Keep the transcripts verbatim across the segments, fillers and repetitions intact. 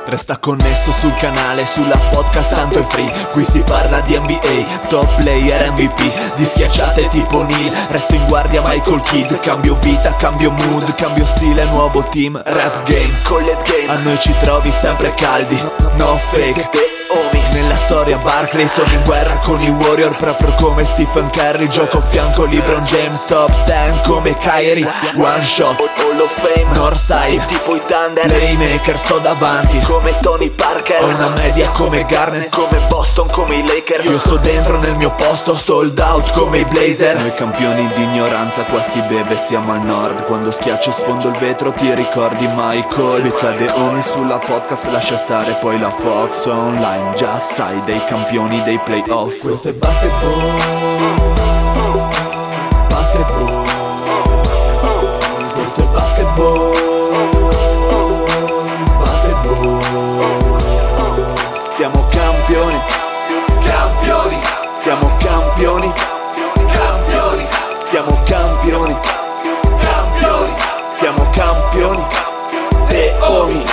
Resta connesso sul canale, sulla podcast tanto è free. Qui si parla di N B A, top player M V P, di schiacciate tipo Neil. Resto in guardia Michael Kidd. Cambio vita, cambio mood, cambio stile, nuovo team. Rap game, collet game, a noi ci trovi sempre caldi. No fake, homies. Nella storia Barkley sono in guerra con i Warrior, proprio come Stephen Curry. Gioco a fianco LeBron James, top ten come Kyrie. One shot, Hall of Fame, Northside, tipo i Thunder. Playmaker, sto davanti come Tony Parker. Ho una media come Garnett, come Boston, come i Lakers. Io sto dentro nel mio posto, sold out come i Blazer. Noi campioni di ignoranza, qua si beve, siamo al nord. Quando schiaccio sfondo il vetro ti ricordi Michael. Mi cade ogni sulla podcast, lascia stare poi la Fox online. Già sai, dei campioni dei playoff. Questo è basketball, basketball. Questo è basketball, basketball. Siamo campioni, campioni. Siamo campioni, campioni. Siamo campioni, campioni. Siamo campioni, The Homies.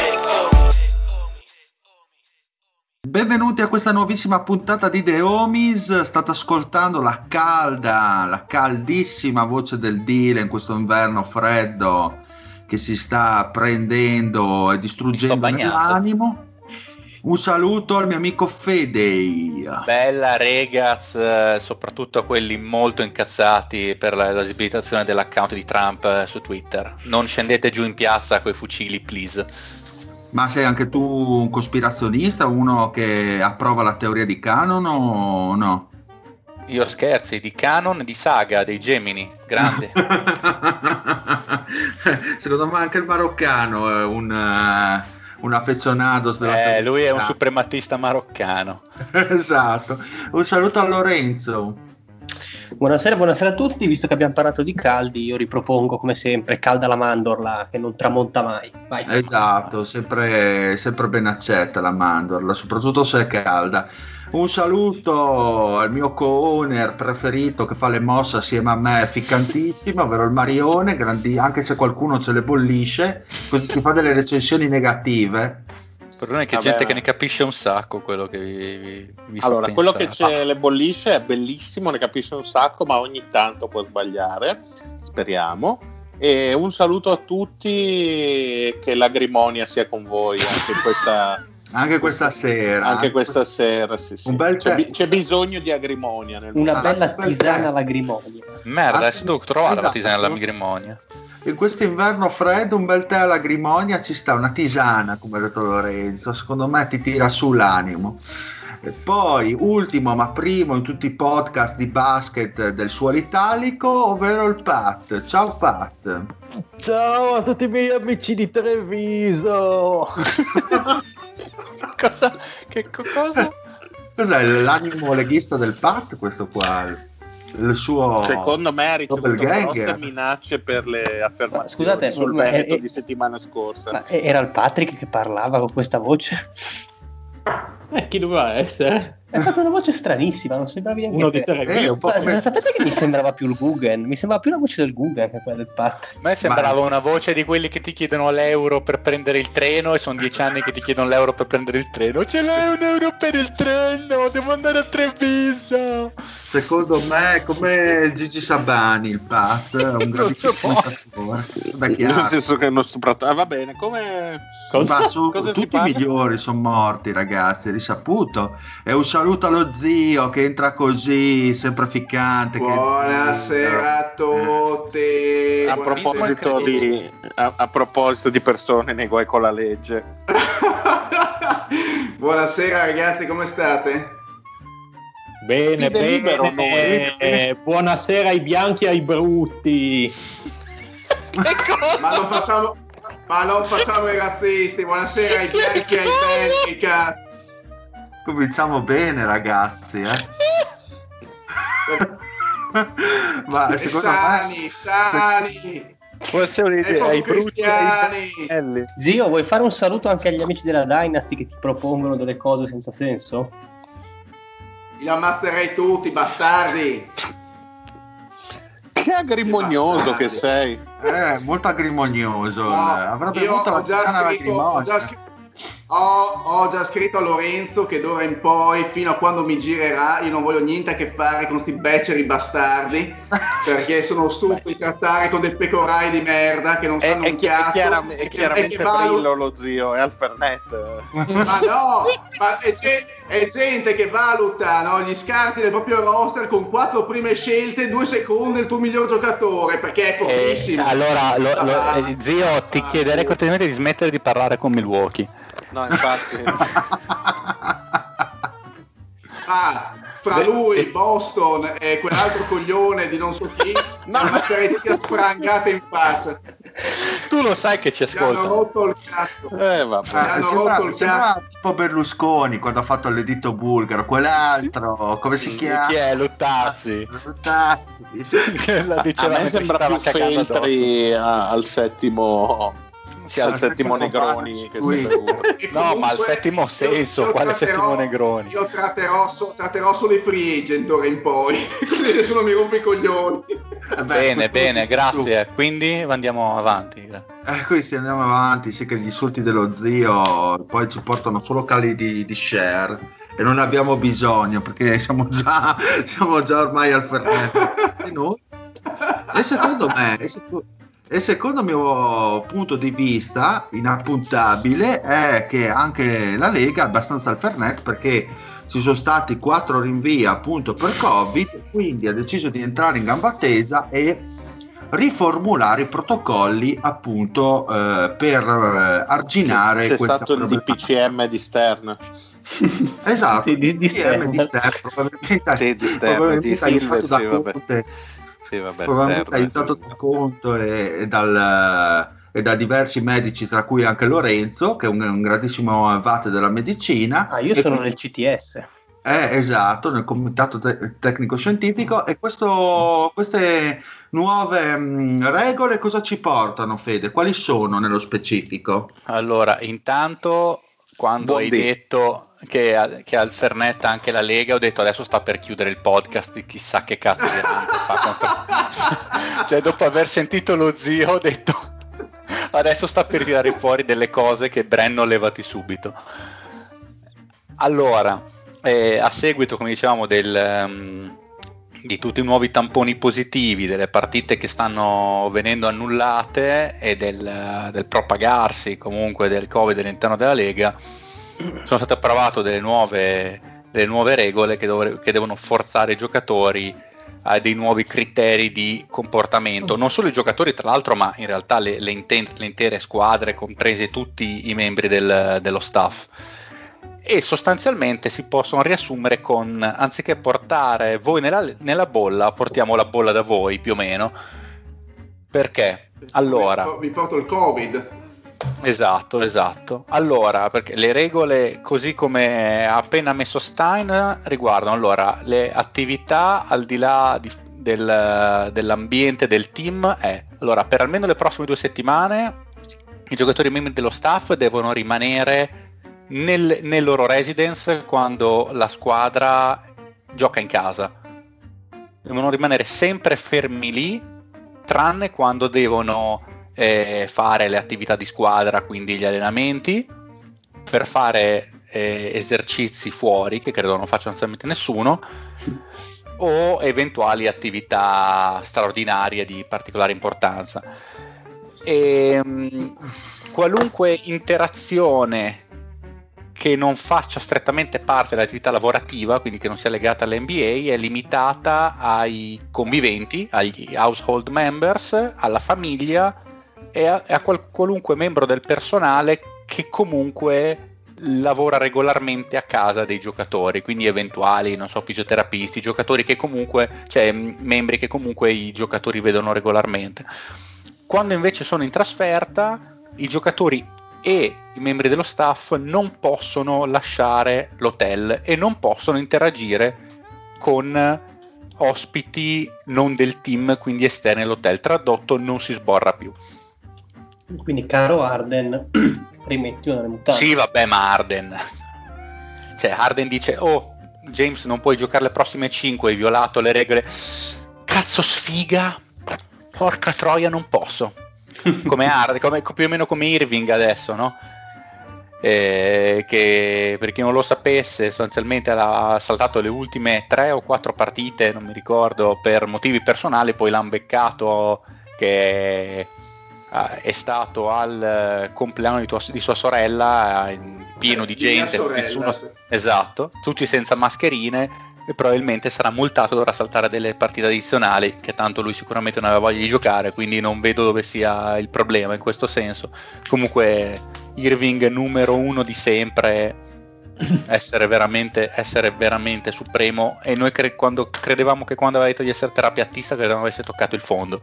Benvenuti a questa nuovissima puntata di The Homies. State ascoltando la calda, la caldissima voce del Dile in questo inverno freddo che si sta prendendo e distruggendo nell'animo. Un saluto al mio amico Fedei. Bella regaz, soprattutto a quelli molto incazzati per la, la sbilitazione dell'account di Trump su Twitter. Non scendete giù in piazza coi fucili, please. Ma sei anche tu un cospirazionista, uno che approva la teoria di Canon o no? Io scherzi, di Canon, di Saga, dei Gemini, grande. Secondo me anche il maroccano è un, uh, un affezionato. Eh, lui è un suprematista maroccano. Esatto. Un saluto a Lorenzo. Buonasera, buonasera a tutti. Visto che abbiamo parlato di caldi, io ripropongo come sempre calda la mandorla che non tramonta mai. Vai. Esatto, sempre, sempre ben accetta la mandorla, soprattutto se è calda. Un saluto al mio co-owner preferito che fa le mosse assieme a me, ficcantissimo, ovvero il Marione, grandi, anche se qualcuno ce le bollisce, così ti fa delle recensioni negative. Il problema è che Vabbè, gente che ne capisce un sacco quello che vi, vi, vi allora fa quello pensare. che ce le bollisce è bellissimo, ne capisce un sacco, ma ogni tanto può sbagliare, speriamo. E un saluto a tutti, che l'agrimonia sia con voi anche questa anche questa sera anche questa sera sì, sì. Un bel c'è, te- bi- c'è bisogno di agrimonia nel una mondo. bella Ah, tisana all'agrimonia. Merda, adesso devo trovare Esatto. la tisana alla migrimonia. In questo inverno freddo un bel tè alla grimonia ci sta, una tisana come ha detto Lorenzo, secondo me ti tira su l'animo. E poi ultimo ma primo in tutti i podcast di basket del suolo italico, ovvero il Pat. Ciao Pat. Ciao a tutti i miei amici di Treviso. Cosa? Che co- cosa? Cos'è l'animo leghista del Pat questo qua? Il suo Secondo me ha ricevuto doppelganger. grosse minacce per le affermazioni Ma scusate, sul ma- Veneto eh, di settimana scorsa. Ma era il Patrick che parlava con questa voce? Eh, chi doveva essere? Ha fatto una voce stranissima, non sembravi neanche Uno di te. Treviso. Eh, un po' Sa- come- Sapete che mi sembrava più il Guggen? Mi sembrava più la voce del Guggen che quella del Pat. A me sembrava Ma- una voce di quelli che ti chiedono l'euro per prendere il treno e sono dieci anni che ti chiedono l'euro per prendere il treno. Ce l'hai un euro per il treno? Devo andare a Treviso. Secondo me è come Gigi Sabani il Pat, è un grandissimo so può. commentatore. Beh, Nel chiaro. senso che non stupratore. Ah, va bene, come Cosa? Ma su, Cosa si tutti i parla? migliori sono morti, ragazzi, è risaputo. E un saluto allo zio che entra così, sempre ficcante. Buonasera a tutti. a Buonasera. proposito di a, a proposito di persone nei guai con la legge. Buonasera ragazzi, come state? Bene, Ti delibero, bene. Buonasera ai bianchi e ai brutti. Che cosa? Ma non facciamo, ma non facciamo i razzisti. Buonasera ai bianchi e ai belli, cazzo. Cominciamo bene, ragazzi, eh. Ma E secondo sani, me sani. Può essere E un'idea, ai brutti e ai cristiani. belli. Zio, vuoi fare un saluto anche agli amici della Dynasty che ti propongono delle cose senza senso? Li ammazzerei tutti, bastardi. Che agrimonioso che sei. è molto agrimonioso. No, Avrebbe io avuto ho la già tisana scritto, ho lacrimosa. già scritto, Ho, ho già scritto a Lorenzo che d'ora in poi, fino a quando mi girerà, io non voglio niente a che fare con sti beceri bastardi, perché sono stufo di trattare con dei pecorai di merda che non sanno è, un è, chi- è, cazzo. chiaram- è e che- chiaramente e che valu- Brillo lo zio, è al Fernet. Ma no, ma è, ge- è gente che valuta, no, gli scarti del proprio roster con quattro prime scelte, due secondi il tuo miglior giocatore, perché è fortissimo. Eh, allora, lo- lo- Ah, eh, zio, ti ah, chiederei ah, cortesemente di smettere di parlare con Milwaukee. No, infatti. Ah, fra lui, Boston e quell'altro coglione di non so chi, No. una parecchia sprangata in faccia. Tu lo sai che ci Ci hanno ascolta. rotto il cazzo. Eh, vabbè. Ci hanno sembra, rotto il sembra cazzo. tipo Berlusconi quando ha fatto l'editto bulgaro, quell'altro, come si chiama? Chi è? Luttazzi. Luttazzi. La A diceva me mentre sembra stava più cagando Feltri a- al settimo Sì, al al settimo settimo Negroni che qui. si figura. E No, ma al comunque settimo io- senso, io quale tratterò- settimo Negroni? Io tratterò, so- tratterò solo i free agent d'ora in poi, così nessuno mi rompe i coglioni. Eh beh, Bene, questo bene, dici tu. grazie. Quindi andiamo avanti. Eh, questi andiamo avanti, sì che gli insulti dello zio poi ci portano solo cali di, di share e non abbiamo bisogno perché siamo già, siamo già ormai al Fernet. E noi? E secondo me, e seco- e secondo il mio punto di vista inappuntabile è che anche la Lega è abbastanza al Fernet perché ci sono stati quattro rinvii appunto per Covid, quindi ha deciso di entrare in gamba tesa e riformulare i protocolli appunto eh, per eh, arginare C'è questa stato il D P C M di Stern. esatto, Sì, di- di D P C M di Stern. Stern, probabilmente, Sì, di Stern, probabilmente di Silver, aiutato da sì, vabbè. Conte, Sì, vabbè, probabilmente Stern, aiutato sì. da Conte e, e dal e da diversi medici, tra cui anche Lorenzo, che è un, un grandissimo avvate della medicina. Ah, io E sono quindi- nel C T S. Eh, esatto, nel comitato te- tecnico scientifico. E questo, queste nuove mh, regole cosa ci portano, Fede? Quali sono nello specifico? Allora, intanto quando Buon hai dì. detto che, che al Fernet anche la Lega, ho detto adesso sta per chiudere il podcast di chissà che cazzo di fa contro... Cioè, dopo aver sentito lo zio ho detto adesso sta per tirare fuori delle cose che Brenno levati subito. Allora, eh, a seguito, come dicevamo, del, um, di tutti i nuovi tamponi positivi, delle partite che stanno venendo annullate e del, del propagarsi comunque del Covid all'interno della Lega, sono state approvate delle nuove, delle nuove regole che, dovre- che devono forzare i giocatori a dei nuovi criteri di comportamento, non solo i giocatori tra l'altro, ma in realtà le, le, inten- le intere squadre, compresi tutti i membri del- dello staff. E sostanzialmente si possono riassumere con, anziché portare voi nella, nella bolla, portiamo la bolla da voi più o meno. Perché? Allora, Vi porto il Covid. esatto, esatto. Allora, perché le regole, così come ha appena messo Stein, riguardano allora le attività al di là di, del, dell'ambiente del team. È allora, per almeno le prossime due settimane i giocatori membri dello staff devono rimanere nel, nel loro residence quando la squadra gioca in casa. Devono rimanere sempre fermi lì, tranne quando devono eh, fare le attività di squadra, quindi gli allenamenti, per fare eh, esercizi fuori, che credo non faccia assolutamente nessuno, o eventuali attività straordinarie di particolare importanza. E, mh, qualunque interazione che non faccia strettamente parte dell'attività lavorativa, quindi che non sia legata all'N B A, è limitata ai conviventi, agli household members, alla famiglia e a, a qual- qualunque membro del personale che comunque lavora regolarmente a casa dei giocatori, quindi eventuali, non so, fisioterapisti, giocatori che comunque, cioè m- membri che comunque i giocatori vedono regolarmente. Quando invece sono in trasferta, i giocatori e i membri dello staff non possono lasciare l'hotel e non possono interagire con ospiti non del team, quindi esterni all'hotel. Tradotto, non si sborra più. Quindi, caro Arden, rimetti una mutande. Sì, vabbè, ma Harden, cioè Harden dice: oh, James, non puoi giocare le prossime cinque, hai violato le regole. Cazzo, sfiga, porca troia, non posso. Come Harden, come, più o meno come Irving adesso, no? eh, che per chi non lo sapesse sostanzialmente ha saltato le ultime tre o quattro partite, non mi ricordo, per motivi personali, poi l'hanno beccato che è stato al compleanno di, tua, di sua sorella, in pieno di gente, sorella, nessuno, sì. esatto, tutti senza mascherine, e probabilmente sarà multato, dovrà saltare delle partite addizionali, che tanto lui sicuramente non aveva voglia di giocare, quindi non vedo dove sia il problema in questo senso. Comunque Irving numero uno di sempre, essere veramente, essere veramente supremo, e noi cre- quando credevamo che quando aveva detto di essere terapeutista credevamo avesse toccato il fondo.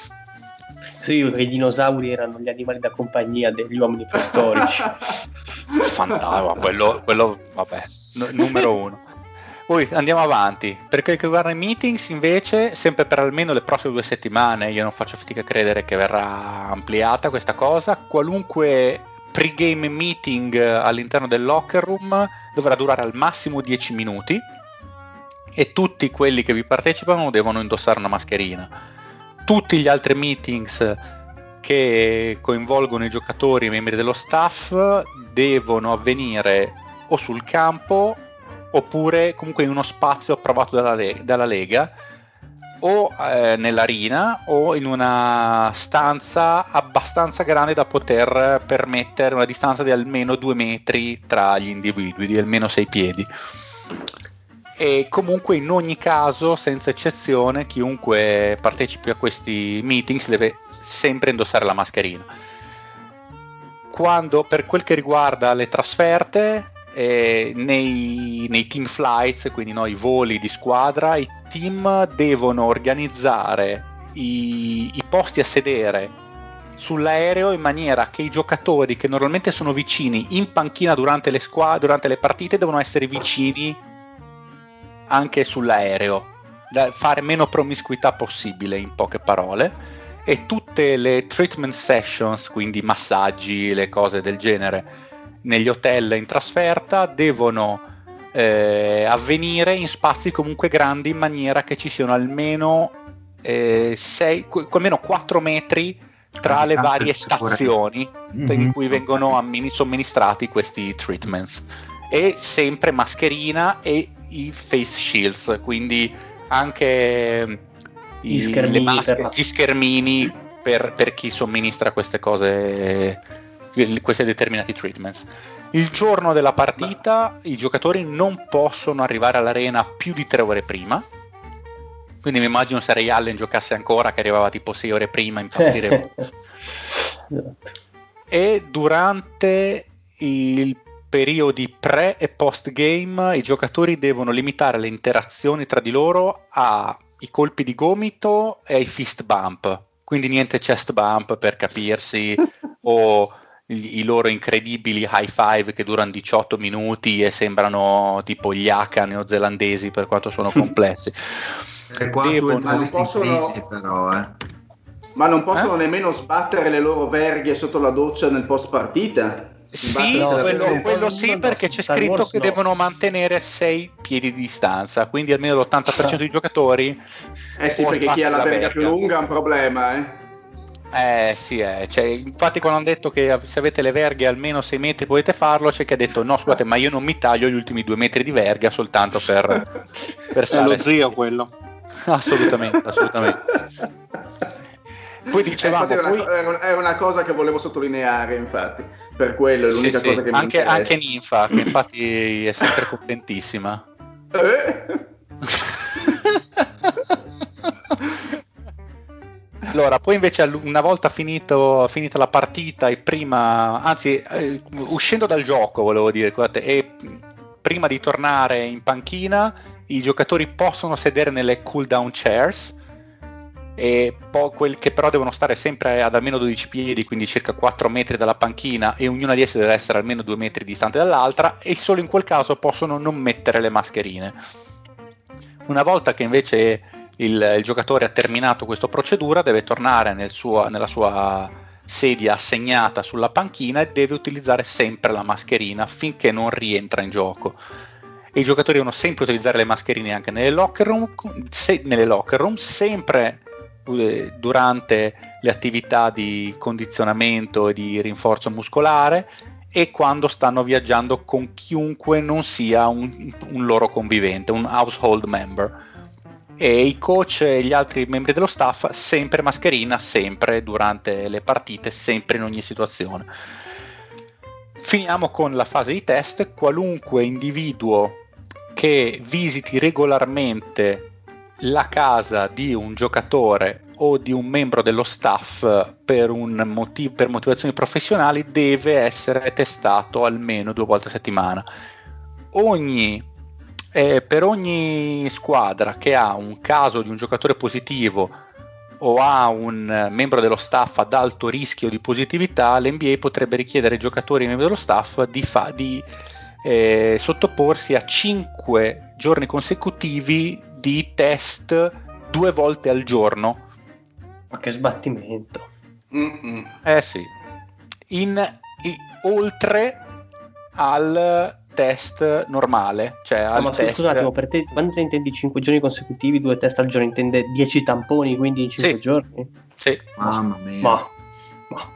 Sì, i dinosauri erano gli animali da compagnia degli uomini preistorici. Fantastico, quello, quello vabbè, n- numero uno. Poi andiamo avanti. Per quel che riguarda i meetings, invece, sempre per almeno le prossime due settimane, io non faccio fatica a credere che verrà ampliata questa cosa. Qualunque pre-game meeting all'interno del locker room dovrà durare al massimo dieci minuti, e tutti quelli che vi partecipano devono indossare una mascherina. Tutti gli altri meetings che coinvolgono i giocatori e i membri dello staff devono avvenire o sul campo oppure comunque in uno spazio approvato dalla, le- dalla Lega, o eh, nell'arena, o in una stanza abbastanza grande da poter permettere una distanza di almeno due metri tra gli individui, di almeno sei piedi. E comunque in ogni caso, senza eccezione, chiunque partecipi a questi meetings deve sempre indossare la mascherina. Quando, per quel che riguarda le trasferte, eh, nei, nei team flights, quindi no, i voli di squadra, i team devono organizzare i, i posti a sedere sull'aereo in maniera che i giocatori che normalmente sono vicini in panchina durante le, squa- durante le partite devono essere vicini anche sull'aereo, da fare meno promiscuità possibile, in poche parole. E tutte le treatment sessions, quindi massaggi, le cose del genere negli hotel in trasferta, devono eh, avvenire in spazi comunque grandi, in maniera che ci siano almeno eh, sei, almeno quattro metri tra le varie stazioni mm-hmm. in cui vengono ammin- somministrati questi treatments, e sempre mascherina e i face shields, quindi anche gli i, schermini, le maschere, per... gli schermini per, per chi somministra queste cose, questi determinati treatments. Il giorno della partita i giocatori non possono arrivare all'arena più di tre ore prima, quindi mi immagino se Ray Allen giocasse ancora, che arrivava tipo sei ore prima, impazzire. E durante il periodi pre e post game i giocatori devono limitare le interazioni tra di loro ai colpi di gomito e ai fist bump, quindi niente chest bump, per capirsi, o i, i loro incredibili high five che durano diciotto minuti e sembrano tipo gli haka neozelandesi per quanto sono complessi. E qua Devono, tu non possono... crisi, però eh. Ma non possono eh? nemmeno sbattere le loro verghe sotto la doccia nel post partita? Sì, No, quello, sì, quello sì, sì, no, perché no, c'è Star scritto Wars che no. devono mantenere sei piedi di distanza, quindi almeno l'ottanta per cento dei giocatori. Eh sì, può perché chi ha la sbattere verga più lunga ha un problema, eh. Eh sì, eh. Cioè, infatti quando hanno detto che se avete le verghe almeno sei metri potete farlo, c'è chi ha detto no, scusate, ma io non mi taglio gli ultimi due metri di verga soltanto per, per È lo zio quello. Assolutamente, assolutamente. Poi dicevamo, eh, poi... è, una, è una cosa che volevo sottolineare, infatti, per quello è l'unica sì, cosa sì. che mi anche, interessa. anche Ninfa, che infatti è sempre contentissima. Eh? Allora, poi invece una volta finito, finita la partita e prima, anzi eh, uscendo dal gioco volevo dire, guardate, e prima di tornare in panchina i giocatori possono sedere nelle cool down chairs, e poi quel che però devono stare sempre ad almeno dodici piedi, quindi circa quattro metri dalla panchina, e ognuna di esse deve essere almeno due metri distante dall'altra, e solo in quel caso possono non mettere le mascherine. Una volta che invece il, il giocatore ha terminato questa procedura, deve tornare nel suo, nella sua sedia assegnata sulla panchina e deve utilizzare sempre la mascherina finché non rientra in gioco. E i giocatori devono sempre utilizzare le mascherine anche nelle locker room, se, nelle locker room sempre durante le attività di condizionamento e di rinforzo muscolare, e quando stanno viaggiando con chiunque non sia un, un loro convivente, un household member. E i coach e gli altri membri dello staff sempre mascherina, sempre durante le partite, sempre in ogni situazione. Finiamo con la fase di test. Qualunque individuo che visiti regolarmente la casa di un giocatore o di un membro dello staff per, un motiv- per motivazioni professionali deve essere testato almeno due volte a settimana. Ogni, eh, per ogni squadra che ha un caso di un giocatore positivo o ha un membro dello staff ad alto rischio di positività, l'N B A potrebbe richiedere ai giocatori e ai membri dello staff di, fa- di eh, sottoporsi a cinque giorni consecutivi di test due volte al giorno. Ma che sbattimento. Mm-mm. Eh sì, in, i, oltre al test normale, cioè No, al ma test. scusa un attimo, per te quando intendi cinque giorni consecutivi, due test al giorno, intende dieci tamponi, quindi in cinque Sì. giorni? Sì, Mamma mia. Ma, ma.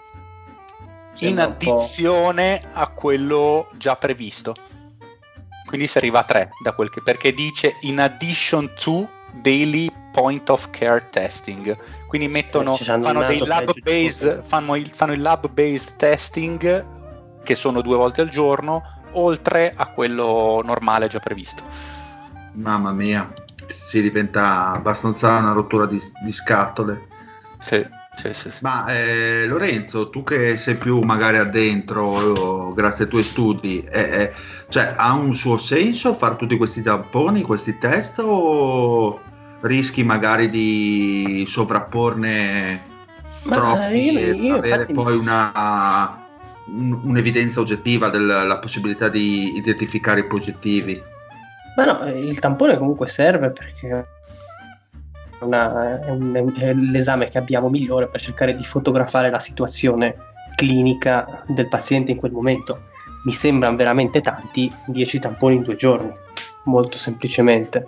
in Sembra un po'- addizione a quello già previsto. Quindi si arriva a tre, da quel che, perché dice in addition to daily point of care testing. Quindi mettono, Eh, ci hanno fanno dei minato lab peggio di based, tutto. fanno il, fanno il lab based testing che sono due volte al giorno, oltre a quello normale già previsto. Mamma mia, si diventa abbastanza una rottura di, di scatole. Sì, sì, sì, sì. Ma eh, Lorenzo, tu che sei più magari addentro, eh, grazie ai tuoi studi, eh, eh, cioè ha un suo senso fare tutti questi tamponi, questi test, o rischi magari di sovrapporne Ma, troppi io- e io avere infatti- poi una, un- un'evidenza oggettiva della possibilità di identificare i positivi? Ma no, il tampone comunque serve perché è, una- è un- è l'esame che abbiamo migliore per cercare di fotografare la situazione clinica del paziente in quel momento. Mi sembrano veramente tanti dieci tamponi in due giorni, molto semplicemente.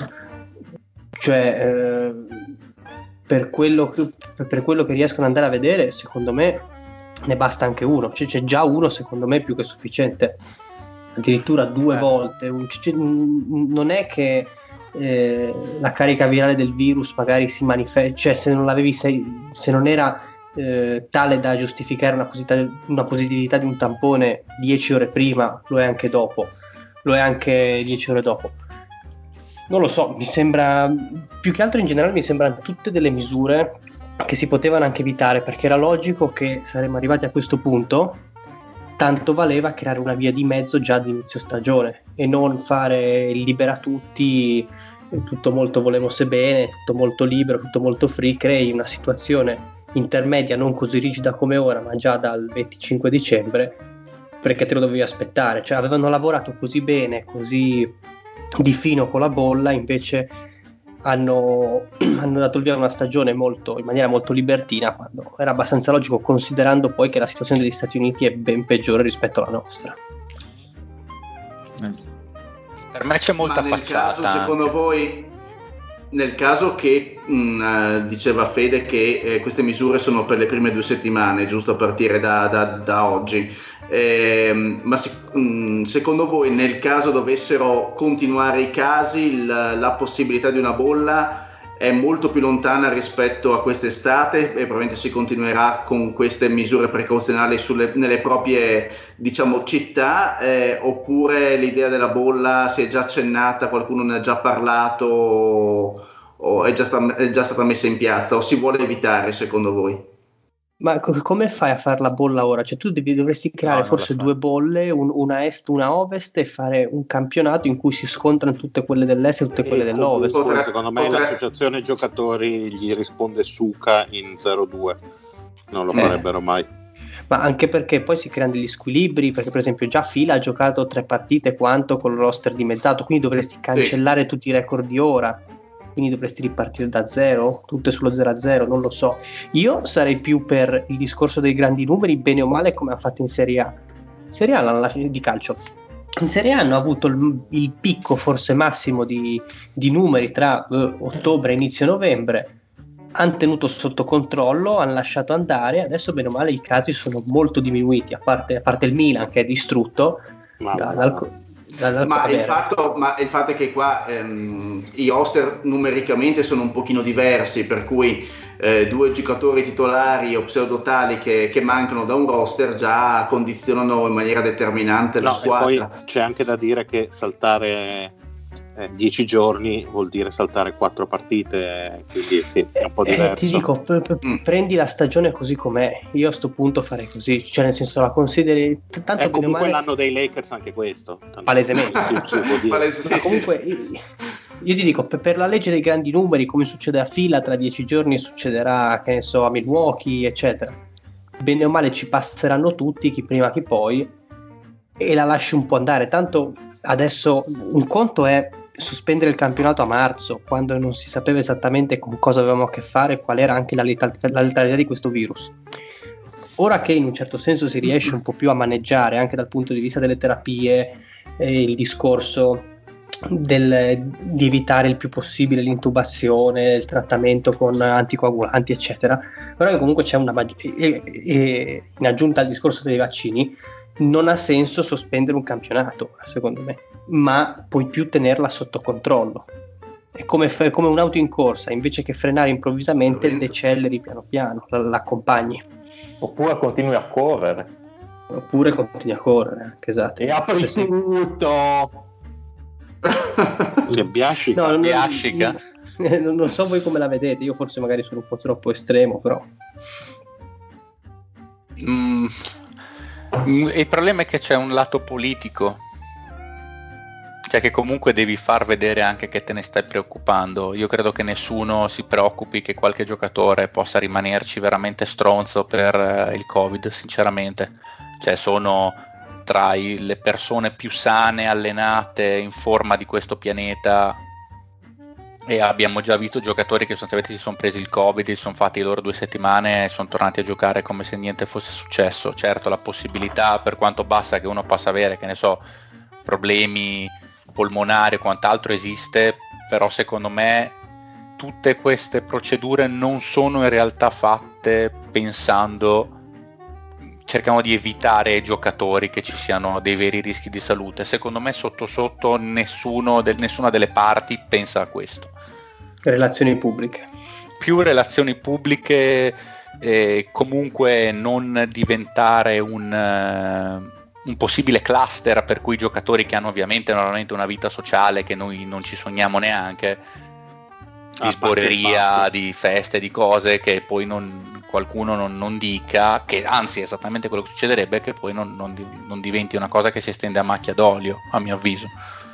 Cioè, eh, per, quello che, per quello che riescono ad andare a vedere, secondo me ne basta anche uno. Cioè, c'è già uno, secondo me, più che sufficiente. Addirittura due Eh. volte. Un- cioè, n- non è che eh, la carica virale del virus magari si manifesta, cioè se non l'avevi sei- se non era eh, tale da giustificare una, posita- una positività di un tampone dieci ore prima, lo è anche dopo, lo è anche dieci ore dopo. Non lo so, mi sembra, più che altro in generale mi sembrano tutte delle misure che si potevano anche evitare, perché era logico che saremmo arrivati a questo punto, tanto valeva creare una via di mezzo già ad inizio stagione e non fare il libera tutti, tutto molto volemos bene, tutto molto libero, tutto molto free. Crei una situazione intermedia non così rigida come ora, ma già dal venticinque dicembre, perché te lo dovevi aspettare. Cioè avevano lavorato così bene, così di fino con la bolla, invece hanno, hanno dato il via a una stagione molto, in maniera molto libertina, quando era abbastanza logico, considerando poi che la situazione degli Stati Uniti è ben peggiore rispetto alla nostra. Per me c'è molta Ma nel facciata. caso, secondo voi, nel caso che mh, eh, diceva Fede che eh, queste misure sono per le prime due settimane, giusto a partire da, da, da oggi, ehm, ma se- mh, secondo voi nel caso dovessero continuare i casi, il- la possibilità di una bolla è molto più lontana rispetto a quest'estate e probabilmente si continuerà con queste misure precauzionali sulle, nelle proprie, diciamo, città, eh, oppure l'idea della bolla si è già accennata, qualcuno ne ha già parlato o, o è, già sta- è già stata messa in piazza, o si vuole evitare secondo voi? Ma co- come fai a fare la bolla ora? Cioè tu devi- dovresti creare No, non forse la fa. due bolle, un- una est, una ovest, e fare un campionato in cui si scontrano tutte quelle dell'est e tutte E quelle dell'ovest. comunque- Potre- Secondo me potre- l'associazione giocatori gli risponde Suca in zero due, non lo Eh. farebbero mai. Ma anche perché poi si creano degli squilibri, perché per esempio già Fila ha giocato tre partite quanto con il roster dimezzato, quindi dovresti cancellare tutti i record di ora, quindi dovresti ripartire da zero, tutte sullo zero a zero, non lo so. Io sarei più per il discorso dei grandi numeri, bene o male come hanno fatto in Serie A. Serie A la- di calcio. In Serie A hanno avuto il, il picco forse massimo di, di numeri tra eh, ottobre e inizio novembre, hanno tenuto sotto controllo, hanno lasciato andare, adesso bene o male i casi sono molto diminuiti, a parte, a parte il Milan che è distrutto Ma, da, ma, dal, dal, dal Ma il, Corriere. fatto, ma il fatto è che qua ehm, i roster numericamente sono un pochino diversi, per cui eh, due giocatori titolari o pseudotali che, che mancano da un roster già condizionano in maniera determinante la no, e squadra. poi c'è anche da dire che saltare eh, dieci giorni vuol dire saltare quattro partite, quindi sì, è un po' Eh, diverso. ti dico, p- p- Mm. prendi la stagione così com'è, io a sto punto farei così, cioè nel senso la consideri t- tanto È bene o comunque male, l'anno dei Lakers anche questo. Tanto- palesemente. Sì, sì, vuol dire. Palese- Ma sì, comunque io, io ti dico, per, per la legge dei grandi numeri, come succede a Fila, tra dieci giorni succederà, che ne so, a Milwaukee, eccetera. Bene o male ci passeranno tutti, chi prima chi poi, e la lasci un po' andare. Tanto adesso un conto è sospendere il campionato a marzo, quando non si sapeva esattamente con cosa avevamo a che fare e qual era anche la letalità, la letalità di questo virus. Ora che in un certo senso si riesce un po' più a maneggiare anche dal punto di vista delle terapie, eh, il discorso del, di evitare il più possibile l'intubazione, il trattamento con anticoagulanti eccetera, però che comunque c'è una maggi- e, e in aggiunta al discorso dei vaccini non ha senso sospendere un campionato secondo me, ma puoi più tenerla sotto controllo. È come, f- è come un'auto in corsa, invece che frenare improvvisamente Lorenzo. decelleri piano piano, l- l'accompagni, Oppure continui a correre. oppure continui a correre anche, esatto. E apri Sì, sì. tutto. Che biascica. No, non, Biascica. non, non so voi come la vedete, io forse magari sono un po' troppo estremo, però Mm, mm, il problema è che c'è un lato politico, cioè che comunque devi far vedere anche che te ne stai preoccupando. Io credo che nessuno si preoccupi che qualche giocatore possa rimanerci veramente stronzo per eh, il Covid, sinceramente. Cioè sono tra i- le persone più sane, allenate, in forma di questo pianeta, e abbiamo già visto giocatori che sostanzialmente si sono presi il Covid, si sono fatti le loro due settimane e sono tornati a giocare come se niente fosse successo. Certo, la possibilità, per quanto bassa, che uno possa avere, che ne so, problemi polmonari o quant'altro esiste, però secondo me tutte queste procedure non sono in realtà fatte pensando, cercano di evitare ai giocatori che ci siano dei veri rischi di salute. Secondo me sotto sotto nessuno del- nessuna delle parti pensa a questo. relazioni pubbliche. Più relazioni pubbliche, eh, comunque non diventare un, eh, un possibile cluster per cui i giocatori che hanno ovviamente normalmente una vita sociale che noi non ci sogniamo neanche, di Ah, sboreria, parte, di feste, di cose che poi non, qualcuno non, non dica, che anzi è esattamente quello che succederebbe, che poi non, non di- non diventi una cosa che si estende a macchia d'olio, a mio avviso.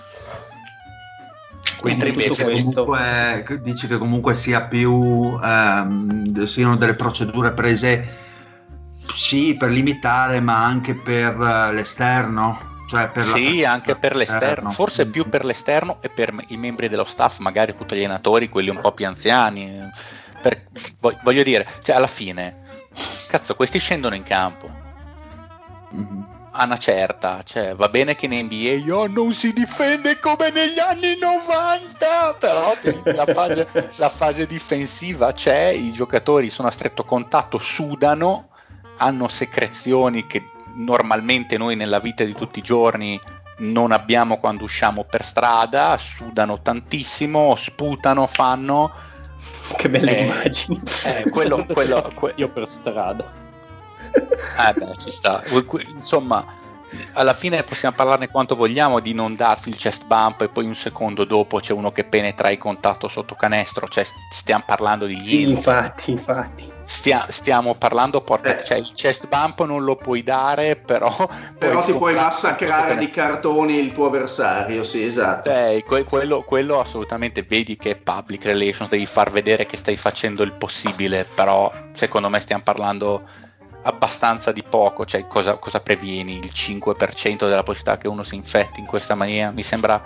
Quindi Mentre dici invece che, questo- comunque, che dici che comunque sia più ehm, siano delle procedure prese sì per limitare, ma anche per eh, l'esterno, cioè per la Sì, persona anche per l'esterno, forse Mm. più per l'esterno e per i membri dello staff, magari tutti gli allenatori, quelli un po' più anziani. eh, per- vo- voglio dire, cioè alla fine, cazzo, questi scendono in campo Mhm. a una certa, cioè va bene che in N B A oh, non si difende come negli anni novanta, però te- la fase, la fase difensiva c'è, i giocatori sono a stretto contatto, sudano, hanno secrezioni che normalmente noi nella vita di tutti i giorni non abbiamo quando usciamo per strada, sudano tantissimo, sputano, fanno Che belle Eh, immagini. eh, quello, quello, que- Io per strada. eh beh, ci sta. Insomma, alla fine possiamo parlarne quanto vogliamo di non darsi il chest bump e poi un secondo dopo c'è uno che penetra il contatto sotto canestro, cioè stiamo parlando di Sì, niente. infatti, infatti. Stia- stiamo parlando, porca, Eh. cioè il chest bump non lo puoi dare, però Però ti puoi scoprire- massacrare di cartoni il tuo avversario, sì, esatto. Eh, que- quello, quello assolutamente, vedi che è public relations, devi far vedere che stai facendo il possibile, però secondo me stiamo parlando abbastanza di poco, cioè cosa, cosa previeni? Il cinque per cento della possibilità che uno si infetti in questa maniera? Mi sembra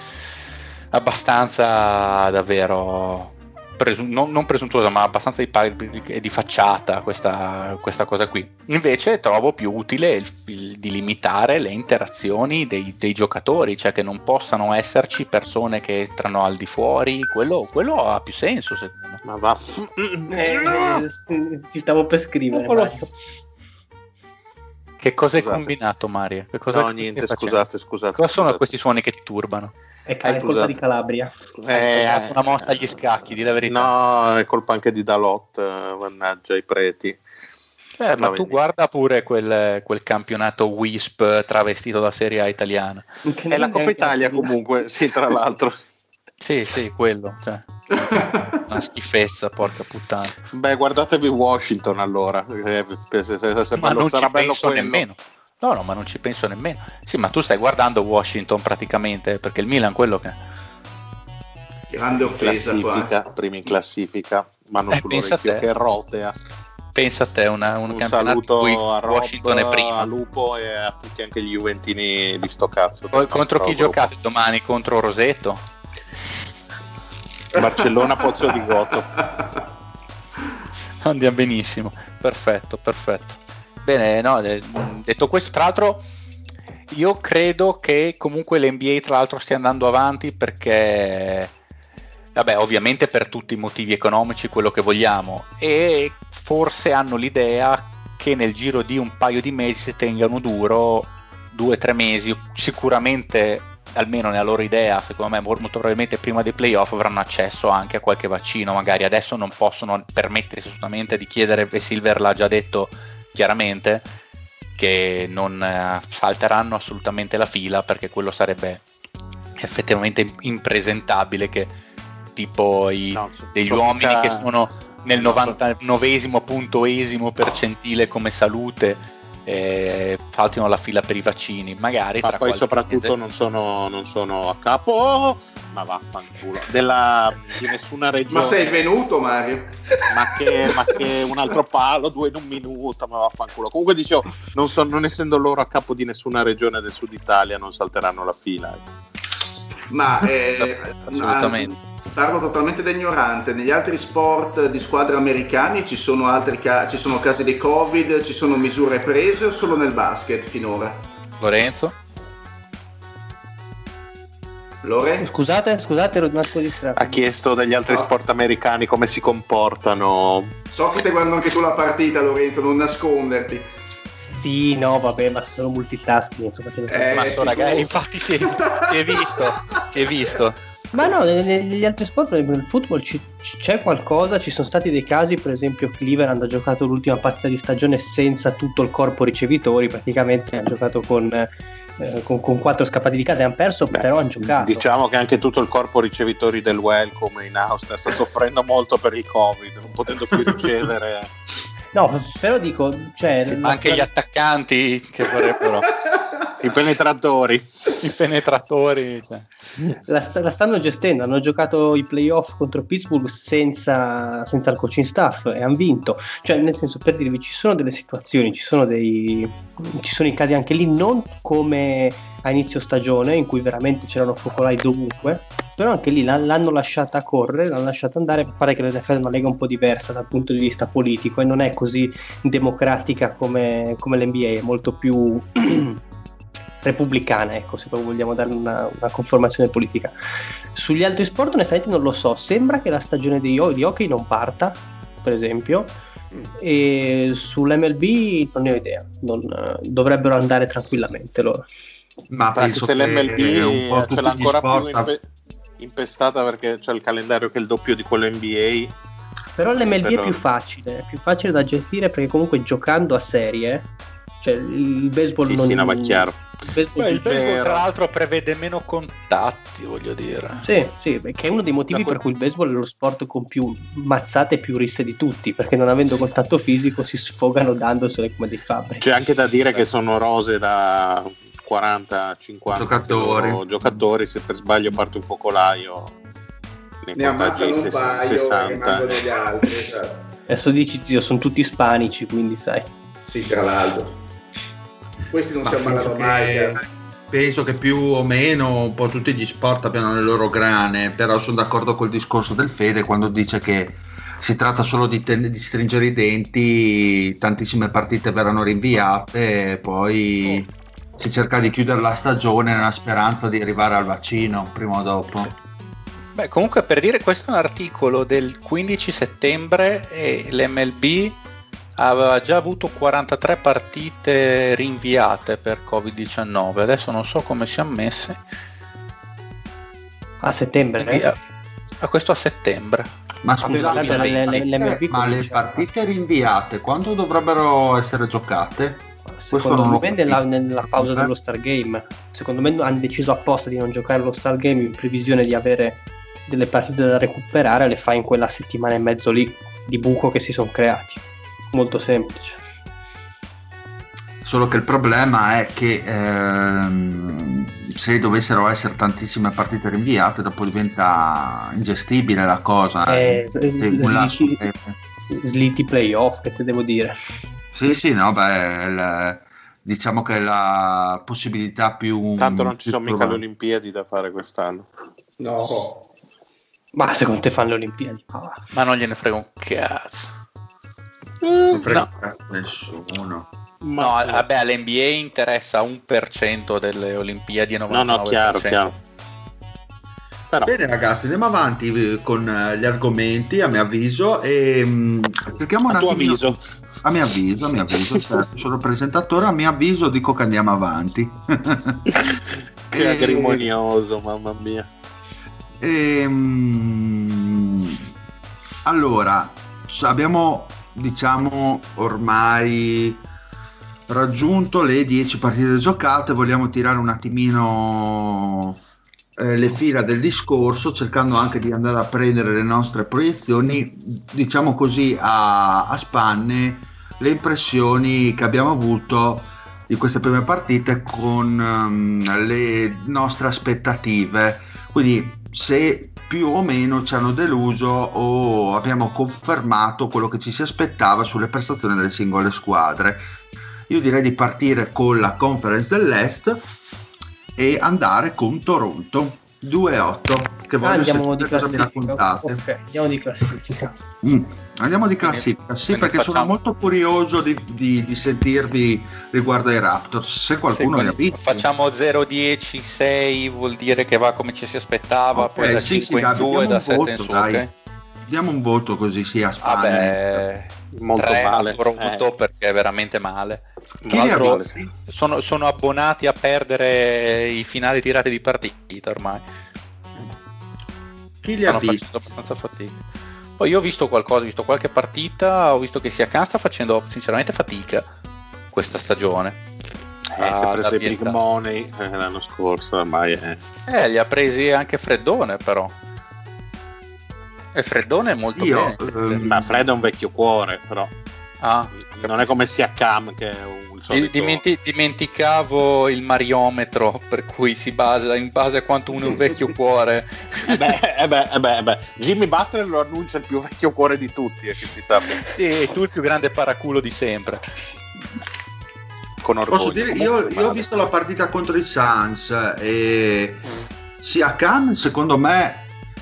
abbastanza davvero presu- non, non presuntuosa, ma abbastanza di, public e di facciata questa, questa cosa qui. Invece trovo più utile il, il- di limitare le interazioni dei, dei giocatori, cioè che non possano esserci persone che entrano al di fuori, quello, quello ha più senso secondo me. Ma va. Eh, no! eh, ti stavo per scrivere, Mario. Che cosa hai Scusate. combinato, Mario? Che cosa No, che niente, stai facendo? scusate, scusate. Cosa sono scusate. questi suoni che ti turbano? È, ca- è colpa scusate. di Calabria. Eh, Hai fatto una mossa agli scacchi, di la verità. No, è colpa anche di Dalot, eh, mannaggia i preti. Eh, ma Va tu bene. guarda pure quel, quel campionato Wisp travestito da Serie A italiana. Che È la non Coppa neanche Italia Serie A. comunque, sì, tra l'altro. Sì, sì, quello. Cioè, una schifezza, porca puttana. Beh, guardatevi Washington allora. Eh, se- se- se- se Ma bello- non sarà ci bello penso quello. nemmeno. No, no, ma non ci penso nemmeno. Sì, ma tu stai guardando Washington praticamente, perché il Milan quello che... Grande offesa qua. Classifica, primi in classifica, mano Eh, pensa a sull'orecchio te. che rotea. Pensa a te, una, un, Un campionato in saluto cui a Rob, Washington è prima. a Lupo e a tutti anche gli Juventini di sto cazzo. Poi contro chi Proprio. giocate domani? Contro Roseto? Barcellona Pozzo di Goto. Andiamo benissimo, perfetto, perfetto. Bene, no, eh, detto questo, tra l'altro io credo che comunque l'N B A tra l'altro stia andando avanti perché, vabbè, ovviamente per tutti i motivi economici, quello che vogliamo, e forse hanno l'idea che nel giro di un paio di mesi si tengano duro, due o tre mesi, sicuramente, almeno nella loro idea, secondo me molto probabilmente prima dei playoff avranno accesso anche a qualche vaccino, magari adesso non possono permettersi assolutamente di chiedere, e Silver l'ha già detto chiaramente, che non eh, salteranno assolutamente la fila, perché quello sarebbe effettivamente impresentabile che tipo i, No, degli so- uomini so- che sono nel no, so- novantanovesimo punto esimo percentile come salute eh, saltino la fila per i vaccini, magari Ma tra poi qualche soprattutto mese. non sono, non sono a capo, ma vaffanculo, della, di nessuna regione. Ma sei venuto, Mario? Ma che, ma che un altro palo, due in un minuto, ma vaffanculo. Comunque dicevo, non, so, non essendo loro a capo di nessuna regione del sud Italia, non salteranno la fila. Ma eh, Assolutamente. ah, parlo totalmente da ignorante. Negli altri sport di squadre americani ci sono altri ca- ci sono casi di Covid, ci sono misure prese o solo nel basket finora? Lorenzo? Lore? Scusate, scusate, ero un attimo distratto. Ha chiesto dagli altri No. sport americani come si comportano. So che stai guardando anche tu la partita, Lorenzo, non nasconderti. Sì, no, vabbè, ma sono multitasking. Non sto facendo Eh, ma so, sicuro. ragazzi, infatti si è, si è visto, si è visto. Ma no, ne- negli altri sport, per esempio nel football ci- ci- c'è qualcosa, ci sono stati dei casi, per esempio Cleveland ha giocato l'ultima partita di stagione senza tutto il corpo ricevitori, praticamente ha giocato con, eh, con, con quattro scappati di casa e hanno perso, Beh, però hanno giocato. Diciamo che anche tutto il corpo ricevitori del Welcome in Austria sta soffrendo molto per il Covid, non potendo più ricevere. No, però dico, cioè, Sì, la- ma anche gli attaccanti che vorrebbero I penetratori. i penetratori, cioè. la, sta- la stanno gestendo, hanno giocato i playoff contro Pittsburgh senza, senza il coaching staff e hanno vinto, cioè nel senso, per dirvi, ci sono delle situazioni, ci sono dei ci sono i casi anche lì, non come a inizio stagione in cui veramente c'erano focolai dovunque, però anche lì l'han- l'hanno lasciata correre, l'hanno lasciata andare. Pare che l'N F L è una lega un po' diversa dal punto di vista politico e non è così democratica come, come l'N B A, è molto più repubblicana, ecco, se proprio vogliamo dare una, una conformazione politica. Sugli altri sport onestamente non lo so, sembra che la stagione di, di hockey non parta, per esempio, e sull'M L B non ne ho idea, non, dovrebbero andare tranquillamente loro. Ma Anche penso se l'M L che un po' B ce tutti l'ha gli ancora più sport impe- impestata perché c'è il calendario che è il doppio di quello N B A. Però l'M L B Però- è più facile, è più facile da gestire perché comunque giocando a serie, cioè il baseball Sì, non sì, no, ma è chiaro. il baseball- Beh, il baseball Vero. tra l'altro prevede meno contatti, voglio dire. Sì, sì, che è uno dei motivi Da quel- per cui il baseball è lo sport con più mazzate e più risse di tutti, perché non avendo contatto fisico si sfogano dandosele come dei fabbri. C'è anche da dire che sono rose da quaranta cinquanta Giocatori. loro giocatori, se per sbaglio parte un focolaio ne Ne ammazzano un ses- paio e sessanta. rimangono gli altri. Esatto. Adesso dici, zio, sono tutti ispanici, quindi sai. Sì, tra l'altro. Questi non Ma si ammalano penso mai. che, cazzo. penso che più o meno un po' tutti gli sport abbiano le loro grane, però sono d'accordo col discorso del Fede quando dice che si tratta solo di, ten- di stringere i denti, tantissime partite verranno rinviate e poi si cerca di chiudere la stagione nella speranza di arrivare al vaccino prima o dopo. Beh, comunque, per dire, questo è un articolo del quindici settembre e l'M L B aveva già avuto quarantatré partite rinviate per covid diciannove. Adesso non so come siano messe. A settembre? Rinvia- a questo a settembre. Ma scusate, Vabbè, le, le- le- l'M L B ma le comincia- partite rinviate quando dovrebbero essere giocate? Questo Secondo non me l'ho nella, capito. nella pausa dello Star Game. Secondo me hanno deciso apposta di non giocare lo Star Game in previsione di avere delle partite da recuperare, le fa in quella settimana e mezzo lì di buco che si sono creati. Molto semplice. Solo che il problema è che ehm, se dovessero essere tantissime partite rinviate, dopo diventa ingestibile la cosa. Eh, eh. Un lasso sliti, che- sliti playoff, che te devo dire. Sì, sì, no, beh, il- diciamo che è la possibilità più... Tanto non ci più sono mica le probabile. Olimpiadi da fare quest'anno. No. Ma secondo te fanno le Olimpiadi? Ah. Ma non gliene frega un cazzo. Non frega no. un cazzo a nessuno. No, vabbè, all'N B A interessa un per cento delle Olimpiadi e No, novantanove no, per cento. chiaro, chiaro. Però, Bene ragazzi, andiamo avanti eh, con eh, gli argomenti a mio avviso e mh, cerchiamo un a tuo attimino- avviso. A mio avviso, a mio avviso, certo, sono il presentatore, a mio avviso dico che andiamo avanti. Che E- acrimonioso, mamma mia. Ehm, allora, s- abbiamo diciamo ormai raggiunto le dieci partite giocate, vogliamo tirare un attimino eh, le fila del discorso, cercando anche di andare a prendere le nostre proiezioni, diciamo così a, a spanne, le impressioni che abbiamo avuto di queste prime partite con um, le nostre aspettative, quindi se più o meno ci hanno deluso o abbiamo confermato quello che ci si aspettava sulle prestazioni delle singole squadre. Io direi di partire con la Conference dell'Est e andare con Toronto due a otto, che voglio Andiamo di sapere cosa mi classifica. raccontate. Ok, andiamo di classifica. Mm, Andiamo di classifica, sì, quindi perché sono facciamo- molto curioso di, di- di sentirvi riguardo ai Raptors, se qualcuno Sì, li ha quindi visti. facciamo zero dieci sei, vuol dire che va come ci si aspettava, Ok, poi da sì, sì, cinque in dai, due, diamo da un sette voto, in su, dai. ok? Diamo un voto così, sì, a spanne. Vabbè, Molto tre male. a Toronto Eh. perché è veramente male. Chi Tra li ha l'altro visti? sono, sono abbonati a perdere i finali tirate di partita ormai. Chi li ha Stanno visti? facendo abbastanza fatica. Poi io ho visto qualcosa, ho visto qualche partita, ho visto che Siakam sta facendo sinceramente fatica questa stagione. Eh, si è Ah, preso da i big ambientarsi. money eh, l'anno scorso, ormai è... Eh, li ha presi anche Freddone però. E Freddone è molto Io, bene. ehm, Ma Fred è un vecchio cuore, però Ah, non è come sia Cam che è un di- solito... dimenti- dimenticavo il mariometro per cui si basa in base a quanto uno è un vecchio cuore. Eh beh, eh beh, eh beh, eh beh. Jimmy Butler lo annuncia il più vecchio cuore di tutti, e che si sappia. E tu il più grande paraculo di sempre. Con orgoglio. Posso dire, io, Comunque, io ho male. visto la partita contro i Suns e Siakam secondo me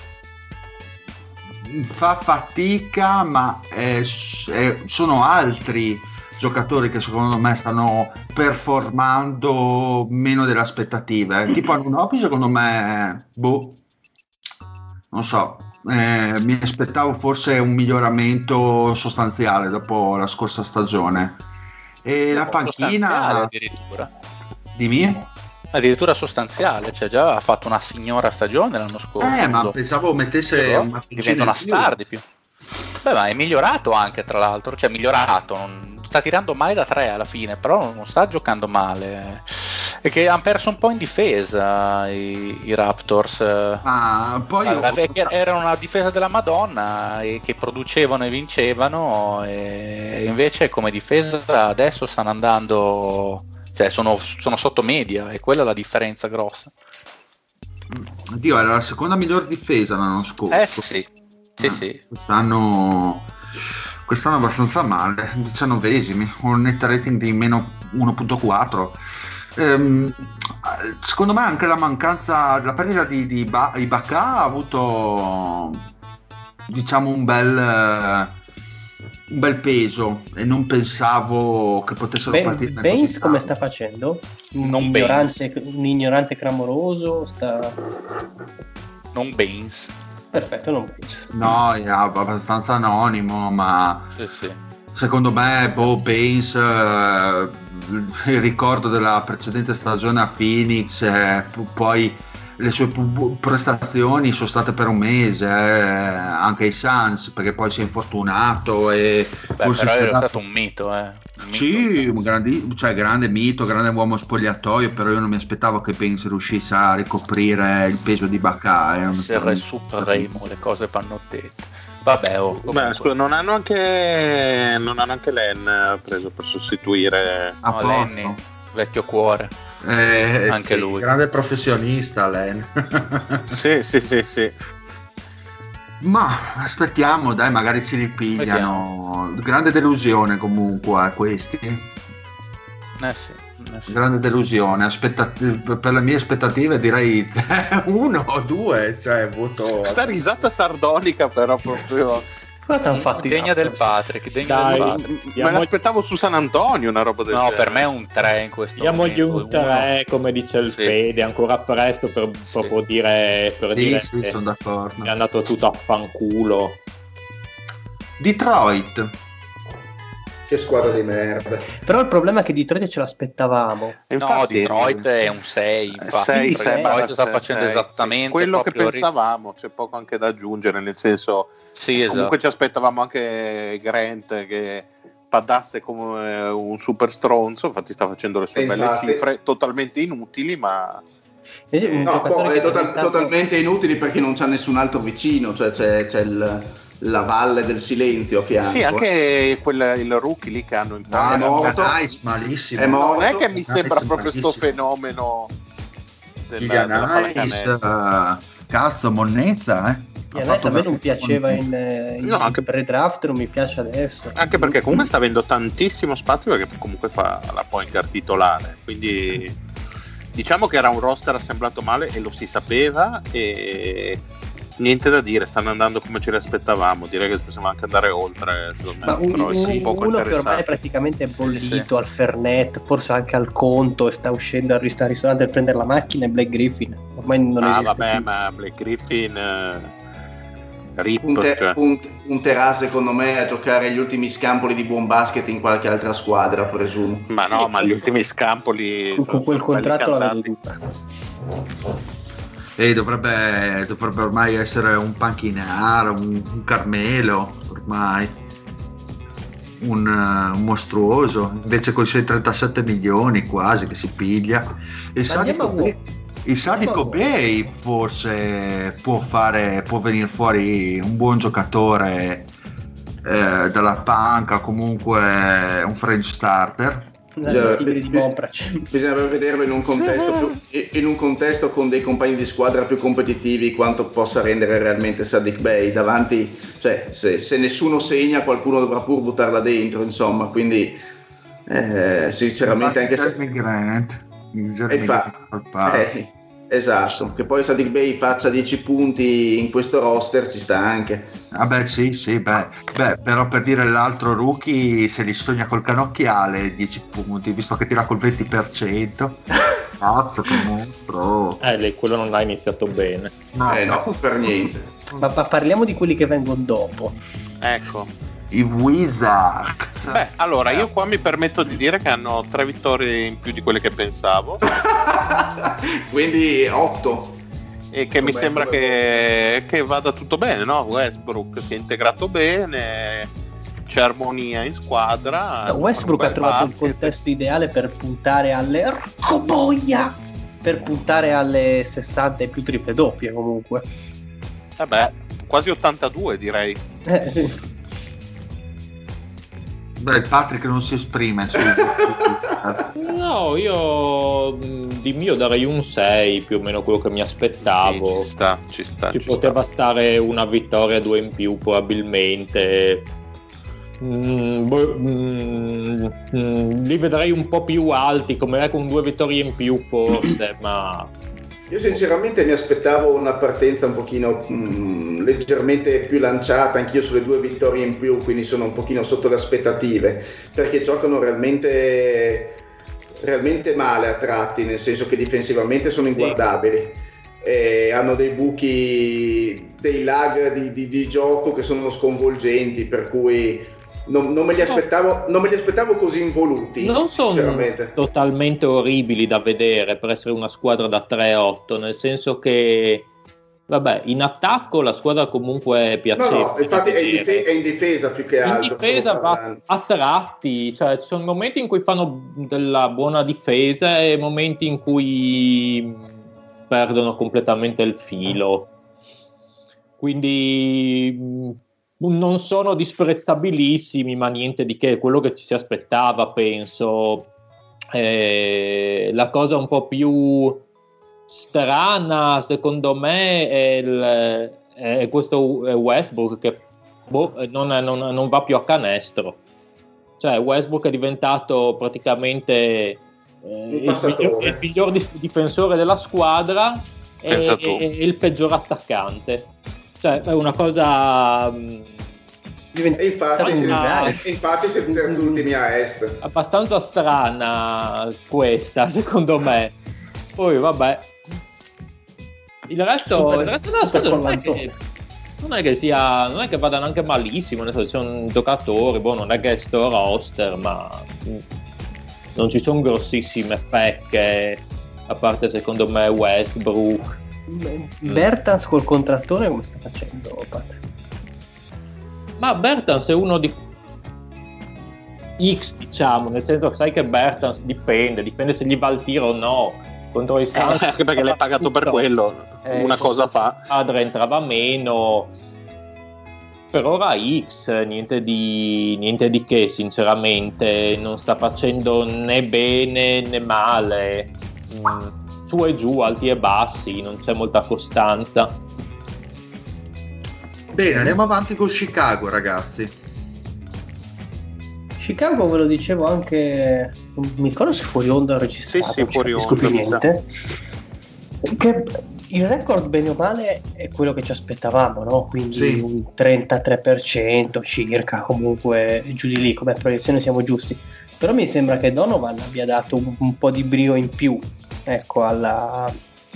fa fatica, ma è- è- sono altri giocatori che secondo me stanno performando meno delle aspettative. Tipo Anunoby secondo me, boh, non so, eh, mi aspettavo forse un miglioramento sostanziale dopo la scorsa stagione. E la Sostanziale panchina, addirittura. dimmi? Addirittura sostanziale, cioè già ha fatto una signora stagione l'anno scorso. Eh, ma pensavo mettesse Però una diventa una star di più. Beh, ma è migliorato anche, tra l'altro, cioè migliorato, non- sta tirando male da tre alla fine, però non sta giocando male. E che hanno perso un po' in difesa i, i Raptors. Ma poi Allora, perché erano una difesa della Madonna e che producevano e vincevano, e invece come difesa adesso stanno andando, cioè sono, sono sotto media, e quella è la differenza grossa. Dio, era la seconda miglior difesa l'anno scorso. Eh sì, sì, Ah, sì. Quest'anno, quest'anno abbastanza male, diciannovesimi, un net rating di meno uno virgola quattro. Ehm, secondo me anche la mancanza, la perdita di, di ba- Ibaka ha avuto, diciamo, un bel, eh, un bel peso, e non pensavo che potessero Ben, partire così Baines come tanto. sta facendo? Un, Non ignorante, un ignorante clamoroso? Sta... Non Baines. Perfetto, non penso. No, è abbastanza anonimo, ma Sì, sì. secondo me boh, Baines, eh, il ricordo della precedente stagione a Phoenix, eh, p- poi le sue pu- prestazioni sono state per un mese, eh, anche ai Suns, perché poi si è infortunato e Beh, forse però si è era dato... stato un mito, eh. Un mito, Sì, nel un senso. grandi- cioè, grande mito, grande uomo spogliatoio, però io non mi aspettavo che Baines riuscisse a ricoprire il peso di Bacà. eh, Essere supremo, le cose vanno dette. Vabbè, oh, Beh, comunque. scusa, non hanno anche non hanno anche Len preso per sostituire. A No, posto. Lenny, vecchio cuore. Eh, Anche sì, lui. grande professionista Len. Sì, sì, sì, sì. Ma aspettiamo, dai, magari ci ripigliano. Grande delusione comunque questi. Eh sì, eh sì. Grande delusione. Aspetta- per le mie aspettative direi uno o due, cioè voto. Sta risata sardonica però proprio. Cosa ti hanno fatto i Degna del Raptors? Patrick, degna Dai, del Patrick. Me diamo- l'aspettavo su San Antonio una roba del No, genere. per me è un tre in questo Diamogli momento. un tre, come dice il Sì. Fede, ancora presto per Sì. proprio dire, per Sì, dire sì, che sono d'accordo. è andato tutto a fanculo. Detroit. Che squadra di merda. Però il problema è che Detroit ce l'aspettavamo. E No, infatti- Detroit è un sei. Infatti, sei, perché sei, Detroit sei, sta sei, facendo sei, esattamente sì. quello che proprio ri- pensavamo, c'è poco anche da aggiungere, nel senso Sì, esatto. comunque ci aspettavamo anche Grant che padasse come un super stronzo, infatti sta facendo le sue E belle infatti- cifre totalmente inutili, ma Invece un No, giocatore boh, che è total- diventato- totalmente inutili perché non c'è nessun altro vicino, cioè c'è, c'è il- la valle del silenzio a fianco. sì, anche quel, il rookie lì che hanno in No, è no, morto. Nice, malissimo. È morto. non è che mi Nice, sembra proprio malissimo. sto fenomeno del- Ilian della Nice, pallacanestro. eh, cazzo, monnezza, eh. Ha Ian fatto a me non veramente piaceva in, buonissimo. eh, in No, anche- pre-draft, non mi piace adesso. Anche perché comunque sta avendo tantissimo spazio perché comunque fa la point guard titolare, quindi diciamo che era un roster assemblato male e lo si sapeva e niente da dire, stanno andando come ce li aspettavamo, direi che possiamo anche andare oltre, secondo me. Ma un- però è un- un poco uno che ormai è interessante. praticamente bollito Sì. al Fernet, forse anche al conto, e sta uscendo al rist- al ristorante per prendere la macchina, è Black Griffin. Ormai non Ah esiste vabbè, più. ma Blake Griffin eh, rip, Punte- cioè. punt- punterà secondo me a giocare gli ultimi scampoli di buon basket in qualche altra squadra, presumo. ma no, ma gli ultimi scampoli Con sono- quel sono belli contratto la vedo cantati. dura. E dovrebbe, dovrebbe ormai essere un panchinaro, un, un Carmelo, ormai. Un, eh, un mostruoso, invece con i suoi trentasette milioni quasi che si piglia. Il Ma andiamo Sadico a Bey, il Sadico andiamo a- Bey forse può fare, può venire fuori un buon giocatore eh, dalla panca, comunque un French starter. I tigri di Moprac. Bisogna vederlo in un contesto più- in un contesto con dei compagni di squadra più competitivi, quanto possa rendere realmente Sadiq Bey davanti, cioè se, se nessuno segna qualcuno dovrà pur buttarla dentro, insomma, quindi eh, sinceramente anche se Jeremy Grant, il Jeremy E fa- Grant col palo. eh, esatto, che poi Sadiq Bey faccia dieci punti in questo roster ci sta anche. Vabbè sì sì beh, beh però per dire l'altro rookie se li sogna col canocchiale dieci punti visto che tira col venti per cento. Cazzo che mostro. Eh, lei quello non ha iniziato bene. No, Eh no, per niente. Ma, ma parliamo di quelli che vengono dopo. Ecco. i Wizards. Beh, allora io qua mi permetto di dire che hanno tre vittorie in più di quelle che pensavo Quindi otto. e che mi Com'è, sembra com'è? che, che vada tutto bene, no? Westbrook si è integrato bene, c'è armonia in squadra. Westbrook un ha bel trovato il basket. contesto ideale per puntare alle Rocoboia, per puntare alle sessanta e più triple doppie comunque. Vabbè, quasi ottantadue direi. Eh, sì. Beh, il Patrick non si esprime sui No, io mh, di mio darei un sei, più o meno quello che mi aspettavo. Sì, ci sta, ci sta. Ci ci poteva sta. stare una vittoria, due in più probabilmente. Mm, boh, mm, mm, li vedrei un po' più alti, come me con due vittorie in più forse, ma Io sinceramente mi aspettavo una partenza un pochino mh, leggermente più lanciata, anch'io sulle due vittorie in più, quindi sono un pochino sotto le aspettative, perché giocano realmente, realmente male a tratti, nel senso che difensivamente sono inguardabili. e hanno dei buchi, dei lag di, di, di gioco che sono sconvolgenti, per cui non, non, me li aspettavo, non me li aspettavo così involuti. Non sono totalmente orribili da vedere per essere una squadra da tre otto, nel senso che vabbè, in attacco la squadra comunque è piacevole. No, no, infatti è in, dife- è in difesa più che altro. In difesa va a tratti, cioè ci sono momenti in cui fanno della buona difesa e momenti in cui perdono completamente il filo. Quindi non sono disprezzabilissimi, ma niente di che, quello che ci si aspettava, penso. Eh, la cosa un po' più strana secondo me è, il, è questo Westbrook che boh, non, non, non va più a canestro, cioè Westbrook è diventato praticamente eh, il, miglior, il miglior difensore della squadra e, e, e il peggior attaccante, cioè è una cosa e infatti, una, si, infatti siete terzi ultimi a est, abbastanza strana questa secondo me. Poi vabbè, il resto, il resto della squadra non è, che, non è che sia, non è che vada neanche malissimo, nel senso sono giocatori, boh, non è che è sto roster, ma non ci sono grossissime pecche, a parte secondo me Westbrook. Bertans col contrattore come sta facendo, Pat? Ma Bertans è uno di X, diciamo, nel senso che sai che Bertans dipende, dipende se gli va il tiro o no. Contro i Suns, eh, anche perché l'hai pagato tutto per quello, eh, una cosa fa. La squadra entrava meno, per ora X, niente di, niente di che, sinceramente, non sta facendo né bene né male, mm, su e giù, alti e bassi, non c'è molta costanza. Bene, andiamo avanti con Chicago, ragazzi. Chicago, ve lo dicevo anche, non mi ricordo se fuori onda o registrato, sì, sì, fuori onda, niente. Che il record bene o male è quello che ci aspettavamo, no? Quindi sì, un trentatré per cento circa, comunque giù di lì, come proiezione siamo giusti. Però mi sembra che Donovan abbia dato un, un po' di brio in più, ecco, alla,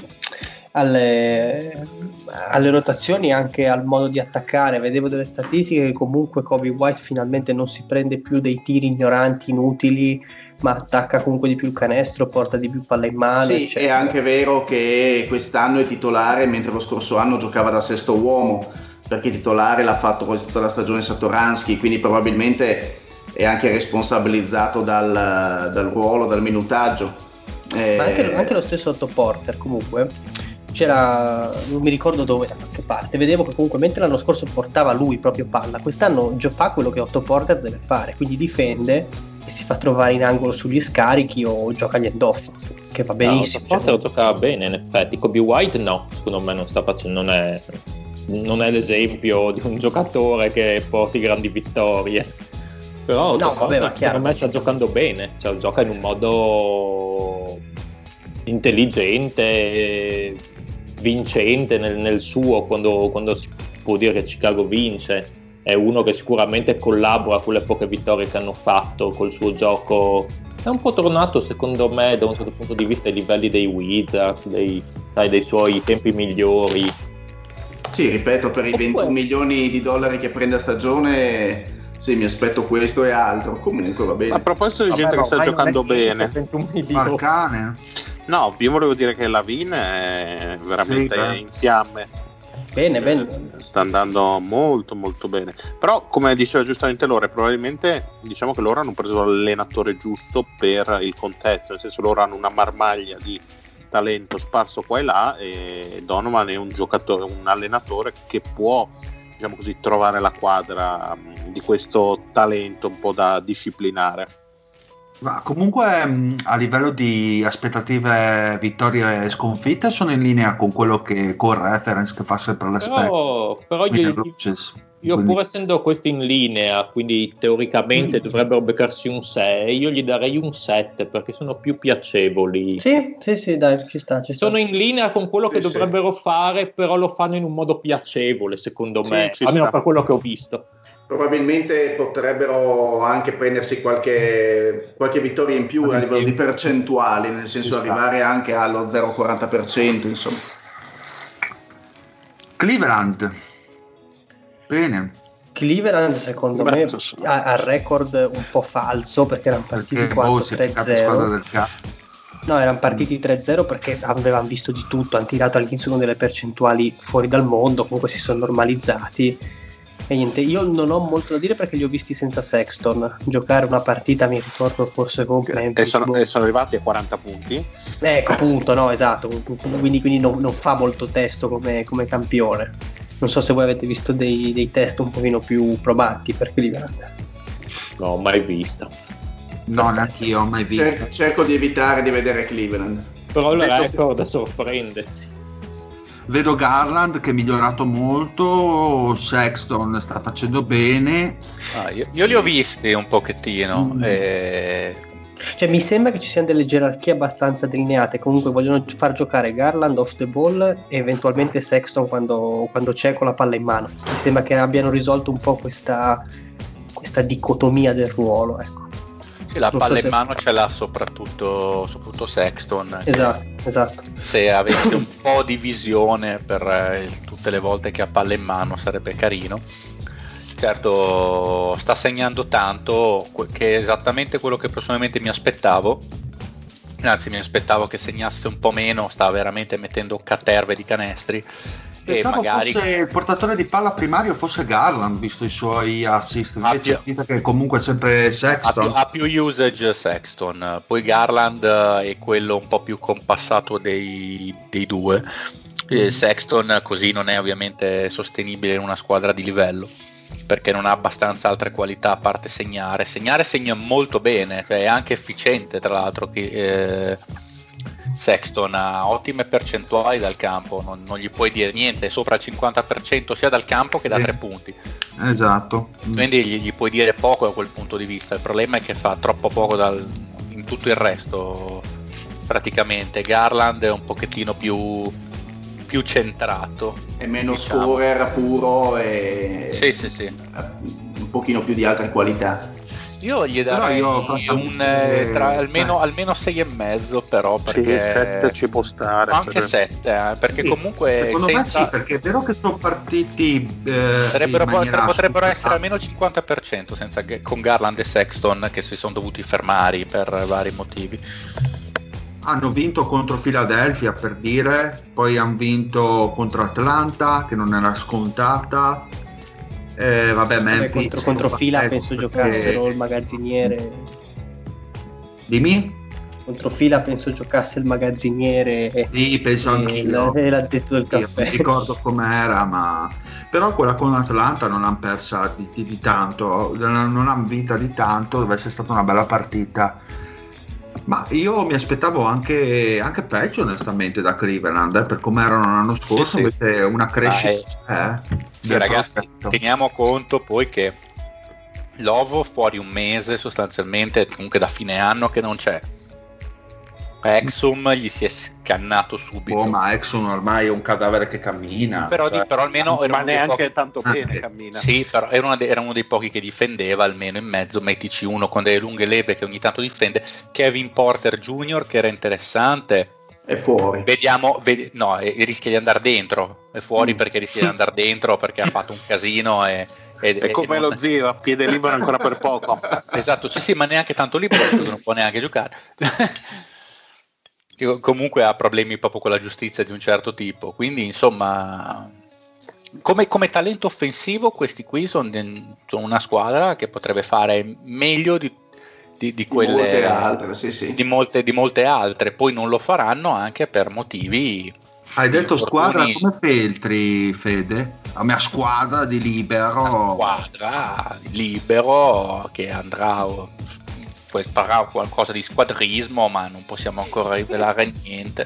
alle, alle rotazioni, anche al modo di attaccare. Vedevo delle statistiche che comunque Kobe White finalmente non si prende più dei tiri ignoranti, inutili, ma attacca comunque di più il canestro, porta di più palla in mano. Sì, eccetera. È anche vero che quest'anno è titolare, mentre lo scorso anno giocava da sesto uomo, perché titolare l'ha fatto quasi tutta la stagione Satoransky, quindi probabilmente è anche responsabilizzato dal, dal ruolo, dal minutaggio. Eh... Ma anche, anche lo stesso Otto Porter comunque c'era, non mi ricordo dove, da qualche parte vedevo che comunque mentre l'anno scorso portava lui proprio palla, quest'anno fa quello che Otto Porter deve fare, quindi difende e si fa trovare in angolo sugli scarichi o gioca agli end-off, che va benissimo. No, Porter giocava bene in effetti. Kobe White no, secondo me non sta facendo, non è, non è l'esempio di un giocatore che porti grandi vittorie, però no, vabbè, ma secondo me sta giocando bene, cioè gioca in un modo intelligente, vincente nel, nel suo, quando, quando si può dire che Chicago vince. È uno che sicuramente collabora con le poche vittorie che hanno fatto col suo gioco. È un po' tornato secondo me da un certo punto di vista ai livelli dei Wizards, dei, dai, dei suoi tempi migliori. Sì, ripeto, per i ventuno milioni di dollari che prende a stagione, sì, mi aspetto questo e altro. Comunque va bene. A proposito di Vabbè, gente no, che sta giocando bene, Marcane. No, io volevo dire che Lavin è veramente sì, in fiamme. Bene, bene. Sta andando molto molto bene. Però, come diceva giustamente Lore, probabilmente diciamo che loro hanno preso l'allenatore giusto per il contesto, nel senso loro hanno una marmaglia di talento sparso qua e là, e Donovan è un giocatore, un allenatore che può, diciamo così, trovare la quadra di questo talento un po' da disciplinare. Ma comunque a livello di aspettative, vittorie e sconfitte sono in linea con quello che con reference che fa sempre le però, però io, io quindi... pur essendo questi in linea, quindi teoricamente mm. dovrebbero beccarsi un sei, io gli darei un sette perché sono più piacevoli. Sì, sì, sì, dai, ci sta, ci sta. Sono in linea con quello sì, che dovrebbero sì. fare, però lo fanno in un modo piacevole secondo sì, me, almeno sta. Per quello che ho visto. Probabilmente potrebbero anche prendersi qualche, qualche vittoria in più a livello di percentuali, nel senso arrivare anche allo zero virgola quaranta per cento, insomma. Cleveland. Bene. Cleveland secondo Beh, me so. ha, ha record un po' falso perché erano partiti Perché quattro boh, si è tre beccato squadra zero. del cazzo. No, erano partiti tre zero perché avevano visto di tutto, hanno tirato all'inizio con delle percentuali fuori dal mondo, comunque si sono normalizzati. E niente, io non ho molto da dire perché li ho visti senza Sexton. Giocare una partita mi ricordo forse con E sono, e sono arrivati a quaranta punti. Ecco, appunto, no, esatto. Quindi, quindi non, non fa molto testo come, come campione. Non so se voi avete visto dei, dei test un pochino più probanti per Cleveland. No, mai vista. No, neanche io ho mai visto. Cer- cerco di evitare di vedere Cleveland. Però il Detto- record sorprende. Vedo Garland che è migliorato molto, Sexton sta facendo bene. Ah, io, io li ho visti un pochettino. Mm. E... Cioè, mi sembra che ci siano delle gerarchie abbastanza delineate. Comunque vogliono far giocare Garland off the ball e eventualmente Sexton quando, quando c'è con la palla in mano. Mi sembra che abbiano risolto un po' questa, questa dicotomia del ruolo, ecco. Sì, la Non palla so in se- mano ce l'ha soprattutto, soprattutto Sexton. che Esatto, esatto. Se avesse un po' di visione per eh, tutte le volte che ha palla in mano sarebbe carino. Certo, sta segnando tanto, que- che è esattamente quello che personalmente mi aspettavo. Anzi, mi aspettavo che segnasse un po' meno, sta veramente mettendo caterve di canestri. E Pensavo magari fosse il portatore di palla primario fosse Garland, visto i suoi assist, Ah, invece più- capita che comunque è sempre ha più, Sexton. ha più usage Sexton, poi Garland eh, è quello un po' più compassato dei, dei due. E Sexton così non è ovviamente sostenibile in una squadra di livello, perché non ha abbastanza altre qualità a parte segnare. Segnare segna molto bene, cioè è anche efficiente, tra l'altro che, eh, Sexton ha ottime percentuali dal campo, non, non gli puoi dire niente, è sopra il cinquanta per cento sia dal campo che da Sì. tre punti, Esatto. Mm. quindi gli, gli puoi dire poco da quel punto di vista. Il problema è che fa troppo poco dal, in tutto il resto praticamente. Garland è un pochettino più, più centrato, È meno diciamo. scorer puro e Sì, sì, sì. un pochino più di altre qualità. Io gli Però darei io, un francamente, eh, tra- almeno, eh. almeno sei e mezzo, però, Sì, perché sette ci può stare. anche per- sette, eh, perché Sì, comunque secondo senza... me sì, perché è vero che sono partiti eh, Potrebbero, in maniera potrebbero essere assolutamente- almeno il cinquanta per cento senza che, con Garland e Sexton che si sono dovuti fermare per vari motivi. Hanno vinto contro Philadelphia, per dire, poi hanno vinto contro Atlanta che non era scontata. Eh, vabbè, Vabbè, Memphis, contro, contro Fila eh, penso perché- giocassero il magazziniere. Dimmi? Contro Fila penso giocasse il magazziniere e, Sì, penso e anch'io. l- e l'addetto del Io caffè. non ricordo com'era, ma però quella con Atlanta non hanno persa di, di- di tanto, non non hanno vinta di tanto, deve essere stata una bella partita. Ma io mi aspettavo anche, anche peggio onestamente da Cleveland, eh, per come erano l'anno scorso, Sì, sì. invece una crescita. eh, Sì, del ragazzi, progetto. teniamo conto poi che Lovo fuori un mese sostanzialmente, comunque da fine anno che non c'è. Exum gli si è scannato subito. Oh, ma Exxon ormai è un cadavere che cammina. però, cioè, di- però almeno era Ma uno dei neanche pochi- tanto Ah, bene sì. cammina. Sì, però era, una de- era uno dei pochi che difendeva, almeno in mezzo. Mettici uno con delle lunghe leve che ogni tanto difende. Kevin Porter Junior che era interessante. È fuori. Vediamo, vedi- no, e- e rischia di andare dentro. È fuori Mm. perché rischia di andare dentro perché ha fatto un casino. E, e- È e come non- lo zio, a piede libero ancora per poco. Esatto, sì, sì, ma neanche tanto libero perché non può neanche giocare. Che comunque ha problemi proprio con la giustizia di un certo tipo. Quindi, insomma, come, come talento offensivo, questi qui sono, sono una squadra che potrebbe fare meglio di, di, di quelle molte altre, sì, sì. di molte, di molte altre. Poi non lo faranno anche per motivi. Hai detto di squadra, infortuni. come filtri, Fede? La mia squadra di libero. Una squadra libero che andrà, poi farà qualcosa di squadrismo, ma non possiamo ancora rivelare niente.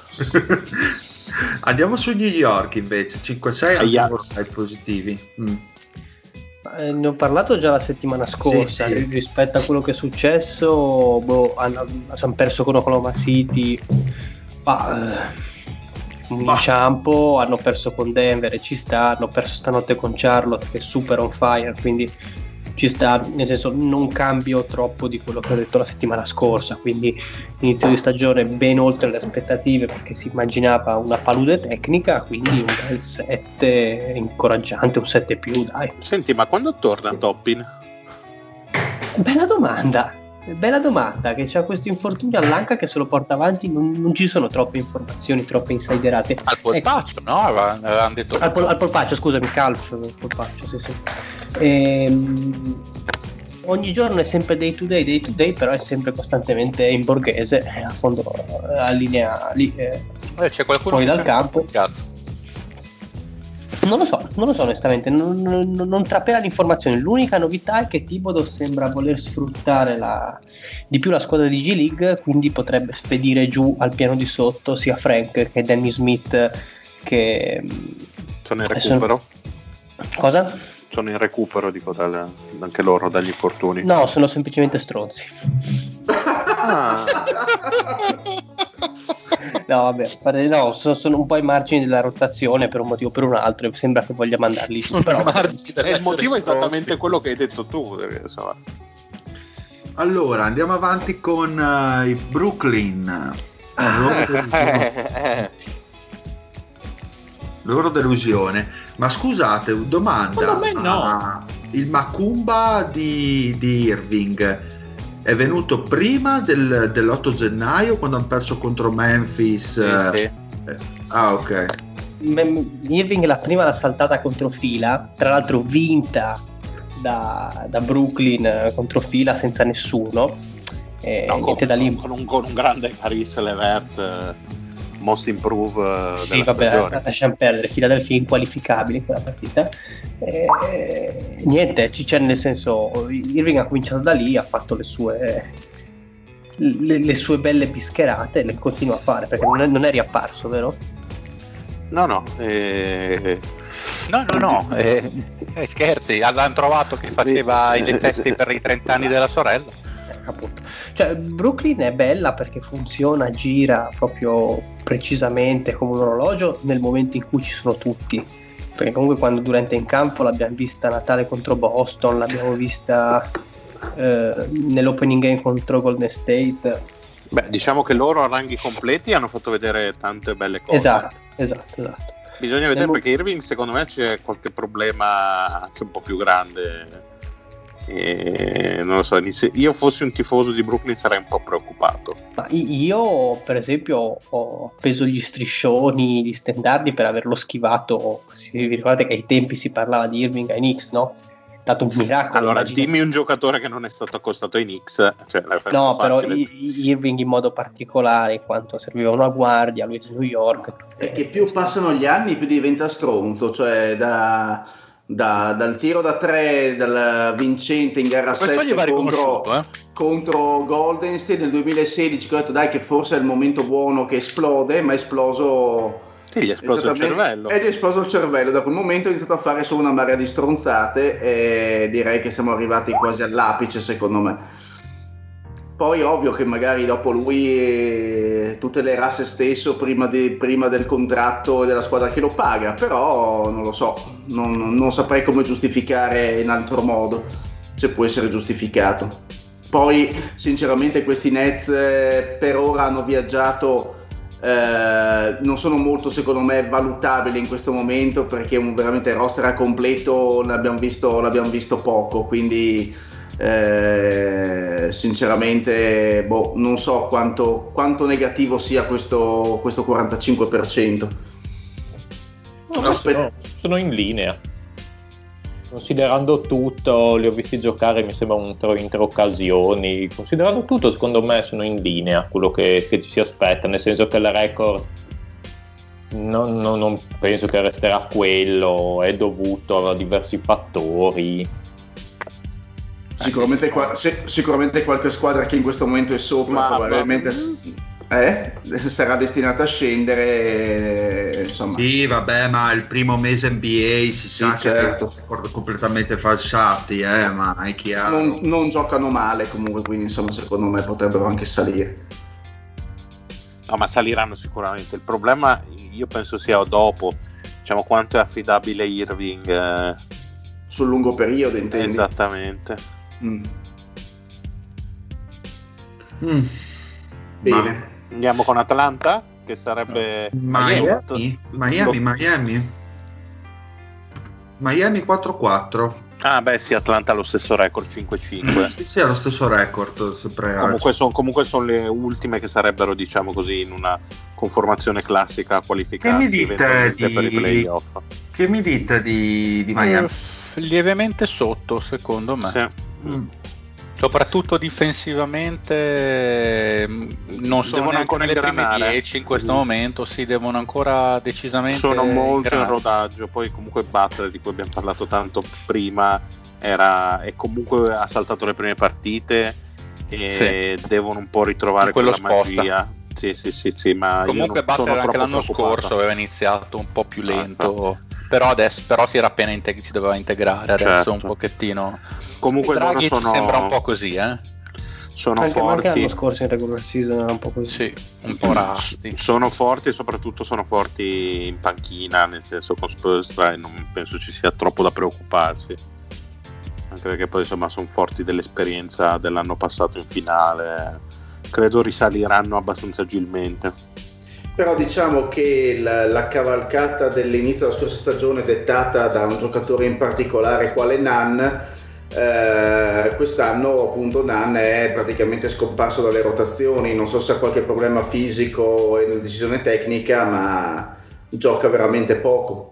Andiamo su New York invece, cinque sei Aia. anche loro positivi. Mm. Eh, ne ho parlato già la settimana scorsa. Sì, sì. Rispetto a quello che è successo, boh, hanno, hanno perso con Oklahoma City, ma, eh, un Bah. inciampo, hanno perso con Denver e ci sta, hanno perso stanotte con Charlotte che è super on fire, quindi ci sta, nel senso non cambio troppo di quello che ho detto la settimana scorsa, quindi inizio di stagione ben oltre le aspettative perché si immaginava una palude tecnica, quindi un bel sette incoraggiante, un sette più, dai. Senti, ma quando torna Toppin? Bella domanda, bella domanda, che c'ha questo infortunio all'anca che se lo porta avanti, non, non ci sono troppe informazioni, troppe insiderate. Al polpaccio, ecco. No? Avevano detto al, pol- al polpaccio, scusami, calf, polpaccio, sì sì. Ehm, ogni giorno è sempre day to day, day to day, però è sempre costantemente in borghese, a fondo, a linea lì, eh, eh, c'è qualcuno fuori dal campo. Cazzo. Non lo so, non lo so onestamente, non, non, non trapela l'informazione. L'unica novità è che Thibodeau sembra voler sfruttare la, di più la squadra di G League, quindi potrebbe spedire giù al piano di sotto sia Frank che Danny Smith che sono in recupero. Sono... Cosa? Sono in recupero, dico, dal, anche loro dagli infortuni. No, sono semplicemente stronzi. Ah. No, vabbè, no, sono, sono un po' ai margini della rotazione per un motivo o per un altro. Sembra che voglia mandarli su. Però e il motivo è esattamente quello che hai detto tu. Insomma. Allora, andiamo avanti con uh, i Brooklyn. Ah. Loro delusione. Ma scusate, domanda. Ma no. Ah, il Macumba di, di Irving è venuto prima del, dell'otto gennaio quando hanno perso contro Memphis? Sì, sì. Eh, ah, ok. Irving la prima l'ha saltata contro fila, tra l'altro vinta da, da Brooklyn contro fila senza nessuno. E no, con, da lì... con, un, con un grande Caris Levert, most improve sì, della vabbè, stagione. Lasciamo perdere, Philadelphia inqualificabili in quella partita. E, niente, c'è nel senso, Irving ha cominciato da lì, ha fatto le sue le, le sue belle pischerate, le continua a fare perché non è, non è riapparso, vero? No, no, eh... no, no, no, eh, eh, scherzi, hanno trovato che faceva i testi per i trenta anni della sorella. Appunto. Cioè, Brooklyn è bella perché funziona, gira proprio precisamente come un orologio nel momento in cui ci sono tutti, perché comunque quando Durant è in campo l'abbiamo vista a Natale contro Boston, l'abbiamo vista eh, nell'opening game contro Golden State. Beh, diciamo che loro a ranghi completi hanno fatto vedere tante belle cose. Esatto, esatto, esatto. Bisogna vedere Nel perché Irving secondo me c'è qualche problema anche un po' più grande. E non lo so, se io fossi un tifoso di Brooklyn sarei un po' preoccupato. Ma io per esempio ho appeso gli striscioni, gli stendardi per averlo schivato. Vi ricordate che ai tempi si parlava di Irving ai Knicks, no? È stato un miracolo. Allora immagino. Dimmi un giocatore che non è stato accostato ai Knicks, cioè, no, però I- Irving in modo particolare, in quanto serviva una guardia, lui è di New York. E che più passano gli anni più diventa stronzo, cioè da Da, dal tiro da tre dal vincente in gara sette contro, eh? contro Golden State nel duemilasedici, che ho detto dai che forse è il momento buono che esplode, ma è esploso, sì, gli è esploso il cervello ed è esploso il cervello. Da quel momento ha iniziato a fare solo una marea di stronzate e direi che siamo arrivati quasi all'apice secondo me. Poi ovvio che magari dopo lui eh, tutelerà se stesso prima, di, prima del contratto e della squadra che lo paga, però non lo so, non, non saprei come giustificare in altro modo, se può essere giustificato. Poi sinceramente questi Nets eh, per ora hanno viaggiato, eh, non sono molto secondo me valutabili in questo momento perché un, veramente il roster a completo l'abbiamo visto, l'abbiamo visto poco, quindi... Eh, sinceramente boh, non so quanto, quanto negativo sia questo, questo quarantacinque per cento. No, Aspetta. sono, sono in linea, considerando tutto, li ho visti giocare mi sembra un tre, in tre occasioni, considerando tutto secondo me sono in linea quello che, che ci si aspetta, nel senso che il record non, non, non penso che resterà quello, è dovuto a diversi fattori. Sicuramente, qua, sicuramente qualche squadra che in questo momento è sopra ma, probabilmente ma... Eh, sarà destinata a scendere, insomma. Sì, vabbè, ma il primo mese N B A si sì, sa certo. che sono completamente falsati, eh, ma è chiaro. Non, non giocano male comunque, quindi insomma secondo me potrebbero anche salire. No, ma saliranno sicuramente. Il problema io penso sia dopo, diciamo, quanto è affidabile Irving. Eh... sul lungo periodo, intendi? Esattamente. Mm. Mm. Bene. Andiamo con Atlanta, che sarebbe Miami, Miami, Miami. Miami quattro quattro. Ah beh sì, Atlanta ha lo stesso record cinque cinque. Sì, sì, ha lo stesso record sempre. Comunque sono comunque son le ultime che sarebbero, diciamo così, in una conformazione classica qualificata Che mi dite di... per i playoff. Che mi dite di, di Miami? Eh, lievemente sotto, secondo me. Sì. Mm. Soprattutto difensivamente non sono Devono neanche ancora nelle prime ingranare. dieci in questo Mm. momento, sì, devono ancora decisamente Sono molto in ingranare. rodaggio. Poi comunque Butler, di cui abbiamo parlato tanto prima, era e comunque ha saltato le prime partite e Sì. devono un po' ritrovare E quello quella sposta. magia. Sì, sì, sì, sì, ma Comunque io non sono Butler anche troppo l'anno preoccupato. scorso aveva iniziato un po' più lento, Ah, però adesso però si era appena integ- si doveva integrare, adesso Certo. un pochettino. Comunque loro Dragic sono, sembra un po' così, eh? sono Anche, ma anche forti. l'anno scorso in regular season era un po' così. Sì, un po' rasti. Sono forti e soprattutto sono forti in panchina, nel senso con Spoelstra non penso ci sia troppo da preoccuparsi, anche perché poi insomma sono forti dell'esperienza dell'anno passato in finale, credo risaliranno abbastanza agilmente. Però diciamo che la, la cavalcata dell'inizio della scorsa stagione dettata da un giocatore in particolare quale Nan, eh, quest'anno appunto Nan è praticamente scomparso dalle rotazioni, non so se ha qualche problema fisico e decisione tecnica, ma gioca veramente poco.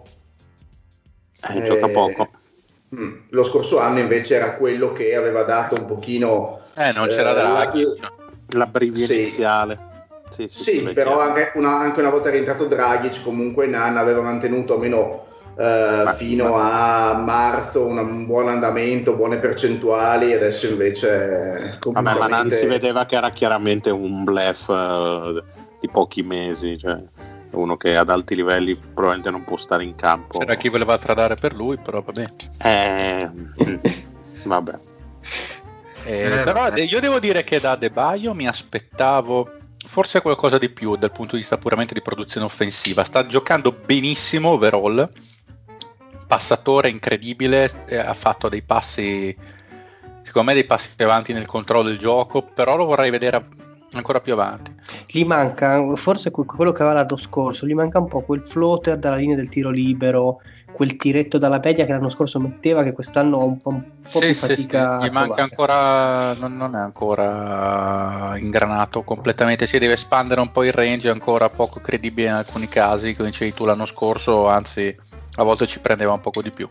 Eh, gioca poco. mh, Lo scorso anno invece era quello che aveva dato un pochino Eh, non c'era eh, Dragic. La brivia Sì. iniziale. Sì, sì, Sì, sì, però chiaro. anche una, anche una volta rientrato Dragic, comunque Nan aveva mantenuto almeno eh, Ma- fino a marzo una- un buon andamento, buone percentuali, adesso invece Vabbè, ma Nan completamente- si vedeva che era chiaramente un bluff eh, di pochi mesi, cioè uno che ad alti livelli probabilmente non può stare in campo. C'era chi voleva tradare per lui, però vabbè. Eh, mm, vabbè. Eh, Eh, però vabbè. io devo dire che da Adebayo mi aspettavo forse qualcosa di più dal punto di vista puramente di produzione offensiva. Sta giocando benissimo overall, passatore incredibile, eh, ha fatto dei passi, secondo me dei passi avanti nel controllo del gioco, però lo vorrei vedere ancora più avanti. Gli manca, forse que- quello che aveva l'anno scorso, gli manca un po' quel floater dalla linea del tiro libero, quel tiretto dalla media che l'anno scorso metteva, che quest'anno ha un po', un po' più Sì, sì, sì, fatica gli a manca trovare. ancora, non, non è ancora ingranato completamente, si deve espandere un po' il range, è ancora poco credibile in alcuni casi, come dicevi tu l'anno scorso, anzi a volte ci prendeva un poco di più.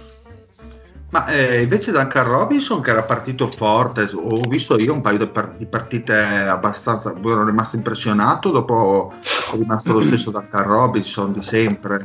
Ma eh, invece Duncan Robinson, che era partito forte, ho visto io un paio di, par- di partite abbastanza, ero rimasto impressionato, dopo è rimasto lo stesso Duncan Robinson di sempre.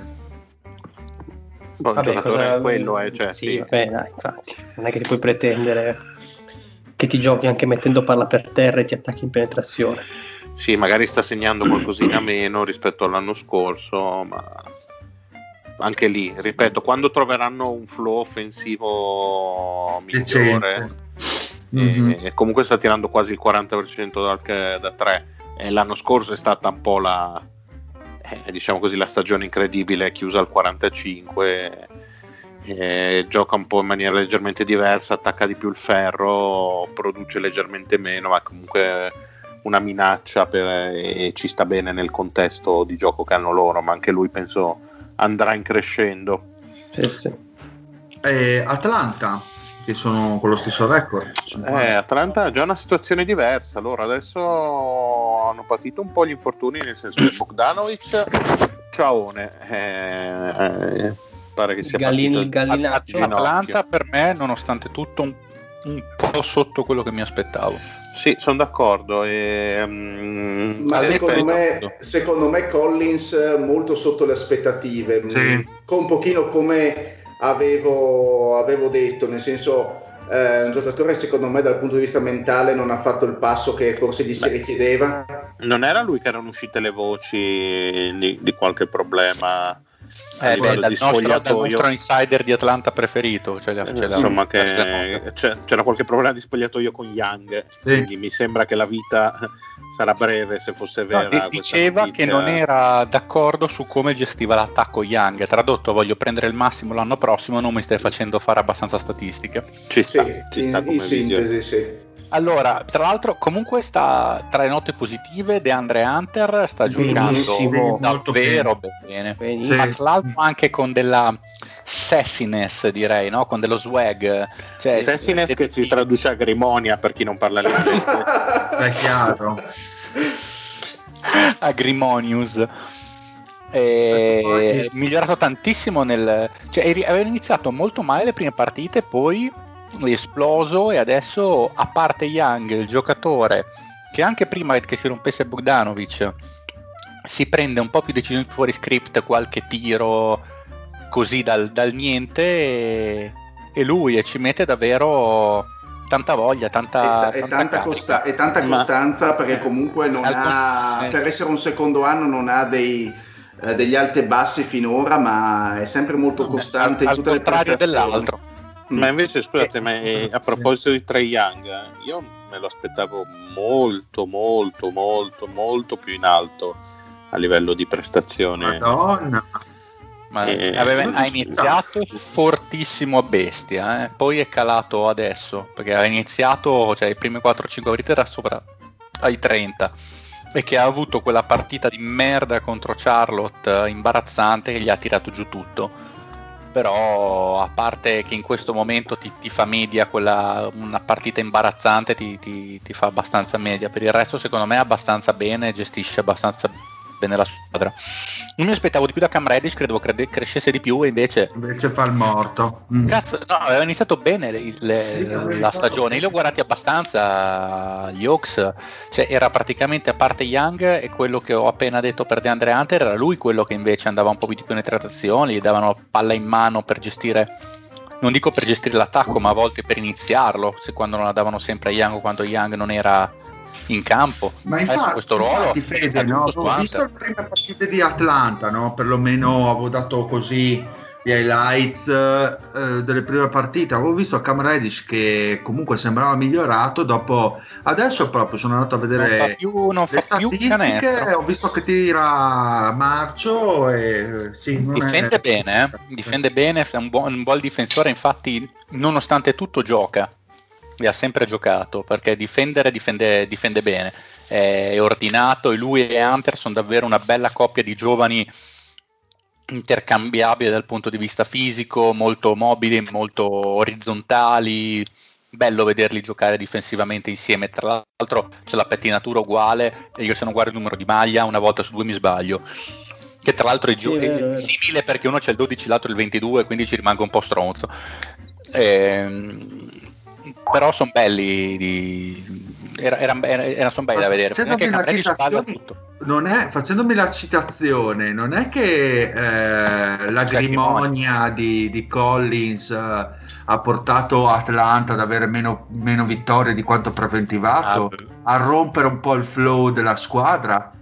Poi il Vabbè, giocatore cosa- è quello, eh, cioè, sì, sì. vabbè, dai, infatti, non è che ti puoi pretendere che ti giochi anche mettendo palla per terra e ti attacchi in penetrazione. Sì, magari sta segnando qualcosina meno rispetto all'anno scorso, ma anche lì, ripeto, quando troveranno un flow offensivo migliore, Decente. e, Mhm. e comunque sta tirando quasi il quaranta per cento da, da tre, e l'anno scorso è stata un po' la, eh, diciamo così, la stagione incredibile, chiusa al quarantacinque, eh, gioca un po' in maniera leggermente diversa, attacca di più il ferro, produce leggermente meno, ma comunque una minaccia per, e ci sta bene nel contesto di gioco che hanno loro, ma anche lui penso andrà in crescendo. Sì, sì. E Atlanta, che sono con lo stesso record. Eh, Atlanta ha già una situazione diversa, loro adesso hanno patito un po' gli infortuni, nel senso che Bogdanovic, ciaone, eh, eh, pare che sia Gallini- partito il gallinaccio. a- a ginocchio. Atlanta per me, nonostante tutto, un, un po' sotto quello che mi aspettavo. Sì, sono d'accordo. E, mm, Ma ad secondo esempio- me, secondo me Collins eh, molto sotto le aspettative, Sì. mh, con un pochino come avevo, avevo detto, nel senso eh, un giocatore secondo me dal punto di vista mentale non ha fatto il passo che forse gli si Beh. richiedeva. Non era lui che erano uscite le voci di, di qualche problema Eh, beh, dal, di nostro, dal spogliatoio. nostro insider di Atlanta preferito, cioè la, cioè la- Insomma, la- che c'è- c'era qualche problema di spogliatoio con Young, Sì. quindi mi sembra che la vita sarà breve se fosse No, vera. di- questa diceva notizia. che non era d'accordo su come gestiva l'attacco Young. Tradotto, voglio prendere il massimo l'anno prossimo, non mi stai facendo fare abbastanza statistiche. Ci sta, Sì, ci in, sta in come visione. sintesi, sì. Allora, tra l'altro, comunque sta tra le note positive. DeAndre Hunter sta giocando Benissimo. davvero bene. Benissimo. Ma tra l'altro anche con della sassiness, direi, no? Con dello swag. Cioè, Sassiness che si traduce a grimonia per chi non parla l'inglese. È chiaro. Agrimonius. È migliorato tantissimo nel, cioè eri- aveva iniziato molto male le prime partite, poi è esploso e adesso, a parte Young, il giocatore che anche prima che si rompesse Bogdanovic si prende un po' più decisioni fuori script, qualche tiro così dal, dal niente, e, e lui e ci mette davvero tanta voglia, tanta, e, e tanta tanta, carica. costa- e tanta Ma- costanza, perché comunque non Al- ha, eh. per essere un secondo anno non ha dei, eh, degli alti e bassi finora, ma è sempre molto costante al, in tutte al le contrario prestazioni. dell'altro. Ma invece, scusate, Eh, ma eh, a proposito di Trae Young, io me lo aspettavo molto, molto, molto, molto più in alto a livello di prestazione. Madonna. Ma Eh, aveva- non ha ci iniziato fortissimo a bestia, eh, poi è calato adesso, perché ha iniziato, cioè i primi quattro cinque partite era sopra ai trenta, e che ha avuto quella partita di merda contro Charlotte, eh, imbarazzante, che gli ha tirato giù tutto. Però, a parte che in questo momento ti, ti fa media, quella, una partita imbarazzante ti, ti- ti fa abbastanza media. Per il resto, secondo me, è abbastanza bene, gestisce abbastanza bene la squadra. Non mi aspettavo di più da Cam Reddish, credevo crede- crescesse di più, e invece Invece fa il morto. Mm. cazzo, no, aveva iniziato bene le- le- Sì, aveva la iniziato stagione. bene. Io li ho guardati abbastanza, gli Hawks, cioè era praticamente, a parte Young e quello che ho appena detto per DeAndre Hunter, era lui quello che invece andava un po' più di penetrazione, gli davano palla in mano per gestire, non dico per gestire l'attacco, ma a volte per iniziarlo, se quando non la davano sempre a Young o quando Young non era in campo. Ma Adesso infatti, questo ruolo infatti, Fede, è no, tutto ho Hunter. visto le prime partite di Atlanta, no? Perlomeno avevo dato così gli highlights eh, delle prime partite. Avevo visto Cam Reddish che comunque sembrava migliorato. Dopo, adesso proprio sono andato a vedere Non fa più, non le fa più statistiche. canestro. Ho visto che tira a marcio e sì, non Difende è... bene, eh? Difende bene, è un buon, un buon difensore, infatti nonostante tutto gioca, e ha sempre giocato, perché difendere difende, difende bene, è ordinato, e lui e Hunter sono davvero una bella coppia di giovani intercambiabili dal punto di vista fisico, molto mobili, molto orizzontali, bello vederli giocare difensivamente insieme. Tra l'altro c'è la pettinatura uguale, e io, se non guardo il numero di maglia, una volta su due mi sbaglio, che tra l'altro è, gio- Sì, è vero, è è vero. simile, perché uno c'è il dodici, l'altro il ventidue, quindi ci rimanga un po' stronzo. Ehm, però sono belli di... era, era, era, era son belli da vedere. Non è che Facendomi la Cam Reddish paga citazione, tutto. non è, facendomi la citazione, non è che eh, la grimonia di, di Collins eh, ha portato Atlanta ad avere meno, meno vittorie di quanto preventivato, Ah, a rompere un po' il flow della squadra.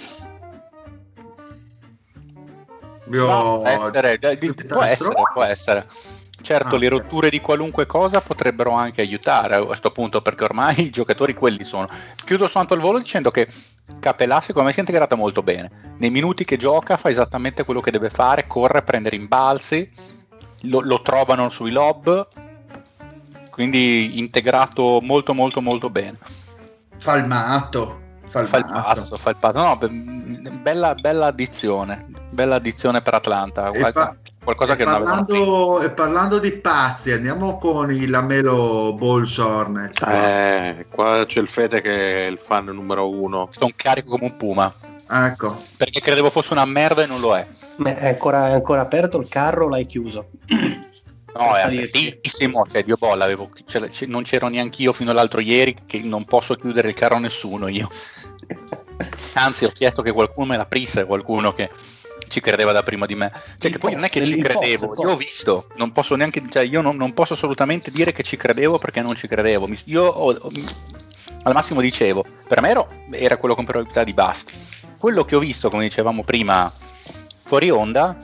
Io- può essere, di- di- tutti può da essere, stronzi. può essere. Certo, Ah, le ok. rotture di qualunque cosa potrebbero anche aiutare a questo punto, perché ormai i giocatori quelli sono. Chiudo soltanto al volo dicendo che Capelà secondo me si è integrato molto bene. Nei minuti che gioca fa esattamente quello che deve fare, corre, prende rimbalzi, lo, lo trovano sui lob, quindi integrato molto molto molto bene. Fa il matto, fa il Fa il matto. passo, fa il passo. No, be- bella, bella addizione, bella addizione per Atlanta. E Qual- pa- qualcosa e che non avevano prima. parlando, e parlando di pazzi, andiamo con i Lamelo Ball Hornets. Eh, qua c'è il Fede che è il fan numero uno. Sono carico come un puma, Ecco, perché credevo fosse una merda e non lo è. Ma è ancora, è ancora aperto il carro o l'hai chiuso? No, è Salirci. apertissimo, cioè Dio bolla, avevo, ce- ce- non c'ero neanche io fino all'altro ieri, che non posso chiudere il carro a nessuno io. Anzi, ho chiesto che qualcuno me l'aprisse, qualcuno che ci credeva da prima di me. Cioè, che poi non è che ci L'imposto, credevo, l'imposto. io ho visto, non posso neanche, cioè io non, non posso assolutamente dire che ci credevo, perché non ci credevo. Mi- Io ho- ho- al massimo dicevo, per me ero, era quello con probabilità di basti. Quello che ho visto, come dicevamo prima fuori onda,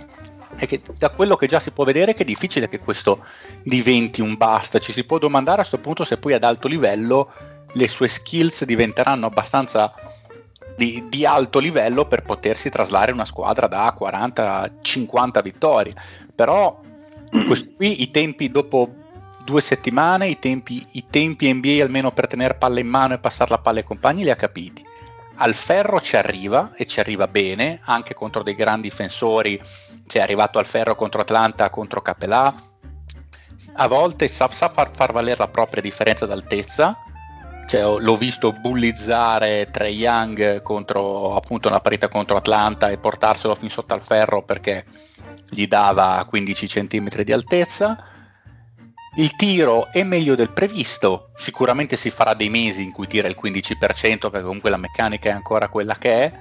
è che da quello che già si può vedere che è difficile che questo diventi un bust. Ci si può domandare a questo punto se poi ad alto livello le sue skills diventeranno abbastanza di, di alto livello per potersi traslare una squadra da quaranta cinquanta vittorie. Però questo qui, i tempi dopo due settimane, i tempi, i tempi N B A almeno per tenere palla in mano e passare la palla ai compagni li ha capiti. Al ferro ci arriva e ci arriva bene anche contro dei grandi difensori. Cioè, è arrivato al ferro contro Atlanta, contro Capelà, a volte sa, sa far, far valere la propria differenza d'altezza. Cioè, l'ho visto bullizzare Trae Young contro appunto una partita contro Atlanta e portarselo fin sotto al ferro perché gli dava quindici centimetri di altezza. Il tiro è meglio del previsto, sicuramente si farà dei mesi in cui tira il quindici per cento perché comunque la meccanica è ancora quella che è,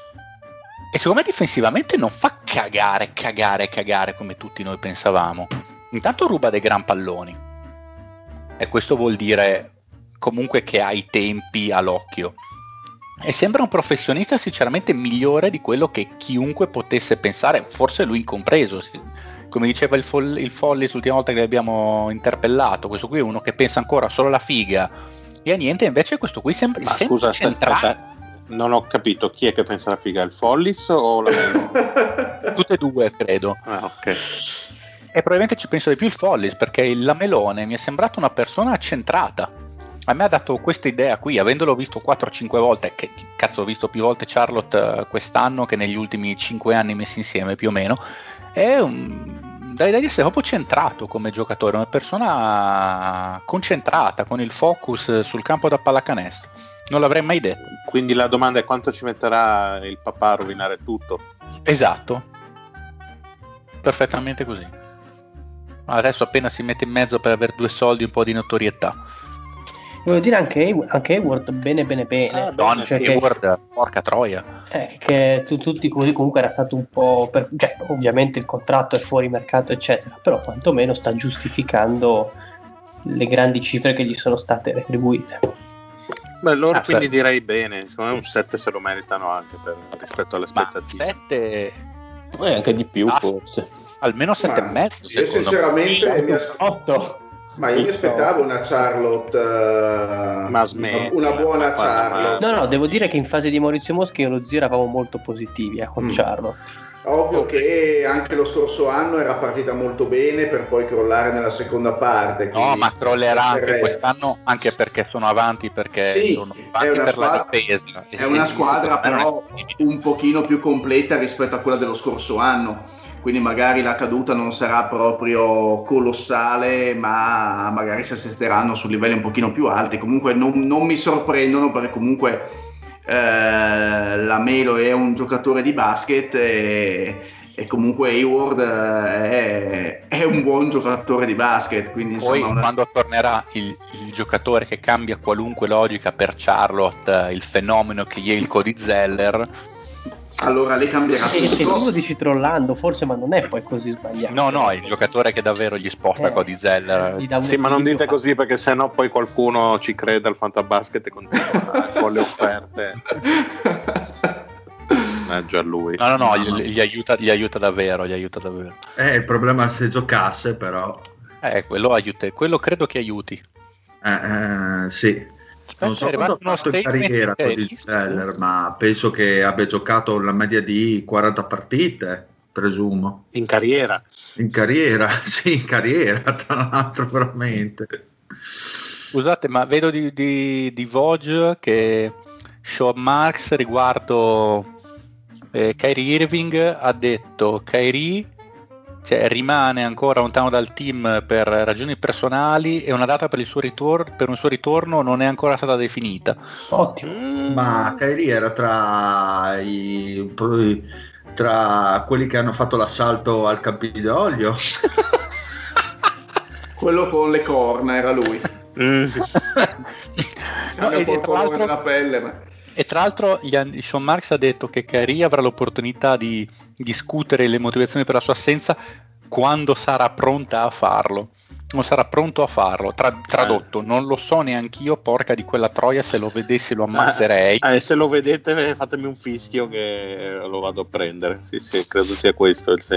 e secondo me difensivamente non fa cagare, cagare, cagare come tutti noi pensavamo. Intanto ruba dei gran palloni e questo vuol dire comunque che ha i tempi all'occhio e sembra un professionista sinceramente migliore di quello che chiunque potesse pensare, forse lui incompreso. Come diceva il, Fol- il Follis l'ultima volta che l'abbiamo interpellato, questo qui è uno che pensa ancora solo alla figa e a niente, invece questo qui sembra, Ma sembra scusa, centrale. aspetta, non ho capito chi è che pensa alla figa, il Follis o la Melo? Tutte e due credo. Ah, ok. E probabilmente ci penso di più il Follis, perché il Lamelone mi è sembrato una persona centrata. A me ha dato questa idea qui, avendolo visto quattro cinque volte, che cazzo ho visto più volte Charlotte quest'anno che negli ultimi cinque anni messi insieme più o meno. È un, dà l'idea di essere proprio centrato come giocatore, una persona concentrata, con il focus sul campo da pallacanestro. Non l'avrei mai detto. Quindi la domanda è quanto ci metterà il papà a rovinare tutto? Esatto, perfettamente così. Adesso appena si mette in mezzo per avere due soldi, un po' di notorietà. Voglio dire anche, Hayward, anche Hayward bene bene bene. Ah, Don, cioè Hayward, che, porca troia. Eh, che tu, tutti così comunque era stato un po'... Per, cioè, ovviamente il contratto è fuori mercato eccetera, però quantomeno sta giustificando le grandi cifre che gli sono state retribuite. Beh, loro Ah, quindi sì. direi bene, secondo me un sette se lo meritano anche per, rispetto alle Ma aspettative. sette, Poi anche di più Ah, forse. almeno sette Ma e mezzo. io secondo me. sinceramente mi as- otto. ma io mi aspettavo una Charlotte, eh, Ma smettila, una buona ma guarda, Charlotte. No, no, devo dire che in fase di Maurizio Moschi io e lo zio eravamo molto positivi a con Mm. Charlotte. Ovvio che anche lo scorso anno era partita molto bene per poi crollare nella seconda parte. No, quindi ma crollerà anche aspetterei. quest'anno, anche perché sono avanti, perché Sì, sono è avanti una per squadra- la difesa. È una E- squadra e- però un pochino più completa rispetto a quella dello scorso anno, quindi magari la caduta non sarà proprio colossale, ma magari si assesteranno su livelli un pochino più alti. Comunque non, non mi sorprendono, perché comunque eh, la Melo è un giocatore di basket e, e comunque Hayward è, è un buon giocatore di basket, quindi Poi insomma una- quando tornerà il, il giocatore che cambia qualunque logica per Charlotte, il fenomeno che è il Cody Zeller, allora lei cambierà E, e tu lo tutto. dici trollando forse, ma non è poi così sbagliato. no no, il giocatore che davvero gli sposta Eh, Cody Zeller. gli dà un Sì, ma non equilibrio dite così perché sennò poi qualcuno ci crede al fantabasket e continua con le offerte. Mannaggia a lui. No, no, no, gli, gli aiuta, gli aiuta davvero, gli aiuta davvero. Eh, il problema è se giocasse, però. Eh, quello aiuta, quello credo che aiuti. Eh, eh, sì. Non so è arrivato quanto ha fatto uno in statement carriera che con hai il visto? Zeller, ma penso che abbia giocato la media di quaranta partite, presumo. In carriera. In carriera, sì, in carriera, tra l'altro, veramente. Scusate, ma vedo di, di, di Vogue che Sean Marks riguardo eh, Kyrie Irving ha detto Kyrie cioè, rimane ancora lontano dal team per ragioni personali e una data per, il suo ritorno, per un suo ritorno non è ancora stata definita. Ottimo. Ma Kyrie era tra i tra quelli che hanno fatto l'assalto al Campidoglio. Quello con le corna era lui. Mm. No, Aveva e, un po' il tra colore l'altro, della pelle, ma... e tra l'altro gli han- Sean Marks ha detto che Kyrie avrà l'opportunità di discutere le motivazioni per la sua assenza quando sarà pronta a farlo. Non sarà pronto a farlo. Tra- tradotto, non lo so neanch'io, porca di quella troia, se lo vedessi lo ammazzerei. Eh, se lo vedete fatemi un fischio che lo vado a prendere. Sì, sì, credo sia questo il senso.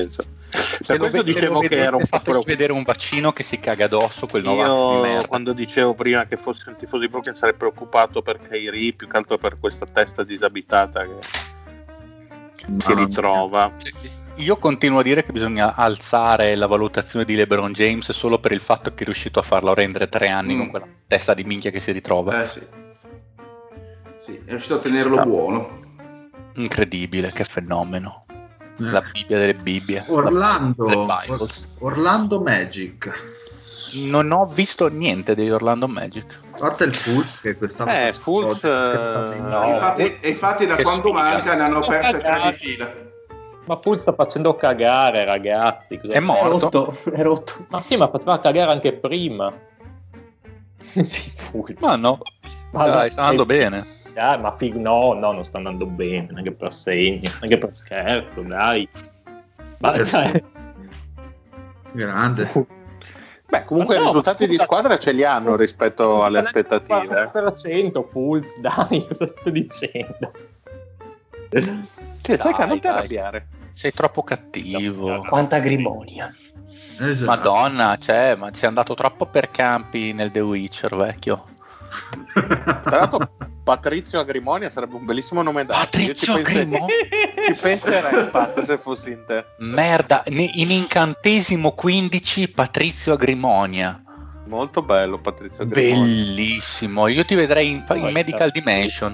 Per questo dicevo che era un po' fatto vedere un vaccino che si caga addosso quel Novax di merda. Quando dicevo prima che fosse un tifoso di Brooklyn sarei preoccupato per Kyrie, più che altro per questa testa disabitata che Mamma si ritrova. Io continuo a dire che bisogna alzare la valutazione di LeBron James solo per il fatto che è riuscito a farlo rendere tre anni Mm. con quella testa di minchia che si ritrova. Eh sì. Sì, è riuscito a tenerlo Sta- buono. Incredibile, che fenomeno. Eh. La Bibbia delle Bibbie. Orlando, Le Bibles. Orlando Magic. Non ho visto niente degli Orlando Magic. A parte il Fultz che quest'anno Eh, sta Fultz, discretamente- no. infatti, e infatti da Che quando sfiga. manca ne hanno perse tre di fila. Ma Fultz sta facendo cagare, ragazzi. Cosa- È È morto. rotto, è rotto. Ma sì, ma faceva cagare anche prima. Sì, Fultz. Ma no, Ma dai, no, sta andando eh, bene. Ah, ma fig- no, no, non sta andando bene, neanche per segno, neanche per scherzo, dai. Ma Eh, cioè, Grande. Beh, comunque Ma no, i risultati di scusa. squadra ce li hanno rispetto alle aspettative. quaranta per cento Fultz, dai, cosa sto dicendo? Sì, sai che non ti dai. arrabbiare. Sei troppo cattivo. Quanta grimonia. Esatto. Madonna, cioè, ma sei andato troppo per campi nel The Witcher, vecchio. Tra l'altro Patrizio Agrimonia sarebbe un bellissimo nome da Patrizio Agrimonia? Ci penserei Pat, se fossi in te. Merda, ne- in incantesimo quindici Patrizio Agrimonia. Molto bello Patrizio Agrimonia. Bellissimo. Io ti vedrei in, in Guarda. Medical Dimension.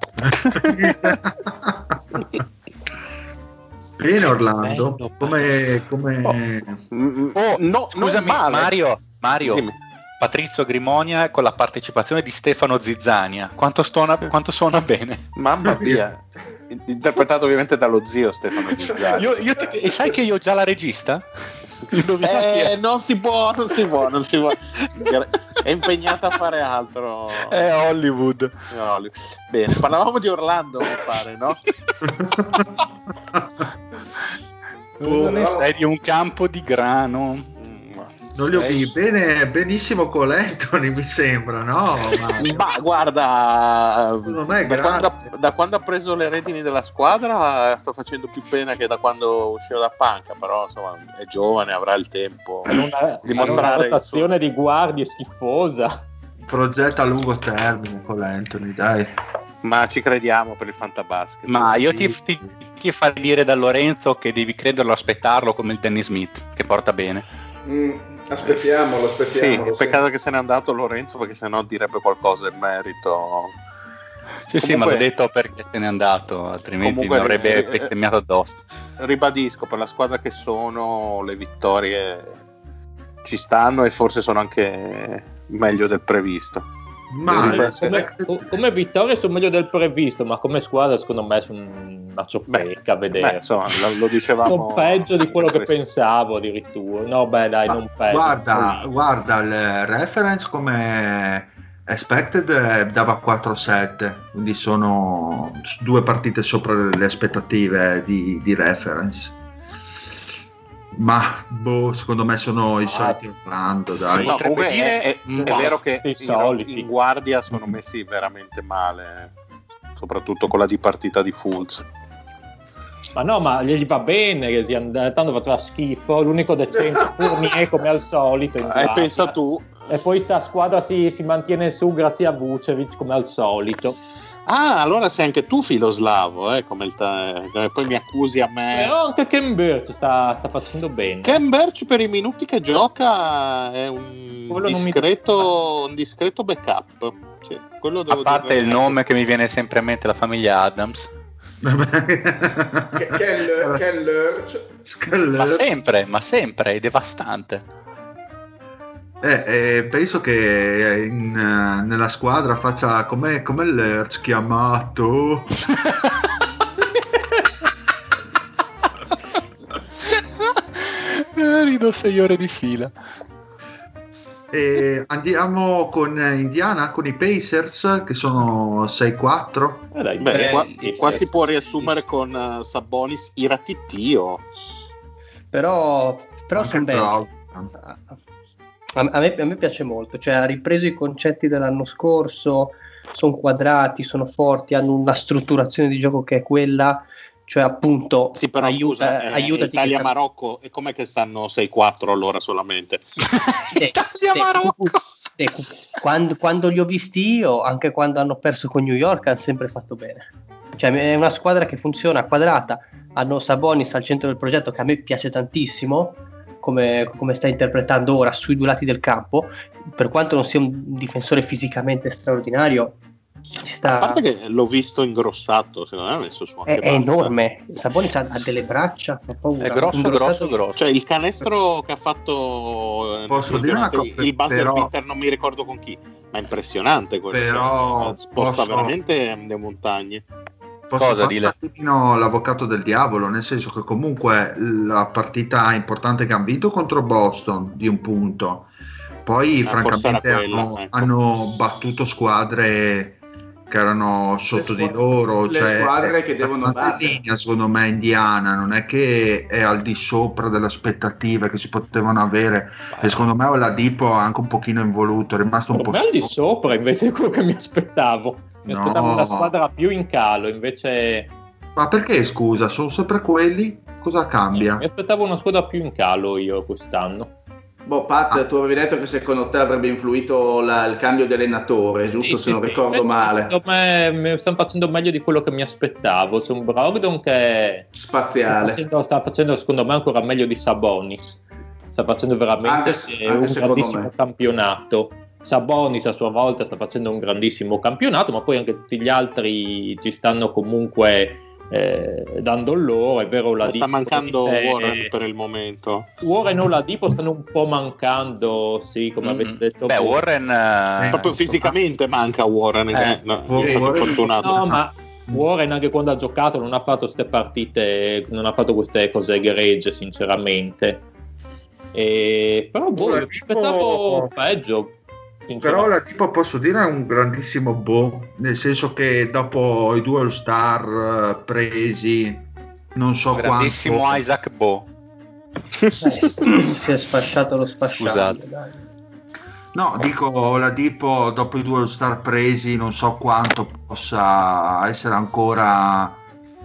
Bene Orlando, Bello, come, come... Mm, Oh, no, Scusami, non male. Mario, Mario. Dimmi. Patrizio Agrimonia con la partecipazione di Stefano Zizzania. Quanto suona, quanto suona bene. Mamma mia. Interpretato ovviamente dallo zio Stefano Zizzani. Io, io ti- e sai che io ho già la regista? Indovina chi Eh, è? non si può, non si può, non si può. È impegnata a fare altro. È Hollywood. No, bene, parlavamo di Orlando, mi pare, no? Oh, Ne sei di un campo di grano. Mm, Non li ho Sei- visti bene, benissimo con Anthony mi sembra, no? Ma... Ma guarda, Secondo me è da grande. quando, da quando ha preso le redini della squadra sta facendo più pena che da quando usciva da panca, però insomma è giovane, avrà il tempo. Con una, Dimostrare una il suo- rotazione di guardie schifosa. Progetto a lungo termine con Anthony, dai. Ma ci crediamo per il fantabasket. Ma io Sì, ti, ti, ti farei dire da Lorenzo che devi crederlo, aspettarlo come il Danny Smith, che porta bene. Mm, aspettiamolo, Sì, aspettiamolo. peccato che se n'è andato Lorenzo perché sennò direbbe qualcosa in merito. Sì, sì, ma Comunque- l'ho detto perché se n'è andato, altrimenti Comunque, mi avrebbe eh, eh, bestemmiato addosso. Ribadisco, per la squadra che sono, le vittorie ci stanno e forse sono anche meglio del previsto. Ma Beh, Come, co- come vittorie sono meglio del previsto, ma come squadra secondo me sono una ciofeca a vedere. Beh, insomma, lo, lo dicevamo. Sono peggio di quello che questo. pensavo addirittura. No, beh, dai, non peggio. guarda, guarda il reference come expected eh, dava quattro sette, quindi sono due partite sopra le aspettative di, di reference. Ma boh, secondo me sono i soliti Orlando, dai. No, Potrebbe comunque dire- è, è- è Wow, vero che i in, soliti. in guardia sono messi veramente male, soprattutto con la di partita di Fultz. Ma no, ma gli va bene che sia and- tanto faceva schifo. L'unico decente Fournier come al solito. in E guardia. pensa tu. E poi sta squadra si, si mantiene su grazie a Vucevic come al solito. Ah, allora sei anche tu filoslavo, eh, come il ta- eh, poi mi accusi a me. Però anche Ken Birch sta, sta facendo bene. Ken Birch per i minuti che gioca è un Quello non mi- discreto, un discreto backup. Sì, quello devo A parte dire- il nome che mi viene sempre a mente, la famiglia Adams. Che, che è il, che è il Lurch. Ma sempre, ma sempre, è devastante. Eh, eh, penso che in, eh, nella squadra faccia come come l'Erz chiamato. Eh, rido sei ore di fila. E andiamo con Indiana, con i Pacers che sono sei quattro. Eh, dai, Beh, eh, qua, sì, qua sì, si sì. può riassumere con uh, Sabonis iratitio. Però, però Anche sono belli. Trout. A, a me, a me piace molto, cioè ha ripreso i concetti dell'anno scorso, sono quadrati, sono forti, hanno una strutturazione di gioco che è quella, cioè appunto sì, però aiuta, scusa, eh, aiutati Italia-Marocco, e com'è che stanno sei quattro allora solamente? Italia-Marocco! Quando, quando li ho visti io, anche quando hanno perso con New York, hanno sempre fatto bene. Cioè è una squadra che funziona quadrata, hanno Sabonis al centro del progetto, che a me piace tantissimo come, come sta interpretando ora sui due lati del campo, per quanto non sia un difensore fisicamente straordinario. Sta... A parte che l'ho visto ingrossato, secondo me ha messo su anche è, è enorme. Sabonis ha, ha delle braccia, fa paura. È grosso, grosso, grosso. Cioè il canestro che ha fatto posso dire una cosa, il buzzer però... beater, non mi ricordo con chi, ma è impressionante quello, però sposta posso... veramente le montagne. Posso Cosa fare un attimino l'avvocato del diavolo, nel senso che comunque la partita importante che hanno vinto contro Boston di un punto, poi ah, francamente quella, hanno, ecco. hanno battuto squadre che erano sotto le di loro, le cioè squadre che devono battere. Linea, secondo me Indiana non è che è al di sopra delle aspettative che si potevano avere. Beh. E secondo me Oladipo ha anche un pochino involuto, è rimasto un per po' me al di sopra invece di quello che mi aspettavo. Mi no. aspettavo una squadra più in calo, invece... Ma perché, scusa, sono sempre quelli? Cosa cambia? Mi aspettavo una squadra più in calo io quest'anno. Boh, Pat, ah. tu avevi detto che secondo te avrebbe influito la, il cambio di allenatore, giusto? Sì, se sì, non sì. ricordo Invece, male. Secondo me mi stanno facendo meglio di quello che mi aspettavo. C'è un Brogdon che spaziale. Sta facendo, sta facendo secondo me ancora meglio di Sabonis. Sta facendo veramente anche, un anche grandissimo me. campionato. Sabonis a sua volta sta facendo un grandissimo campionato, ma poi anche tutti gli altri ci stanno comunque eh, dando il loro. È vero, la sta mancando dice, Warren per il momento. Warren o Oladipo stanno un po' mancando, sì, come mm-hmm. avete detto. Beh, Warren eh, proprio fisicamente manca Warren, eh, che no, Warren, Warren, fortunato. No, ma Warren anche quando ha giocato non ha fatto queste partite, non ha fatto queste cose egregie, sinceramente. E, però boh, mi aspettavo peggio. Però la tipo posso dire è un grandissimo boh, nel senso che dopo i due All Star presi non so quanto, grandissimo Isaac Bo eh, si è sfasciato lo sfasciato. Scusate. Dai. No, dico la tipo dopo i due All Star presi non so quanto possa essere ancora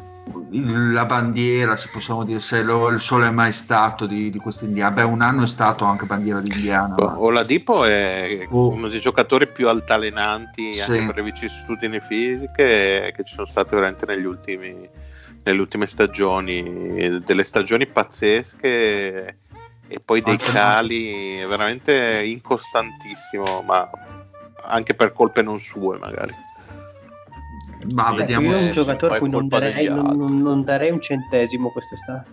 la bandiera, se possiamo dire, se lo, il sole è mai stato di, di questa Indiana. Beh, un anno è stato anche bandiera di Indiana. Oladipo è oh. uno dei giocatori più altalenanti, sì, anche per le vicissitudini fisiche che ci sono state veramente negli ultimi, nelle ultime stagioni, delle stagioni pazzesche e poi dei anche cali no. veramente incostantissimo, ma anche per colpe non sue magari. Ma vediamo. Io è un giocatore a cui non darei, non, non darei un centesimo quest'estate.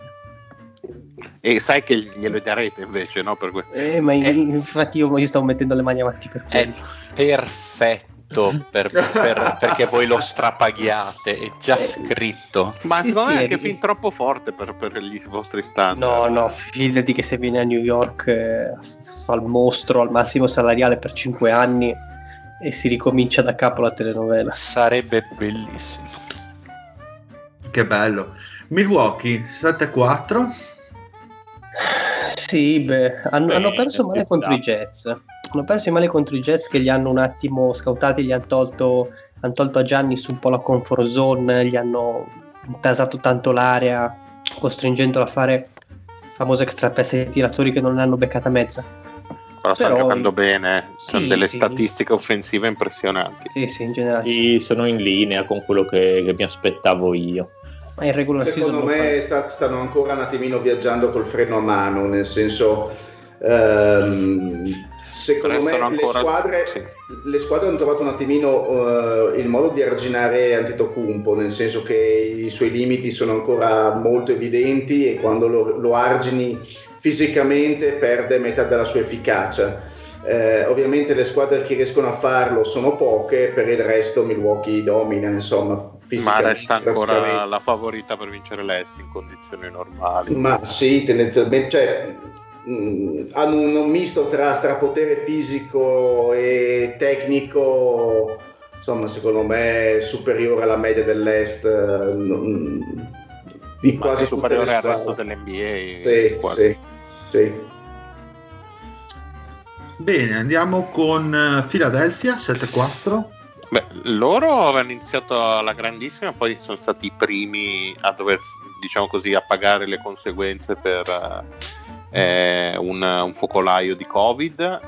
E sai che glielo darete invece, no? Per que- eh, ma è, infatti io, io stavo mettendo le mani avanti per quello. È perfetto per, per, perché voi lo strapaghiate, è già scritto. Ma secondo sì, me è sì, anche fin troppo forte per, per i vostri standard. No, no, fidati che se viene a New York eh, fa il mostro al massimo salariale per cinque anni e si ricomincia da capo la telenovela. Sarebbe bellissimo. Che bello. Milwaukee sette quattro. Sì, beh, hanno, beh, hanno perso male contro i Jets. Hanno perso male contro i Jets che li hanno un attimo scautati, gli hanno tolto, hanno tolto a Giannis un po' la comfort zone, gli hanno tasato tanto l'area, costringendolo a fare famose extra pass ai tiratori che non l'hanno beccata mezza. Però stanno Però, giocando bene, sono sì, delle sì. statistiche offensive impressionanti. Sì, sì, in generale. Sì, sono in linea con quello che, che mi aspettavo io. Ma in regular secondo me sta, stanno ancora un attimino viaggiando col freno a mano, nel senso ehm, secondo me ancora, le, squadre, sì. le squadre hanno trovato un attimino uh, il modo di arginare Antetokounmpo, nel senso che i suoi limiti sono ancora molto evidenti e quando lo, lo argini fisicamente perde metà della sua efficacia. Eh, ovviamente le squadre che riescono a farlo sono poche, per il resto Milwaukee domina, insomma, ma resta ancora la favorita per vincere l'Est in condizioni normali. Ma sì, tendenzialmente, cioè, mh, hanno un, un misto tra strapotere fisico e tecnico, insomma, secondo me superiore alla media dell'Est, mh, di ma quasi superiore al tutte le resto squadre. dell'N B A. Sì, sì, sì. Bene, andiamo con Philadelphia sette quattro. Beh, loro avevano iniziato alla grandissima, poi sono stati i primi a dover, diciamo così, a pagare le conseguenze per eh, un, un focolaio di Covid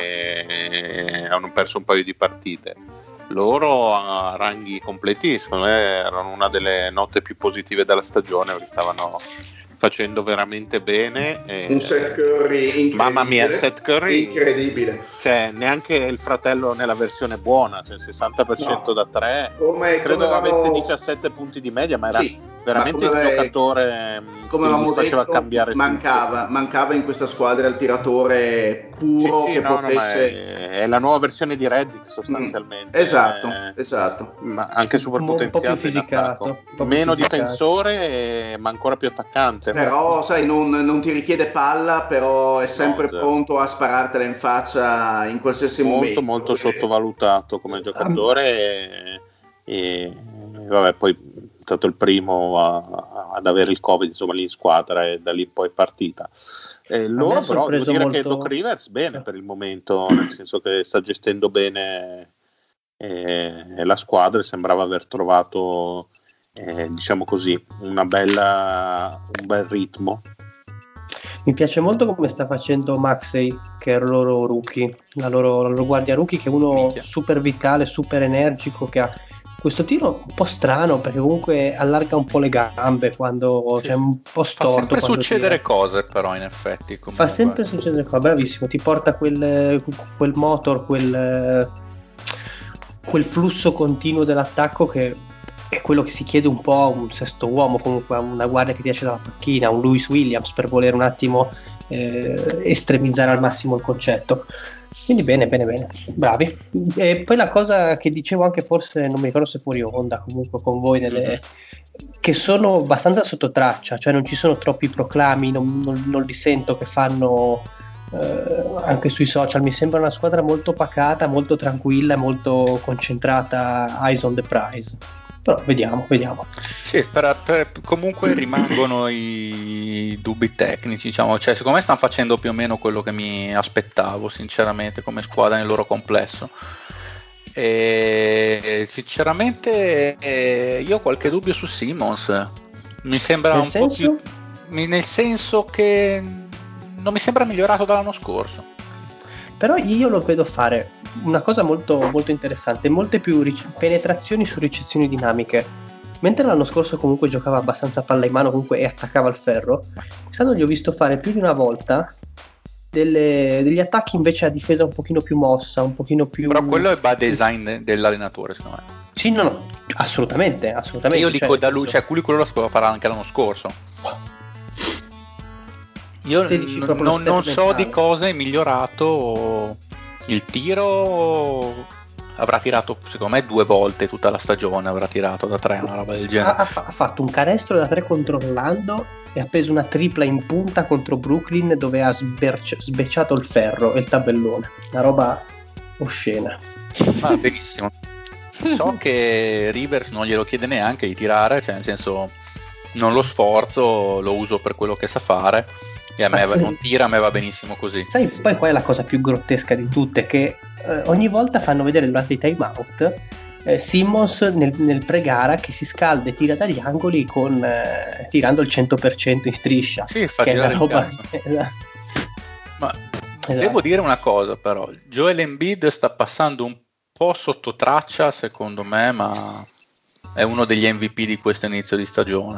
e hanno perso un paio di partite. Loro a ranghi completi, secondo me, erano una delle note più positive della stagione, perché stavano facendo veramente bene. E... un Seth Curry incredibile. Mamma mia, Seth Curry incredibile. Cioè, neanche il fratello nella versione buona, cioè sessanta per cento no. da tre. Come, credo come avesse avevamo... diciassette punti di media, ma era sì, veramente ma il giocatore come che gli faceva detto, cambiare mancava, tutto. mancava in questa squadra il tiratore puro sì, sì, che no, potesse no, è, è la nuova versione di Reddick sostanzialmente. Mm, esatto, eh, esatto. Ma anche super potenziato in attacco. Meno fisicato. Difensore, ma ancora più attaccante. Però, sai, non, non ti richiede palla, però è sempre no, pronto a sparartela in faccia in qualsiasi molto, momento. Molto molto sottovalutato come giocatore e, e vabbè, poi è stato il primo a, ad avere il Covid, insomma, lì in squadra, e da lì poi partita. E loro però devo dire molto... che Doc Rivers bene per il momento, nel senso che sta gestendo bene eh, la squadra, e sembrava aver trovato eh, diciamo così una bella, un bel ritmo. Mi piace molto come sta facendo Maxey, che è il loro rookie, la loro, la loro guardia rookie, che è uno Minchia. super vitale, super energico, che ha questo tiro un po' strano, perché comunque allarga un po' le gambe quando sì. Cioè un po' storto. Fa sempre succedere tira. cose, però, in effetti. Comunque. Fa sempre succedere cose, bravissimo. Ti porta quel, quel motor, quel, quel flusso continuo dell'attacco che è quello che si chiede un po' a un sesto uomo, comunque a una guardia che ti esce dalla panchina, un Lewis Williams, per voler un attimo eh, estremizzare al massimo il concetto. Quindi bene, bene, bene, bravi. E poi la cosa che dicevo anche, forse non mi ricordo se fuori onda, comunque con voi, nelle... che sono abbastanza sotto traccia, cioè non ci sono troppi proclami, non, non, non li sento che fanno eh, anche sui social. Mi sembra una squadra molto pacata, molto tranquilla, molto concentrata, eyes on the prize. Però vediamo, vediamo. Sì, per, per, comunque rimangono i dubbi tecnici, diciamo, cioè secondo me stanno facendo più o meno quello che mi aspettavo, sinceramente, come squadra nel loro complesso. E sinceramente eh, io ho qualche dubbio su Simmons. Mi sembra nel un senso? po' più, nel senso che non mi sembra migliorato dall'anno scorso. Però io lo vedo fare una cosa molto, molto interessante, molte più ric- penetrazioni su ricezioni dinamiche. Mentre l'anno scorso comunque giocava abbastanza palla in mano comunque e attaccava il ferro, quest'anno gli ho visto fare più di una volta delle, degli attacchi invece a difesa un pochino più mossa, un pochino più... Però quello è bad design dell'allenatore, secondo me. Sì, no, no, assolutamente, assolutamente. Io dico cioè, da lui, cioè quello lo sapeva fare anche l'anno scorso. Io n- non, non so di cosa è migliorato. Il tiro avrà tirato, secondo me, due volte tutta la stagione, avrà tirato da tre, una roba del genere. Ha, ha fatto un canestro da tre contro Orlando e ha preso una tripla in punta contro Brooklyn, dove ha sberci- sbecciato il ferro e il tabellone. Una roba oscena. Ah, benissimo. So che Rivers non glielo chiede neanche di tirare, cioè nel senso non lo sforzo, lo uso per quello che sa fare. E a me ah, non tira, a me va benissimo così. Sai, poi qua è la cosa più grottesca di tutte, che eh, ogni volta fanno vedere durante i time out eh, Simmons nel, nel pre-gara che si scalda e tira dagli angoli con eh, tirando il cento per cento in striscia. Sì, fa che girare è una roba... il cazzo. Ma esatto. Devo dire una cosa, però Joel Embiid sta passando un po' sotto traccia, secondo me, ma è uno degli M V P di questo inizio di stagione.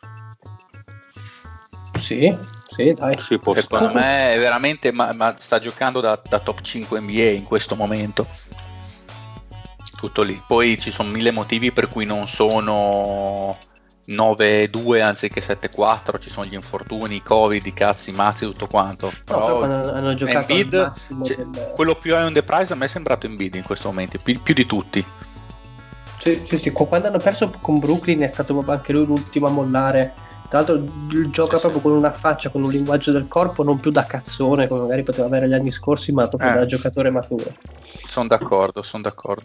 Sì, sì, dai. Si può secondo stare. me è veramente, ma, ma sta giocando da, da top cinque N B A in questo momento. Tutto lì. Poi ci sono mille motivi per cui non sono nove due anziché sette quattro, ci sono gli infortuni, i covid, i cazzi, i mazzi, tutto quanto. Però, no, però hanno, hanno giocato Embiid, al massimo cioè, del... quello più high on the prize a me è sembrato Embiid in questo momento, più, più di tutti. Sì, sì, sì, quando hanno perso con Brooklyn è stato proprio anche lui l'ultimo a mollare. Tra l'altro gioca sì, proprio sì. con una faccia, con un linguaggio del corpo non più da cazzone come magari poteva avere gli anni scorsi, ma proprio eh. da giocatore maturo. Sono d'accordo, sono d'accordo.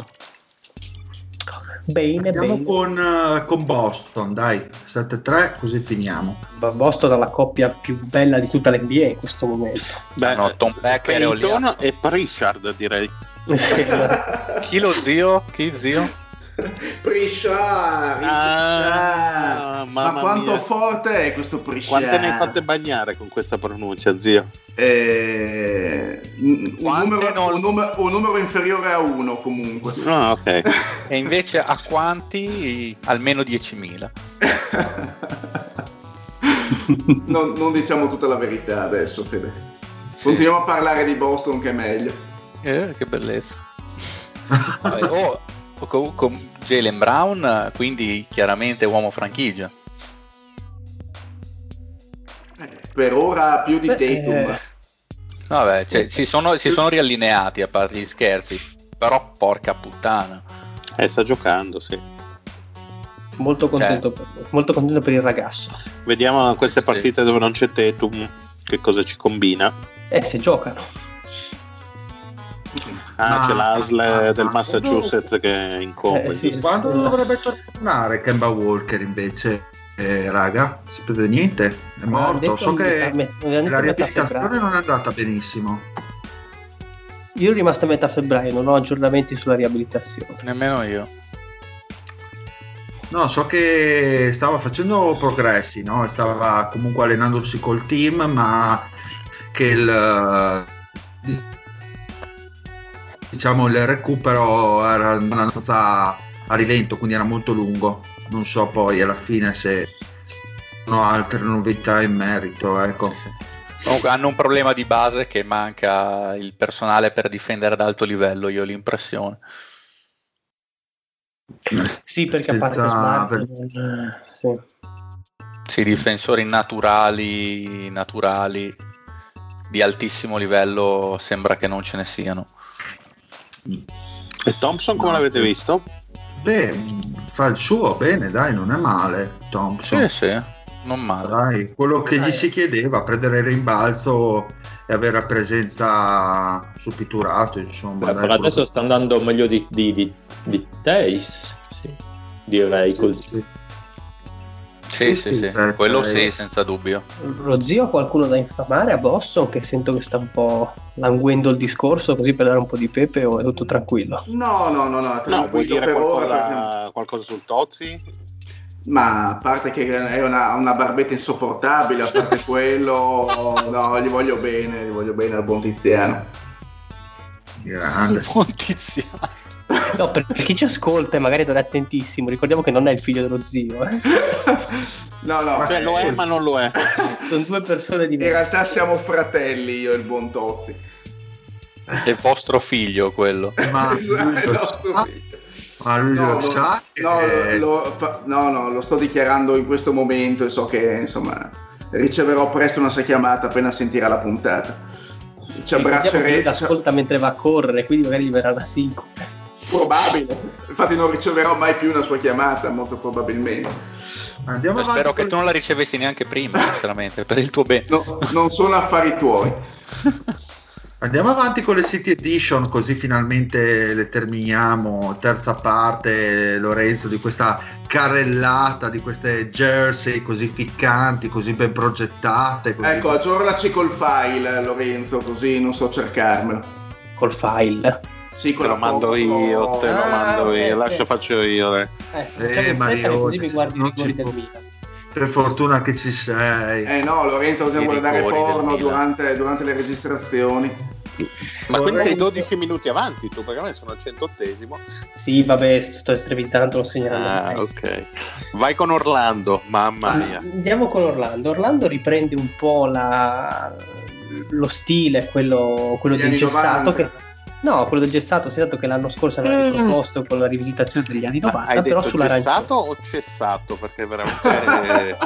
Bene, andiamo bene. Con, uh, con Boston, dai, sette tre, così finiamo. Boston è la coppia più bella di tutta l'N B A in questo momento. Beh, no, Tom Becker Payton e Pritchard, direi. Chi lo zio? Chi zio? Prisciari, Ah, ma quanto mia. forte è questo Prisciari? Quante ne hai fatte bagnare con questa pronuncia, zio? Eh, un, numero, non- un, numero, un numero inferiore a uno comunque. Ah, ok. E invece a quanti? Almeno diecimila. non, non diciamo tutta la verità adesso, Fede. Sì. Continuiamo a parlare di Boston, che è meglio. Eh, che bellezza. Vabbè, oh, con, con Jaylen Brown, quindi chiaramente uomo franchigia. Per ora più di Beh, Tatum. eh. Vabbè, cioè, si, sono, si sono riallineati, a parte gli scherzi, però porca puttana. Eh, sta giocando, sì. Molto contento, Cioè. per, molto contento per il ragazzo. Vediamo queste Sì. partite dove non c'è Tatum, che cosa ci combina. Eh, se giocano. Ah, Ma- c'è l'A S L ma- del ma- Massachusetts che è in coma. Eh, sì. Quando dovrebbe tornare Kemba Walker invece, eh, raga? Sapete niente? È Avevano morto. detto So che metà- met- avevano la detto metà riabilitazione febbraio. non è andata benissimo. Io ero rimasto a metà febbraio, non ho aggiornamenti sulla riabilitazione. Nemmeno io. No, so che stava facendo progressi, no? Stava comunque allenandosi col team, ma che il diciamo il recupero era abbastanza a rilento, quindi era molto lungo. Non so poi alla fine se sono altre novità in merito, ecco. Comunque hanno un problema di base, che manca il personale per difendere ad alto livello, io ho l'impressione. Sì, perché a parte Senza Smart, aver- eh, sì. Sì, difensori naturali, naturali di altissimo livello sembra che non ce ne siano. E Thompson come No, l'avete sì. visto? Beh, fa il suo bene, dai, non è male Thompson. Sì, sì, non male. Dai, quello che Dai. gli si chiedeva, prendere il rimbalzo e avere la presenza sul pitturato, insomma. Beh, dai, per quello adesso che- sta andando meglio di, di, di, di Tays, sì, direi così. Sì. Sì, Sì, sì, sì, sì, per- quello per- sì, senza dubbio. Lo zio ha qualcuno da infamare a Boston, che sento che sta un po' languendo il discorso, così per dare un po' di pepe, o è tutto tranquillo? No, no, no, no, No, tranquillo vuoi dire per ora, perché- qualcosa, qualcosa sul Tozzi? ma a parte che è una, una barbetta insopportabile, a parte quello, no, gli voglio bene, gli voglio bene al buon Tiziano. Grande. Buon Tiziano. No, per chi ci ascolta e magari non è attentissimo, ricordiamo che non è il figlio dello zio, eh. No, no, Cioè lo è eh, ma non lo è. Sono due persone in diverse. realtà siamo fratelli, io e il buon Tozzi. È vostro figlio quello. Ma Esatto, lui il lo nostro sa, figlio. ma lui No, lo no, sa no, che- lo, lo- fa- no, no, lo sto dichiarando in questo momento e so che insomma riceverò presto una sua chiamata appena sentirà la puntata. Ci Ricordiamo che lui abbracceremo. l'ascolta mentre va a correre, quindi magari gli verrà una sincope. Probabile, infatti non riceverò mai più una sua chiamata, molto probabilmente. Andiamo avanti Spero che con tu non la ricevessi neanche prima, sinceramente, per il tuo bene. No, non sono affari tuoi. Andiamo avanti con le City Edition, così finalmente le terminiamo. Terza parte, Lorenzo, di questa carrellata, di queste jersey così ficcanti, così ben progettate. Così... Ecco, aggiornaci col file, Lorenzo, così non so cercarmelo. Col file. Sì, Te con lo la mando foto- io, te lo Ah, mando ok, io, ok. lascia faccio io. dai. Eh, Eh, facciamo in fretta Mario, che così mi guardi i non rigori ci del fu- Milan. Per fortuna che ci sei. Eh no, Lorenzo, dobbiamo I guardare rigori del porno Milan. durante, durante le registrazioni. Ma quindi Vorrei- sei dodici minuti avanti tu, perché a me sono al centottesimo. Sì, vabbè, sto estremizzando, lo segnalando. Ah, Eh. ok. Vai con Orlando, mamma mia. Andiamo con Orlando. Orlando riprende un po' la... lo stile, quello, quello Gli del anni gessato. novanta. Che... No, quello del gessato, si è dato che l'anno scorso aveva riproposto con la rivisitazione degli anni novanta, Hai però detto sull'arancione. cessato o cessato? Perché veramente...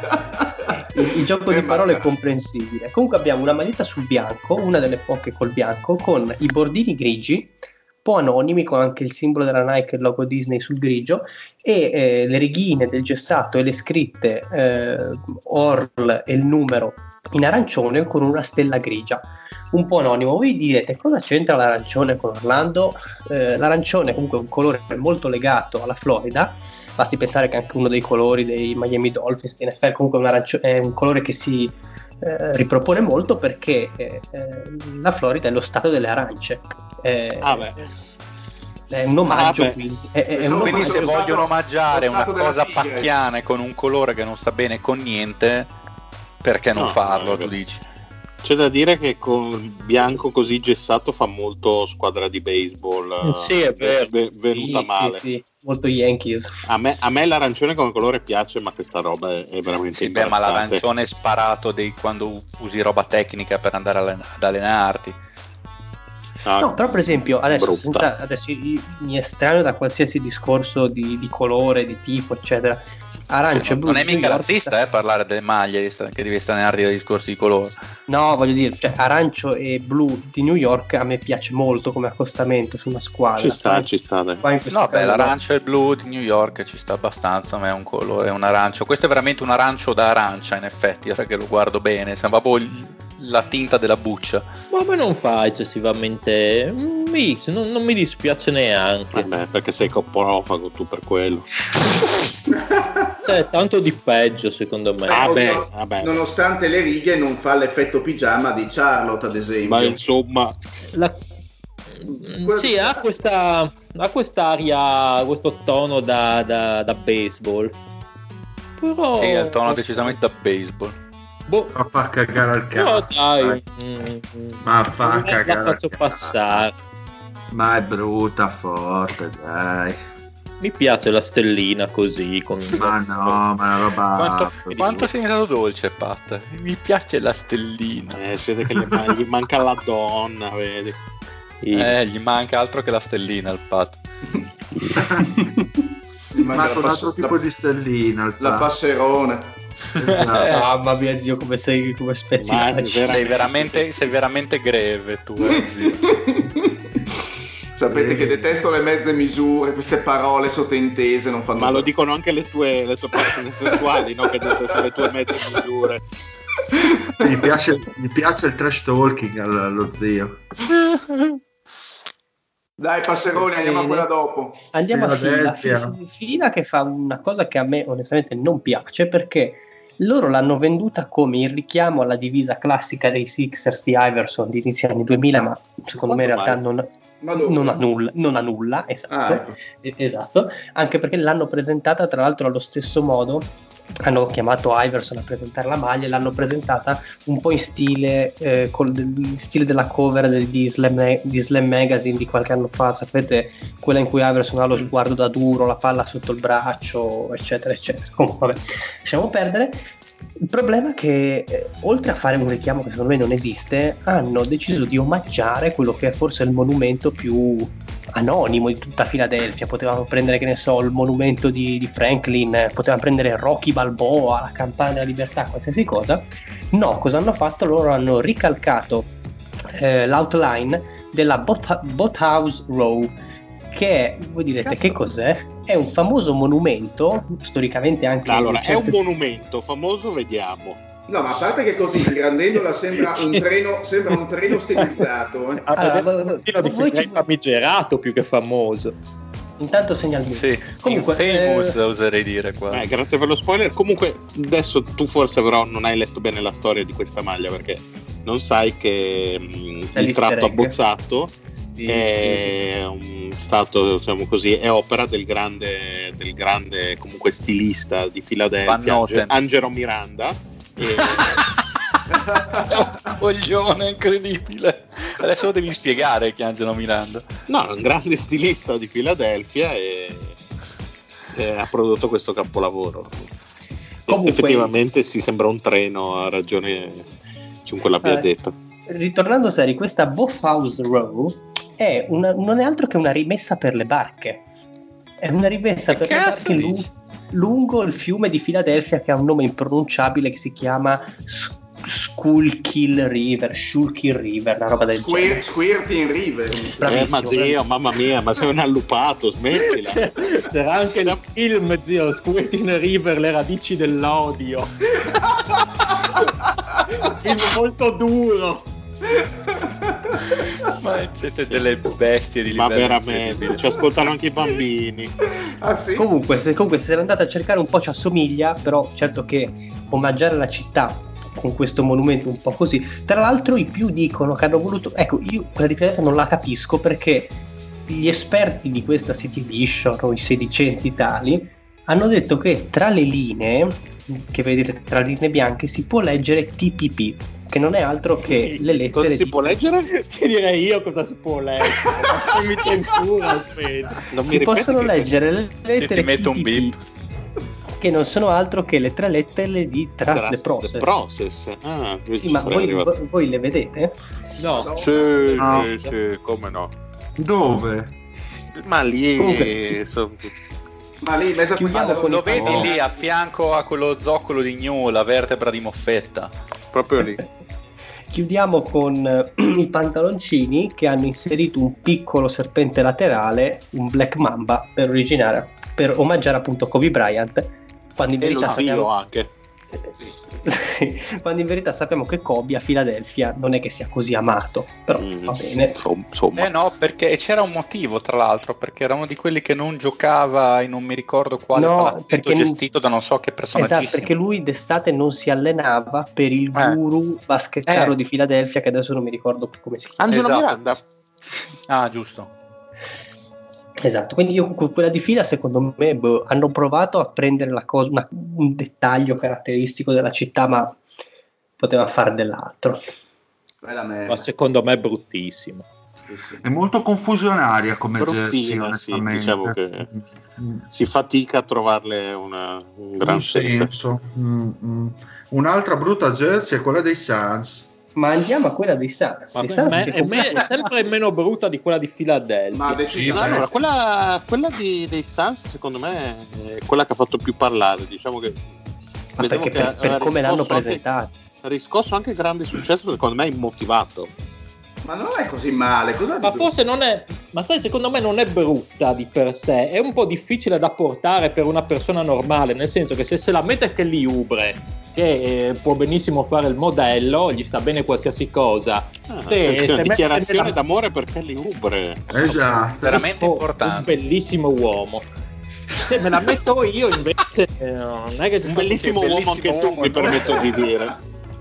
Il, il gioco Eh, di parole ma- è comprensibile. Comunque abbiamo una maglietta sul bianco, una delle poche col bianco, con i bordini grigi, un po' anonimi, con anche il simbolo della Nike e il logo Disney sul grigio, e eh, le righine del gessato e le scritte eh, O R L e il numero in arancione con una stella grigia. Un po' anonimo. Voi direte cosa c'entra l'arancione con Orlando? Eh, l'arancione è comunque un colore molto legato alla Florida, basti pensare che anche uno dei colori dei Miami Dolphins in effetti comunque un, arancio- è un colore che si eh, ripropone molto perché eh, la Florida è lo stato delle arance. Eh, Ah, beh. È un omaggio, Ah, beh. quindi. È, è un Quindi omaggio. se lo vogliono stato- omaggiare lo una stato della cosa tigre. pacchiana e con un colore che non sta bene con niente, perché non No, farlo, no, tu no. dici? C'è da dire che con il bianco così gessato fa molto squadra di baseball. eh, Sì, è vero. ve- venuta Sì, male. sì, sì, molto Yankees. A, me, a me l'arancione come colore piace, ma questa roba è, è veramente Sì, beh, ma imbarazzante. l'arancione sparato dei, quando usi roba tecnica per andare alle- ad allenarti. Ah, No, però per esempio adesso, brutta. senza, adesso io- mi estraneo da qualsiasi discorso di, di colore, di tipo, eccetera. Arancio e blu Non è di New mica York razzista eh, parlare delle maglie che devi allenarti dai discorsi di colore. No, voglio dire, cioè, arancio e blu di New York a me piace molto come accostamento su una squadra. ci sta, Qua- ci sta. Dai. qua in questo No, beh, caso no. l'arancio e il blu di New York ci sta abbastanza, ma è un colore, un arancio. Questo è veramente un arancio da arancia, in effetti, ora che lo guardo bene, sembra proprio il- la tinta della buccia. Ma a me non fa eccessivamente un mix, non, non mi dispiace neanche. Vabbè, perché sei coppolofago tu per quello. Cioè, tanto di peggio secondo me. Ah, beh, Ovvio, vabbè. nonostante le righe non fa l'effetto pigiama di Charlotte, ad esempio. Ma insomma, La- Quello Sì, che- ha questa ha quest'aria, questo tono da, da, da baseball. Però Sì, è il tono decisamente da baseball. boh, Ma fa cagare al però cazzo. dai, dai. mm, Ma fa la- cagare la faccio al cazzo. passare. Ma è brutta forte, dai. Mi piace la stellina così con Ma no, ma è una roba. Quanto, quanto sei diventato dolce, Pat? Mi piace la stellina. eh, si vede che gli, man- gli manca la donna, vedi. Sì. Eh, gli manca altro che la stellina al Pat. Ma la con un pass- altro tipo la- di stellina. il La fatto. passerone. Esatto. Mamma mia, zio, come sei come Ma speziato. vera- Sei veramente, sei veramente greve tu, eh, zio. Sapete che detesto le mezze misure, queste parole sottintese non fanno Ma lo dicono anche le tue, le tue partner sessuali, no? Che detestano le tue mezze misure. Gli piace, gli piace il trash talking al- allo zio. Dai, passeroni, andiamo a Bene. quella dopo. Andiamo a fila, Philadelphia. Fi- fila che fa una cosa che a me onestamente non piace perché loro l'hanno venduta come il richiamo alla divisa classica dei Sixers di Iverson di inizio anni duemila, ma secondo me in Quanto realtà non, Ma dove? non ha nulla, non ha nulla, esatto, Ah, ecco. Eh, esatto, anche perché l'hanno presentata tra l'altro allo stesso modo. Hanno chiamato Iverson a presentare la maglia e l'hanno presentata un po' in stile eh, col in stile della cover del, di, Slam, di Slam Magazine di qualche anno fa, sapete, quella in cui Iverson ha lo sguardo da duro, la palla sotto il braccio, eccetera eccetera. Comunque vabbè, lasciamo perdere. Il problema è che eh, oltre a fare un richiamo che secondo me non esiste, hanno deciso di omaggiare quello che è forse il monumento più anonimo di tutta Filadelfia. Potevamo prendere, che ne so, il monumento di, di Franklin, eh, potevamo prendere Rocky Balboa, la campana della libertà, qualsiasi cosa. No, cosa hanno fatto? Loro hanno ricalcato eh, l'outline della Bot- Boathouse Row, che è, voi direte, Cazzo. che cos'è? È un famoso monumento, storicamente anche Allora, in è un certe- monumento famoso, vediamo. No, ma a parte che così, ingrandendola sembra un treno, sembra un treno stilizzato. Eh. Allora, Allora, voi- di voi ci- famigerato più che famoso. Intanto segna il mio. Sì, Comunque, famous eh, oserei dire qua. Eh, grazie per lo spoiler. Comunque, adesso tu forse però non hai letto bene la storia di questa maglia, perché non sai che mh, È il l'easter tratto egg. abbozzato Sì, è un stato, diciamo così, è opera del grande, del grande comunque stilista di Van Filadelfia, Noten. Ange- Angelo Miranda. E- Un coglione incredibile. Adesso lo devi spiegare chi è Angelo Miranda. no, è un grande stilista di Filadelfia e, e ha prodotto questo capolavoro. Comunque- Effettivamente si sembra un treno, ha ragione chiunque l'abbia Eh. detto. ritornando seri, questa Boathouse Row è una, non è altro che una rimessa per le barche. È una rimessa Che per le cazzo barche lu- dici? lungo il fiume di Filadelfia che ha un nome impronunciabile che si chiama S- Schuylkill River, Schuylkill River, una roba del Squir- genere. Squirting River. mi sa. Eh, ma Bravissimo, zio, mamma mia, ma sei un allupato, smettila. C'è- C'era anche il film, zio, Squirting River, le radici dell'odio. Film molto duro. Ma siete delle bestie di Ma livello veramente, incredibile. ci ascoltano anche i bambini. Ah sì? Comunque se, comunque, se andate a cercare un po' ci assomiglia, però certo che omaggiare la città con questo monumento un po' così. Tra l'altro i più dicono che hanno voluto, ecco, io quella differenza non la capisco, perché gli esperti di questa City Edition o i sedicenti tali hanno detto che tra le linee che vedete, tra le linee bianche, si può leggere T P P, che non è altro che le lettere Cosa si di... può leggere? Ti direi io cosa si può leggere. Ma mi censura, Alfredo. Non mi si ripeti possono che- leggere le Se lettere ti metto un T P P, beep. che non sono altro che le tre lettere di Trust, Trust the Process. the process. Ah, Sì, ma voi, arrivato. voi le vedete? No. Sì, No. sì, sì, come no. Dove? Ma lì Comunque- sono- Ma lì in mezzo a Chiudiamo questa- con Lo i vedi pantaloni. lì a fianco a quello zoccolo di gnu, la vertebra di moffetta. proprio lì. Chiudiamo con eh, i pantaloncini che hanno inserito un piccolo serpente laterale, un Black Mamba, per originare, per omaggiare appunto Kobe Bryant, quando in E verità lo zio sappiamo... anche. quando in verità sappiamo che Kobe a Philadelphia non è che sia così amato, però Mm, va bene. insomma, insomma. Eh no, perché c'era un motivo, tra l'altro, perché era uno di quelli che non giocava in non mi ricordo quale No, palazzetto perché- gestito da non so che personaggissimo. Esatto, perché lui d'estate non si allenava per il Eh. guru baschettaro Eh. di Philadelphia, che adesso non mi ricordo più come si chiama. Angelo Esatto. Miranda. Ah, giusto. Esatto, quindi io con quella di fila, secondo me, boh, hanno provato a prendere la cosa, una- un dettaglio caratteristico della città, ma poteva fare dell'altro. Bella merda. Ma secondo me è bruttissimo. Sì, sì. È molto confusionaria come Bruttina, jersey, sì, onestamente. diciamo che- Mm, Si fatica a trovarle una, un gran un senso. senso. Mm, mm. Un'altra brutta jersey è quella dei Suns. Ma andiamo a quella dei Suns. Ma I per Suns me che è, me- comunque- è sempre meno brutta di quella di Philadelphia. Ma Sì, decisamente. beh. Allora, quella, quella di- dei Suns, secondo me, è quella che ha fatto più parlare. Diciamo che ma vedevo perché che per, per ha come l'hanno riscosso anche- presentato. ha riscosso anche grande successo, secondo me, immotivato. Ma non è così male. Cosa Ma forse non è, ma sai, secondo me non è brutta di per sé, è un po' difficile da portare per una persona normale, nel senso che se se la mette Kelly Oubre, che eh, può benissimo fare il modello, gli sta bene qualsiasi cosa. Ah, Sì, attenzione, se me- dichiarazione se me la- d'amore per Kelly Oubre. Esatto. Veramente Oh, importante. Un bellissimo uomo. Se me la metto io invece eh, non è che ci Un sta- bellissimo Sì, uomo anche bellissimo tu, uomo, mi no? permetto di dire.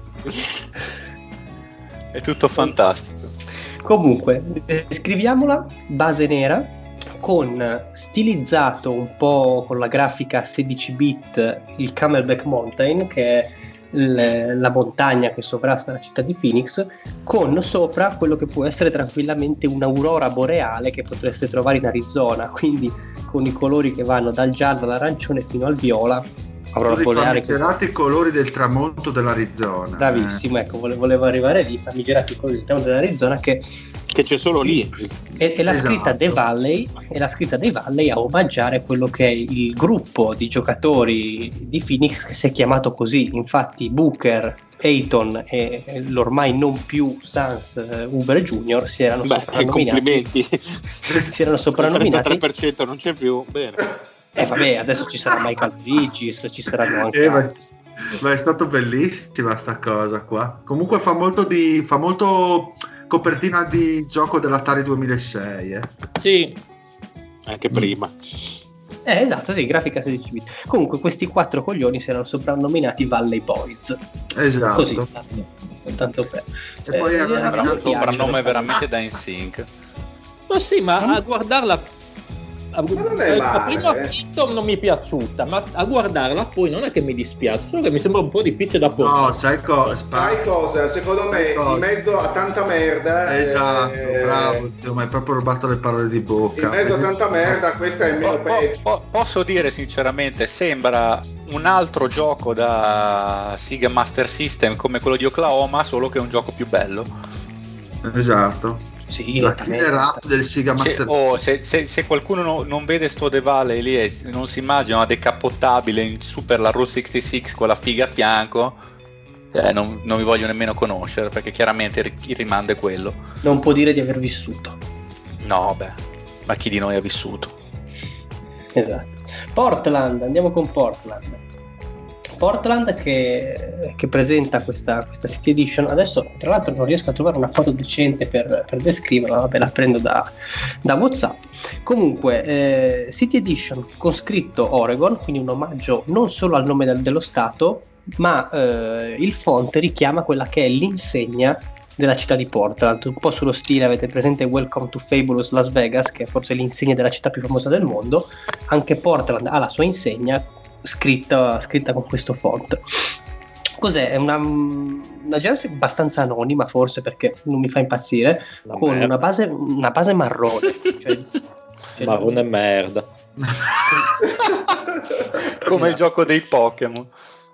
È tutto fantastico. Comunque, descriviamola, base nera, con stilizzato un po' con la grafica sedici bit il Camelback Mountain, che è l- la montagna che sovrasta la città di Phoenix, con sopra quello che può essere tranquillamente un'aurora boreale che potreste trovare in Arizona, quindi con i colori che vanno dal giallo all'arancione fino al viola. Aurora Sono i boreale che... famigerati colori del tramonto dell'Arizona. Bravissimo, ecco, vole- volevo arrivare lì, famigerati colori del tramonto dell'Arizona, che Che c'è solo lì. è, è la Esatto. scritta The Valley, è la scritta dei Valley a omaggiare quello che è il gruppo di giocatori di Phoenix che si è chiamato così. Infatti Booker, Ayton e l'ormai non più Suns eh, Uber Junior si erano Beh, che soprannominati, complimenti. si erano Il soprannominati. trentatré per cento non c'è più. Bene. E vabbè, adesso ci sarà Michael Bridges, ci saranno anche Eh, ma, altri. ma è stato bellissima sta cosa qua. Comunque fa molto di fa molto copertina di gioco dell'Atari duemilasei, eh. Sì, Anche prima. Eh, esatto, sì, grafica sedici bit. Comunque questi quattro coglioni si erano soprannominati Valley Boys. Esatto. Così, tanto, tanto per. E poi Eh, hanno a me Era un nominato- piace, soprannome lo veramente da in sync. ma sì, ma a guardarla a, non è a male, primo eh. acchito non mi è piaciuta, ma a guardarla poi non è che mi dispiace, solo che mi sembra un po' difficile da portare. No, sai cosa? Sai cosa? Secondo me Sai cosa? in mezzo a tanta merda. Esatto, eh, bravo, zio, mi hai proprio rubato le parole di bocca. In mezzo a tanta merda, questa è meno Po- po- peggio. po- posso dire sinceramente, sembra un altro gioco da Sega Master System come quello di Oklahoma, solo che è un gioco più bello. Esatto. Sì, La nettamente. killer app del Sega Cioè, Master. oh, se, se- se qualcuno no- non vede sto The Valley lì e s- non si immagina una decappottabile in Super la Route sessantasei con la figa a fianco, eh, non, non vi voglio nemmeno conoscere, perché chiaramente il, il rimando è quello. Non può dire di aver vissuto. No, beh, ma chi di noi ha vissuto? Esatto. Portland, andiamo con Portland. Portland che, che presenta questa, questa City Edition. Adesso tra l'altro non riesco a trovare una foto decente per, per descriverla, vabbè, la prendo da, da WhatsApp. Comunque eh, City Edition con scritto Oregon, quindi un omaggio non solo al nome del, dello stato, ma eh, il font richiama quella che è l'insegna della città di Portland, un po' sullo stile, avete presente Welcome to Fabulous Las Vegas, che è forse l'insegna della città più famosa del mondo. Anche Portland ha la sua insegna scritta, scritta con questo font. Cos'è? È una, una jersey abbastanza anonima, forse, perché non mi fa impazzire, una con merda. una base, una base marrone, cioè, cioè, marrone merda come il gioco dei Pokémon.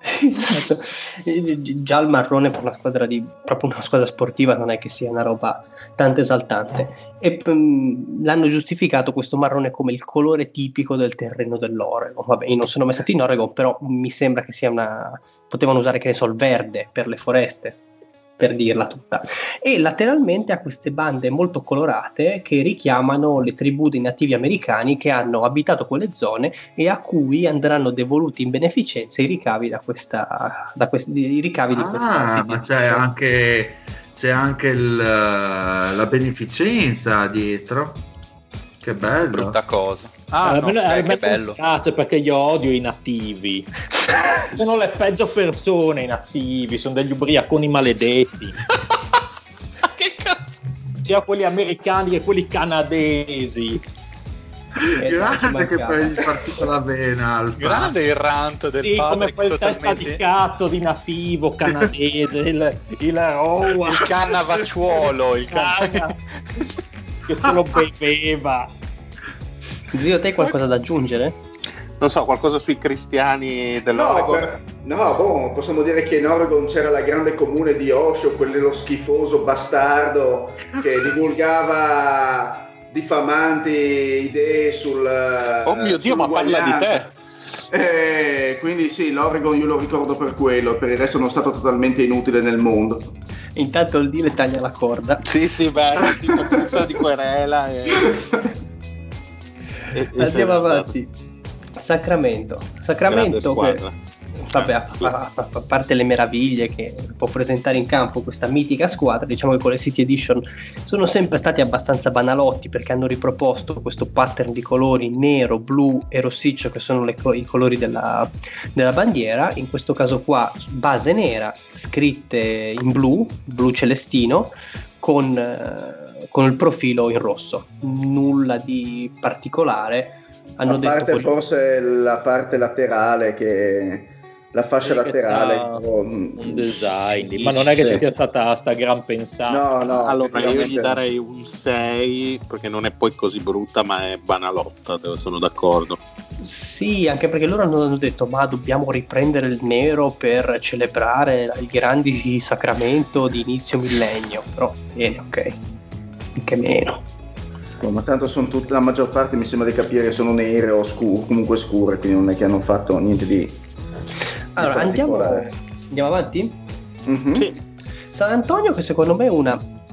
Già il marrone per una squadra di proprio una squadra sportiva non è che sia una roba tanto esaltante, e um, l'hanno giustificato questo marrone come il colore tipico del terreno dell'Oregon. Vabbè, io non sono mai stato in Oregon, però mi sembra che sia una, potevano usare, che ne so, il verde per le foreste, per dirla tutta. E lateralmente ha queste bande molto colorate che richiamano le tribù dei nativi americani che hanno abitato quelle zone e a cui andranno devoluti in beneficenza i ricavi da questa da questi i ricavi di questa Ah, ma c'è anche c'è anche il, la beneficenza dietro. Che bello. Brutta cosa. Ah, almeno, no, eh, almeno che bello. Cazzo, perché io odio i nativi. Sono le peggio persone i nativi, sono degli ubriaconi maledetti. Che cazzo? Sia quelli americani che quelli canadesi. Eh, Grazie che mancava. poi gli partita la vena. Alfa. Grande il rant del Sì, come Patrick, quel testa totalmente di cazzo di nativo canadese, il, il Rowan, il cannavacciuolo, il Canna, canna... che solo beveva. Zio, te hai qualcosa da aggiungere? Non so, qualcosa sui cristiani No, dell'Oregon? per- no, boh, possiamo dire che in Oregon c'era la grande comune di Osho, quello schifoso bastardo che divulgava diffamanti idee sul Oh mio Dio, ma parla di te! Eh, quindi sì, l'Oregon io lo ricordo per quello, per il resto sono stato totalmente inutile nel mondo. Intanto il Dile taglia la corda. Sì, sì, beh, tipo puzza di querela e... e- e Andiamo sei avanti. Sacramento. Grande Sacramento che, squadra. vabbè, a, a- a- a parte le meraviglie che può presentare in campo questa mitica squadra, diciamo che con le City Edition sono sempre stati abbastanza banalotti, perché hanno riproposto questo pattern di colori nero, blu e rossiccio, che sono le co- i colori della, della bandiera. In questo caso qua base nera, scritte in blu, blu celestino, con, eh, con il profilo in rosso. Nulla di particolare. Hanno A detto parte poi- forse la parte laterale, che la fascia Sì, che laterale c'ha però, un design, ma non è che sì. ci sia stata sta gran pensata. no no Allora io gli praticamente- darei un sei perché non è poi così brutta, ma è banalotta, sono d'accordo. Sì, anche perché loro hanno detto ma dobbiamo riprendere il nero per celebrare i grandi sacramento di inizio millennio, però bene, ok, anche meno. Oh, ma tanto sono tutte, la maggior parte mi sembra di capire sono nere o scure, comunque scure, quindi non è che hanno fatto niente di, Allora di andiamo, particolare. andiamo avanti. Mhm. Sì. San Antonio, che secondo me è una,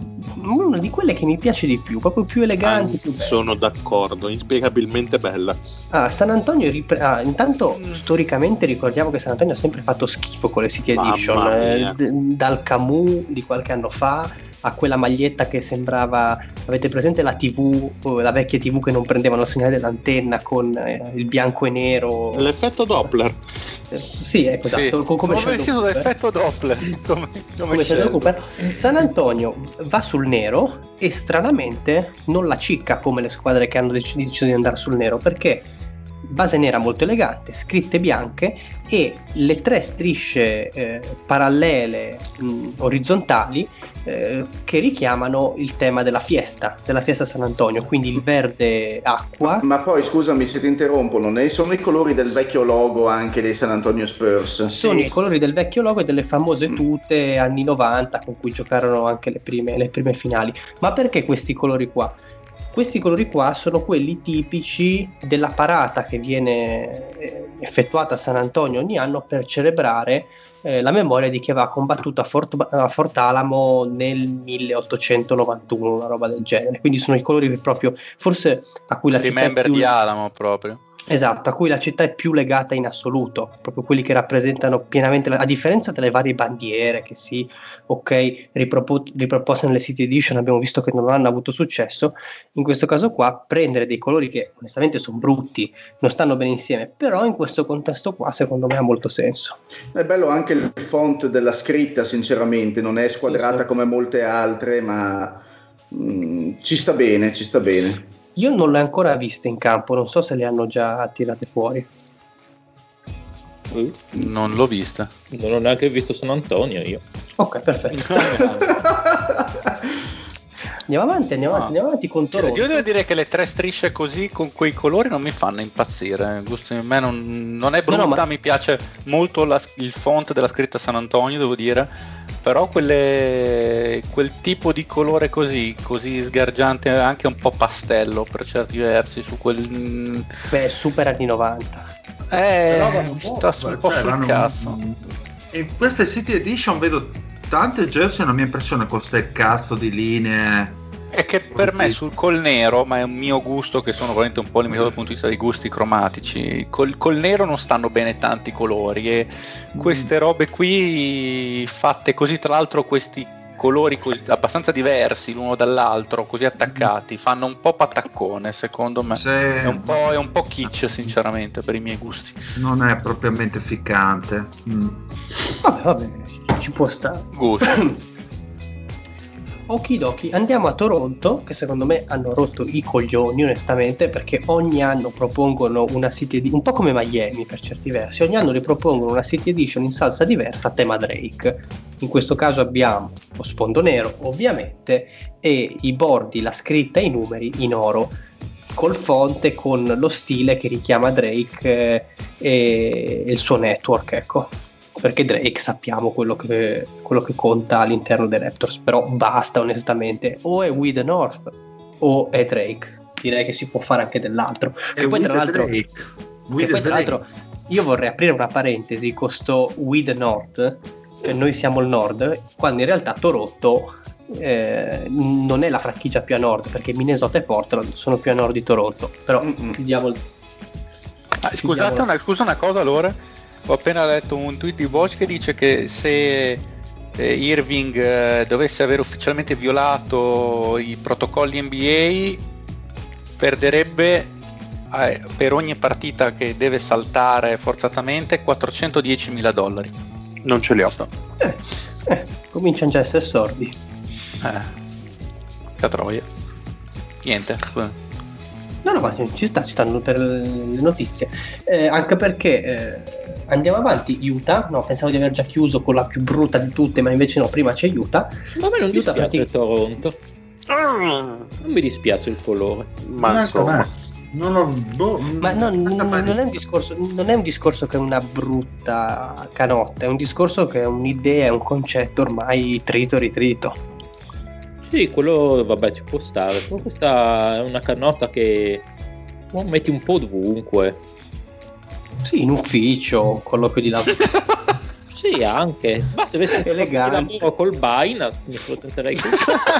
una di quelle che mi piace di più, proprio più eleganti, più belle. Sono d'accordo, inspiegabilmente bella. Ah, San Antonio ripre- ah, intanto storicamente ricordiamo che San Antonio ha sempre fatto schifo con le City Mamma Edition, eh, mia. d- dal Camus di qualche anno fa a quella maglietta che sembrava, avete presente la tivù, eh, la vecchia tivù che non prendevano il segnale dell'antenna con eh, il bianco e nero. L'effetto Doppler. Eh, sì, ecco, Sì. esatto, co- come Sono Sheldon vestito Cooper. d'effetto Doppler come, come Come Sheldon Sheldon. Cooper. San Antonio va sul nero e stranamente non la cicca come le squadre che hanno dec- deciso di andare sul nero, perché base nera molto elegante, scritte bianche e le tre strisce eh, parallele mh, orizzontali eh, che richiamano il tema della fiesta, della fiesta San Antonio, quindi il verde acqua. Ma poi scusami se ti interrompo, non è- sono i colori del vecchio logo anche dei San Antonio Spurs? Sono Sì. i colori del vecchio logo e delle famose tute anni novanta con cui giocarono anche le prime, le prime finali. Ma perché questi colori qua? Questi colori qua sono quelli tipici della parata che viene eh, effettuata a San Antonio ogni anno per celebrare eh, la memoria di chi aveva combattuto a Fort, a Fort Alamo nel milleottocentonovantuno, una roba del genere. Quindi sono i colori che proprio, forse a cui la città è Remember più... di Alamo proprio. Esatto, a cui la città è più legata in assoluto, proprio quelli che rappresentano pienamente, la, a differenza delle varie bandiere che sì, ok, ripropo, riproposte nelle City Edition abbiamo visto che non hanno avuto successo, in questo caso qua prendere dei colori che onestamente sono brutti, non stanno bene insieme, però in questo contesto qua secondo me ha molto senso. È bello anche il font della scritta, sinceramente, non è squadrata sì, sì. come molte altre, ma mh, ci sta bene, ci sta bene. Io non le ho ancora viste in campo, non so se le hanno già tirate fuori. Uh, non l'ho vista. Non ho neanche visto San Antonio io. Ok, perfetto. Andiamo avanti, andiamo avanti, andiamo avanti con Toronto. Io devo dire che le tre strisce così con quei colori non mi fanno impazzire. Gusto di me non, non è brutta, no, no, ma... mi piace molto la, il font della scritta San Antonio, devo dire. Però quelle, quel tipo di colore così, così sgargiante, anche un po' pastello per certi versi, su quel... Beh, super anni novanta. Eh, sta un, un po' cioè, sul vanno, cazzo. In queste City Edition vedo tante jersey, non mi impressiona con ste cazzo di linee. È che per me sul col nero, ma è un mio gusto che sono veramente un po' limitato dal punto di vista dei gusti cromatici, col, col nero non stanno bene tanti colori e queste robe qui fatte così, tra l'altro questi colori così, abbastanza diversi l'uno dall'altro, così attaccati, fanno un po' pataccone secondo me. Se... è un po', è un po' kitsch sinceramente per i miei gusti. Non è propriamente ficcante. Mm. Vabbè, vabbè, ci può stare. Gusto. Okidoki, andiamo a Toronto, che secondo me hanno rotto i coglioni onestamente, perché ogni anno propongono una City Edition, un po' come Miami per certi versi, ogni anno ripropongono una City Edition in salsa diversa a tema Drake. In questo caso abbiamo lo sfondo nero ovviamente e i bordi, la scritta e i numeri in oro, col fonte, con lo stile che richiama Drake eh, e il suo network, ecco. Perché Drake sappiamo quello che, quello che conta all'interno dei Raptors, però basta onestamente, o è We the North o è Drake, direi che si può fare anche dell'altro. E poi tra l'altro, e poi tra l'altro io vorrei aprire una parentesi con sto We the North, cioè noi siamo il nord, quando in realtà Toronto eh, non è la franchigia più a nord, perché Minnesota e Portland sono più a nord di Toronto, però mm-hmm. chiudiamo il... ah, scusate una, scusa una cosa allora. Ho appena letto un tweet di Voce che dice che se eh, Irving eh, dovesse aver ufficialmente violato i protocolli N B A perderebbe eh, per ogni partita che deve saltare forzatamente quattrocentodiecimila dollari. Non ce li ho. Eh, eh, cominciano già a essere sordi. Eh, catroia. Niente. No, no, ma ci sta, ci stanno per le notizie. Eh, anche perché... Eh, andiamo avanti, Utah, no, pensavo di aver già chiuso con la più brutta di tutte, ma invece no, prima c'è Utah. Ma a me non Utah dispiace pratic- Toronto. Non mi dispiace il colore. Ma ma insomma, non ho, boh, ma no, non, non è un discorso, non è un discorso che è una brutta canotta, è un discorso che è un'idea, è un concetto ormai trito ritrito. Sì, quello vabbè ci può stare, però questa è una canotta che lo metti un po' ovunque. Sì, in ufficio, colloquio di lavoro. Sì, anche. Ma se avessi un lavoro col Binance mi presenterei qui.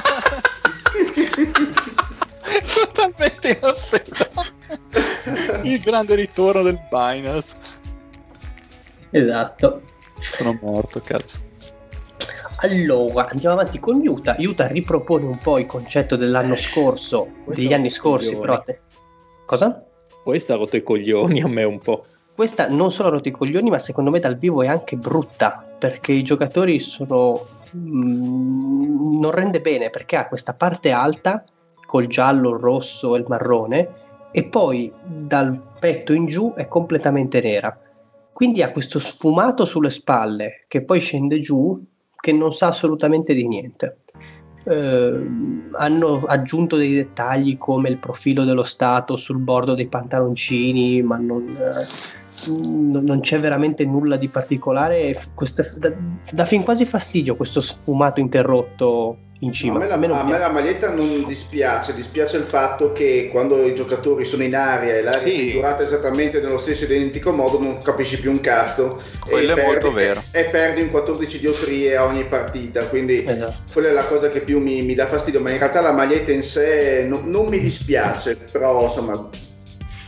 Totalmente inaspettato. Il grande ritorno del Binance. Esatto. Sono morto, cazzo. Allora, andiamo avanti con Utah. Utah ripropone un po' il concetto dell'anno scorso, Questo degli anni scorsi, coglioni. però te... Cosa? Questa ha rotto i coglioni a me un po'. Questa non solo ha rotto i coglioni, ma secondo me dal vivo è anche brutta, perché i giocatori sono... Mm, non rende bene, perché ha questa parte alta col giallo, il rosso e il marrone, e poi dal petto in giù è completamente nera. Quindi ha questo sfumato sulle spalle che poi scende giù, che non sa assolutamente di niente. Eh, hanno aggiunto dei dettagli come il profilo dello stato sul bordo dei pantaloncini, ma non, eh, non c'è veramente nulla di particolare. Questo, da, dà fin quasi fastidio questo sfumato interrotto in cima. A me, la, a me la maglietta non dispiace, dispiace il fatto che quando i giocatori sono in aria e l'aria Sì. è pitturata esattamente nello stesso identico modo non capisci più un cazzo. Quello e è perdi, molto vero. E perdi un quattordici diottrie a ogni partita, quindi Esatto. quella è la cosa che più mi, mi dà fastidio, ma in realtà la maglietta in sé non, non mi dispiace, però insomma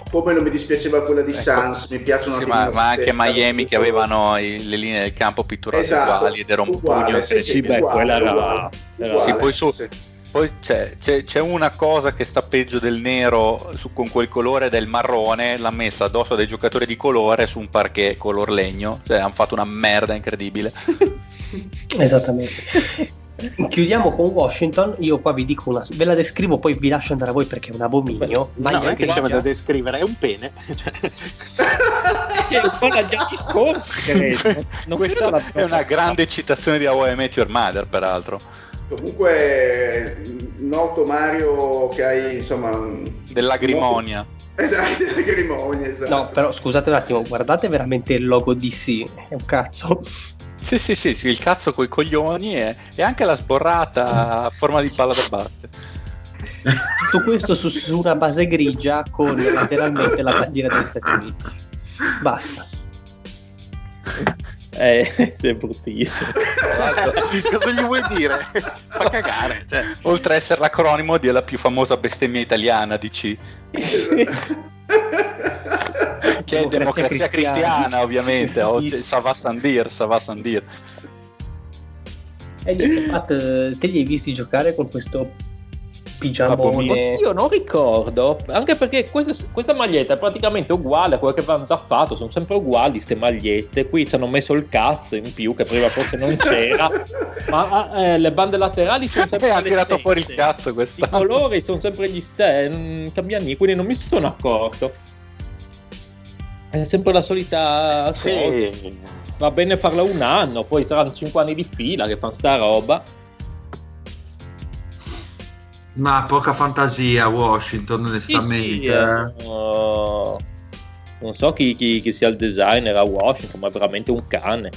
come non mi dispiaceva quella di Ecco. Sans, mi piacciono Sì, anche ma, di ma anche Rosetta, Miami che tutto- avevano i- le linee del campo pitturate Esatto, uguali ed era un uguale, pugno sì, sì, Sì, beh, uguale, quella era- uguale, era- uguale, Sì, poi su- sì. Poi c'è, c'è- c'è una cosa che sta peggio del nero su- con quel colore del marrone, l'ha messa addosso a dei giocatori di colore su un parquet color legno, cioè hanno fatto una merda incredibile. Esattamente. Chiudiamo con Washington. Io qua vi dico una, ve la descrivo, poi vi lascio andare a voi perché è un abominio. No, non è che c'è da descrivere, è un pene. Cioè, Che un po' dagli anni scorsi, credo. Non Questa credo la- è una grande citazione di How I Met Your Mother, peraltro, Comunque noto Mario che hai insomma dell'agrimonia. esatto, l'agrimonia, esatto. No, però scusate un attimo, guardate veramente il logo D C, è un cazzo. Sì, sì, sì, sì, il cazzo coi coglioni e, e anche la sborrata a forma di palla da basket. Tutto questo su, su una base grigia con lateralmente la bandiera degli Stati Uniti. Basta. Eh, è bruttissimo. cosa gli vuoi dire? Fa cagare. Cioè, Oltre a essere l'acronimo della più famosa bestemmia italiana, D C, che è Democrazia Cristiana, ovviamente, o c'è Salva Sandir, Salva Sandir. E niente, Pat, te li hai visti giocare con questo pigiamone? Oddio, non ricordo. Anche perché questa, questa maglietta è praticamente uguale a quella che avevano già fatto. Sono sempre uguali ste magliette. Qui ci hanno messo il cazzo in più, che prima forse non c'era. Ma eh, le bande laterali sono sempre E ha le tirato stesse. fuori il cazzo I quest'anno. colori sono sempre gli stessi, non cambia niente, quindi non mi sono accorto. È sempre la solita cosa. sì. Va bene farla un anno, poi saranno cinque anni di fila che fanno sta roba. Ma poca fantasia Washington, onestamente. Sì, sì, eh, no, non so chi, chi, chi sia il designer a Washington, ma è veramente un cane.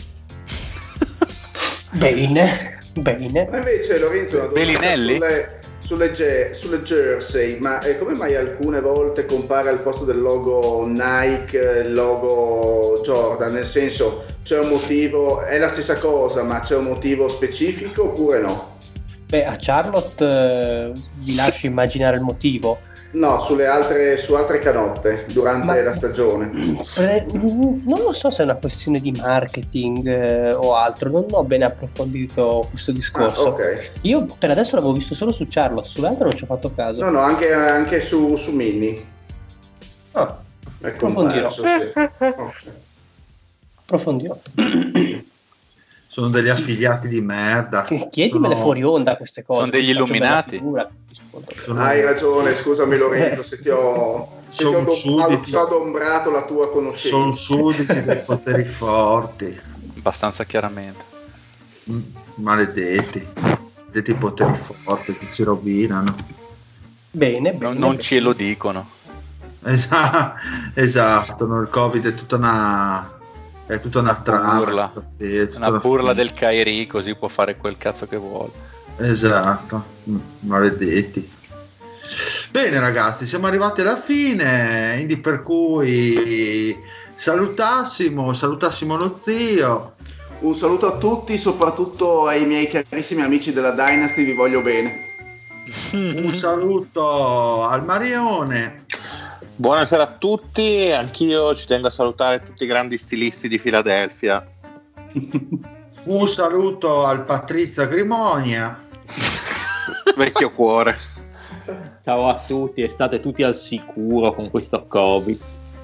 Bene, bene. Ma invece Lorenzo una domanda Bellinelli? sulle, sulle, ge- sulle jersey, ma eh, come mai alcune volte compare al posto del logo Nike il logo Jordan? Nel senso, c'è un motivo, è la stessa cosa, ma c'è un motivo specifico oppure no? Beh, a Charlotte eh, vi lascio immaginare il motivo. No, sulle altre, su altre canotte durante Ma- la stagione. Eh, non lo so se è una questione di marketing eh, o altro, non ho bene approfondito questo Ah, discorso. ok. Io per adesso l'avevo visto solo su Charlotte, sulle altre non ci ho fatto caso. No, no, anche, anche su, su Minnie. Ah, È comparso, sì. Ok. approfondirò. Sono degli affiliati di merda. Che- Chiedimele Sono- fuori onda queste cose. Sono degli Faccio bella illuminati. figura. sono- Hai ragione, scusami Lorenzo se ti ho, se ti ho Sono do- sudditi. ti ho adombrato la tua sono conoscenza. sudditi dei poteri forti. Abbastanza chiaramente. Mm, maledetti. Maledetti poteri forti che ci rovinano. Bene, bene. Non, non bene. ce lo dicono. Esatto, esatto, no, il Covid è tutta una è tutta una trama, burla. sì, è tutta Una burla finta. del Kairi, così può fare quel cazzo che vuole. Esatto, mm, maledetti. Bene ragazzi, siamo arrivati alla fine, quindi per cui salutassimo, salutassimo lo zio. Un saluto a tutti, soprattutto ai miei carissimi amici della Dynasty, vi voglio bene. Un saluto al Marione. Buonasera a tutti, anch'io ci tengo a salutare tutti i grandi stilisti di Filadelfia. Un saluto al Patrizio Grimonia. Vecchio cuore. Ciao a tutti e state tutti al sicuro con questo Covid.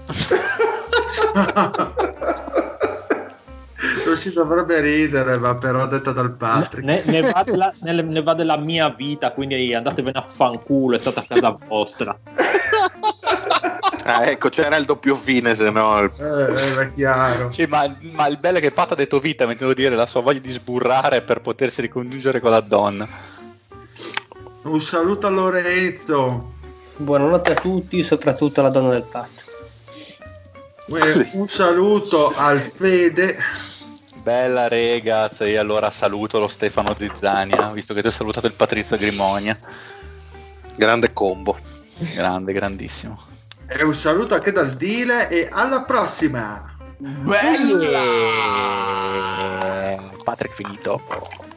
Non si dovrebbe ridere, ma però detta dal Patrick. Ne, ne, va della, ne, ne va della mia vita, quindi andatevene a fanculo, è stata a casa vostra. Ah, ecco, c'era il doppio fine, se no. Eh, era chiaro. Sì, ma, ma il bello è che Pat ha detto vita, mi devo dire la sua voglia di sburrare per potersi ricongiungere con la donna. Un saluto a Lorenzo. Buonanotte a tutti, soprattutto alla donna del patto. Eh, Un saluto al Fede. Bella ragazzi, e allora saluto lo Stefano Zizzania, visto che ti ho salutato il Patrizio Grimonia. Grande combo. Grande, grandissimo. E un saluto anche dal Dile e alla prossima. Bella! Patrick finito.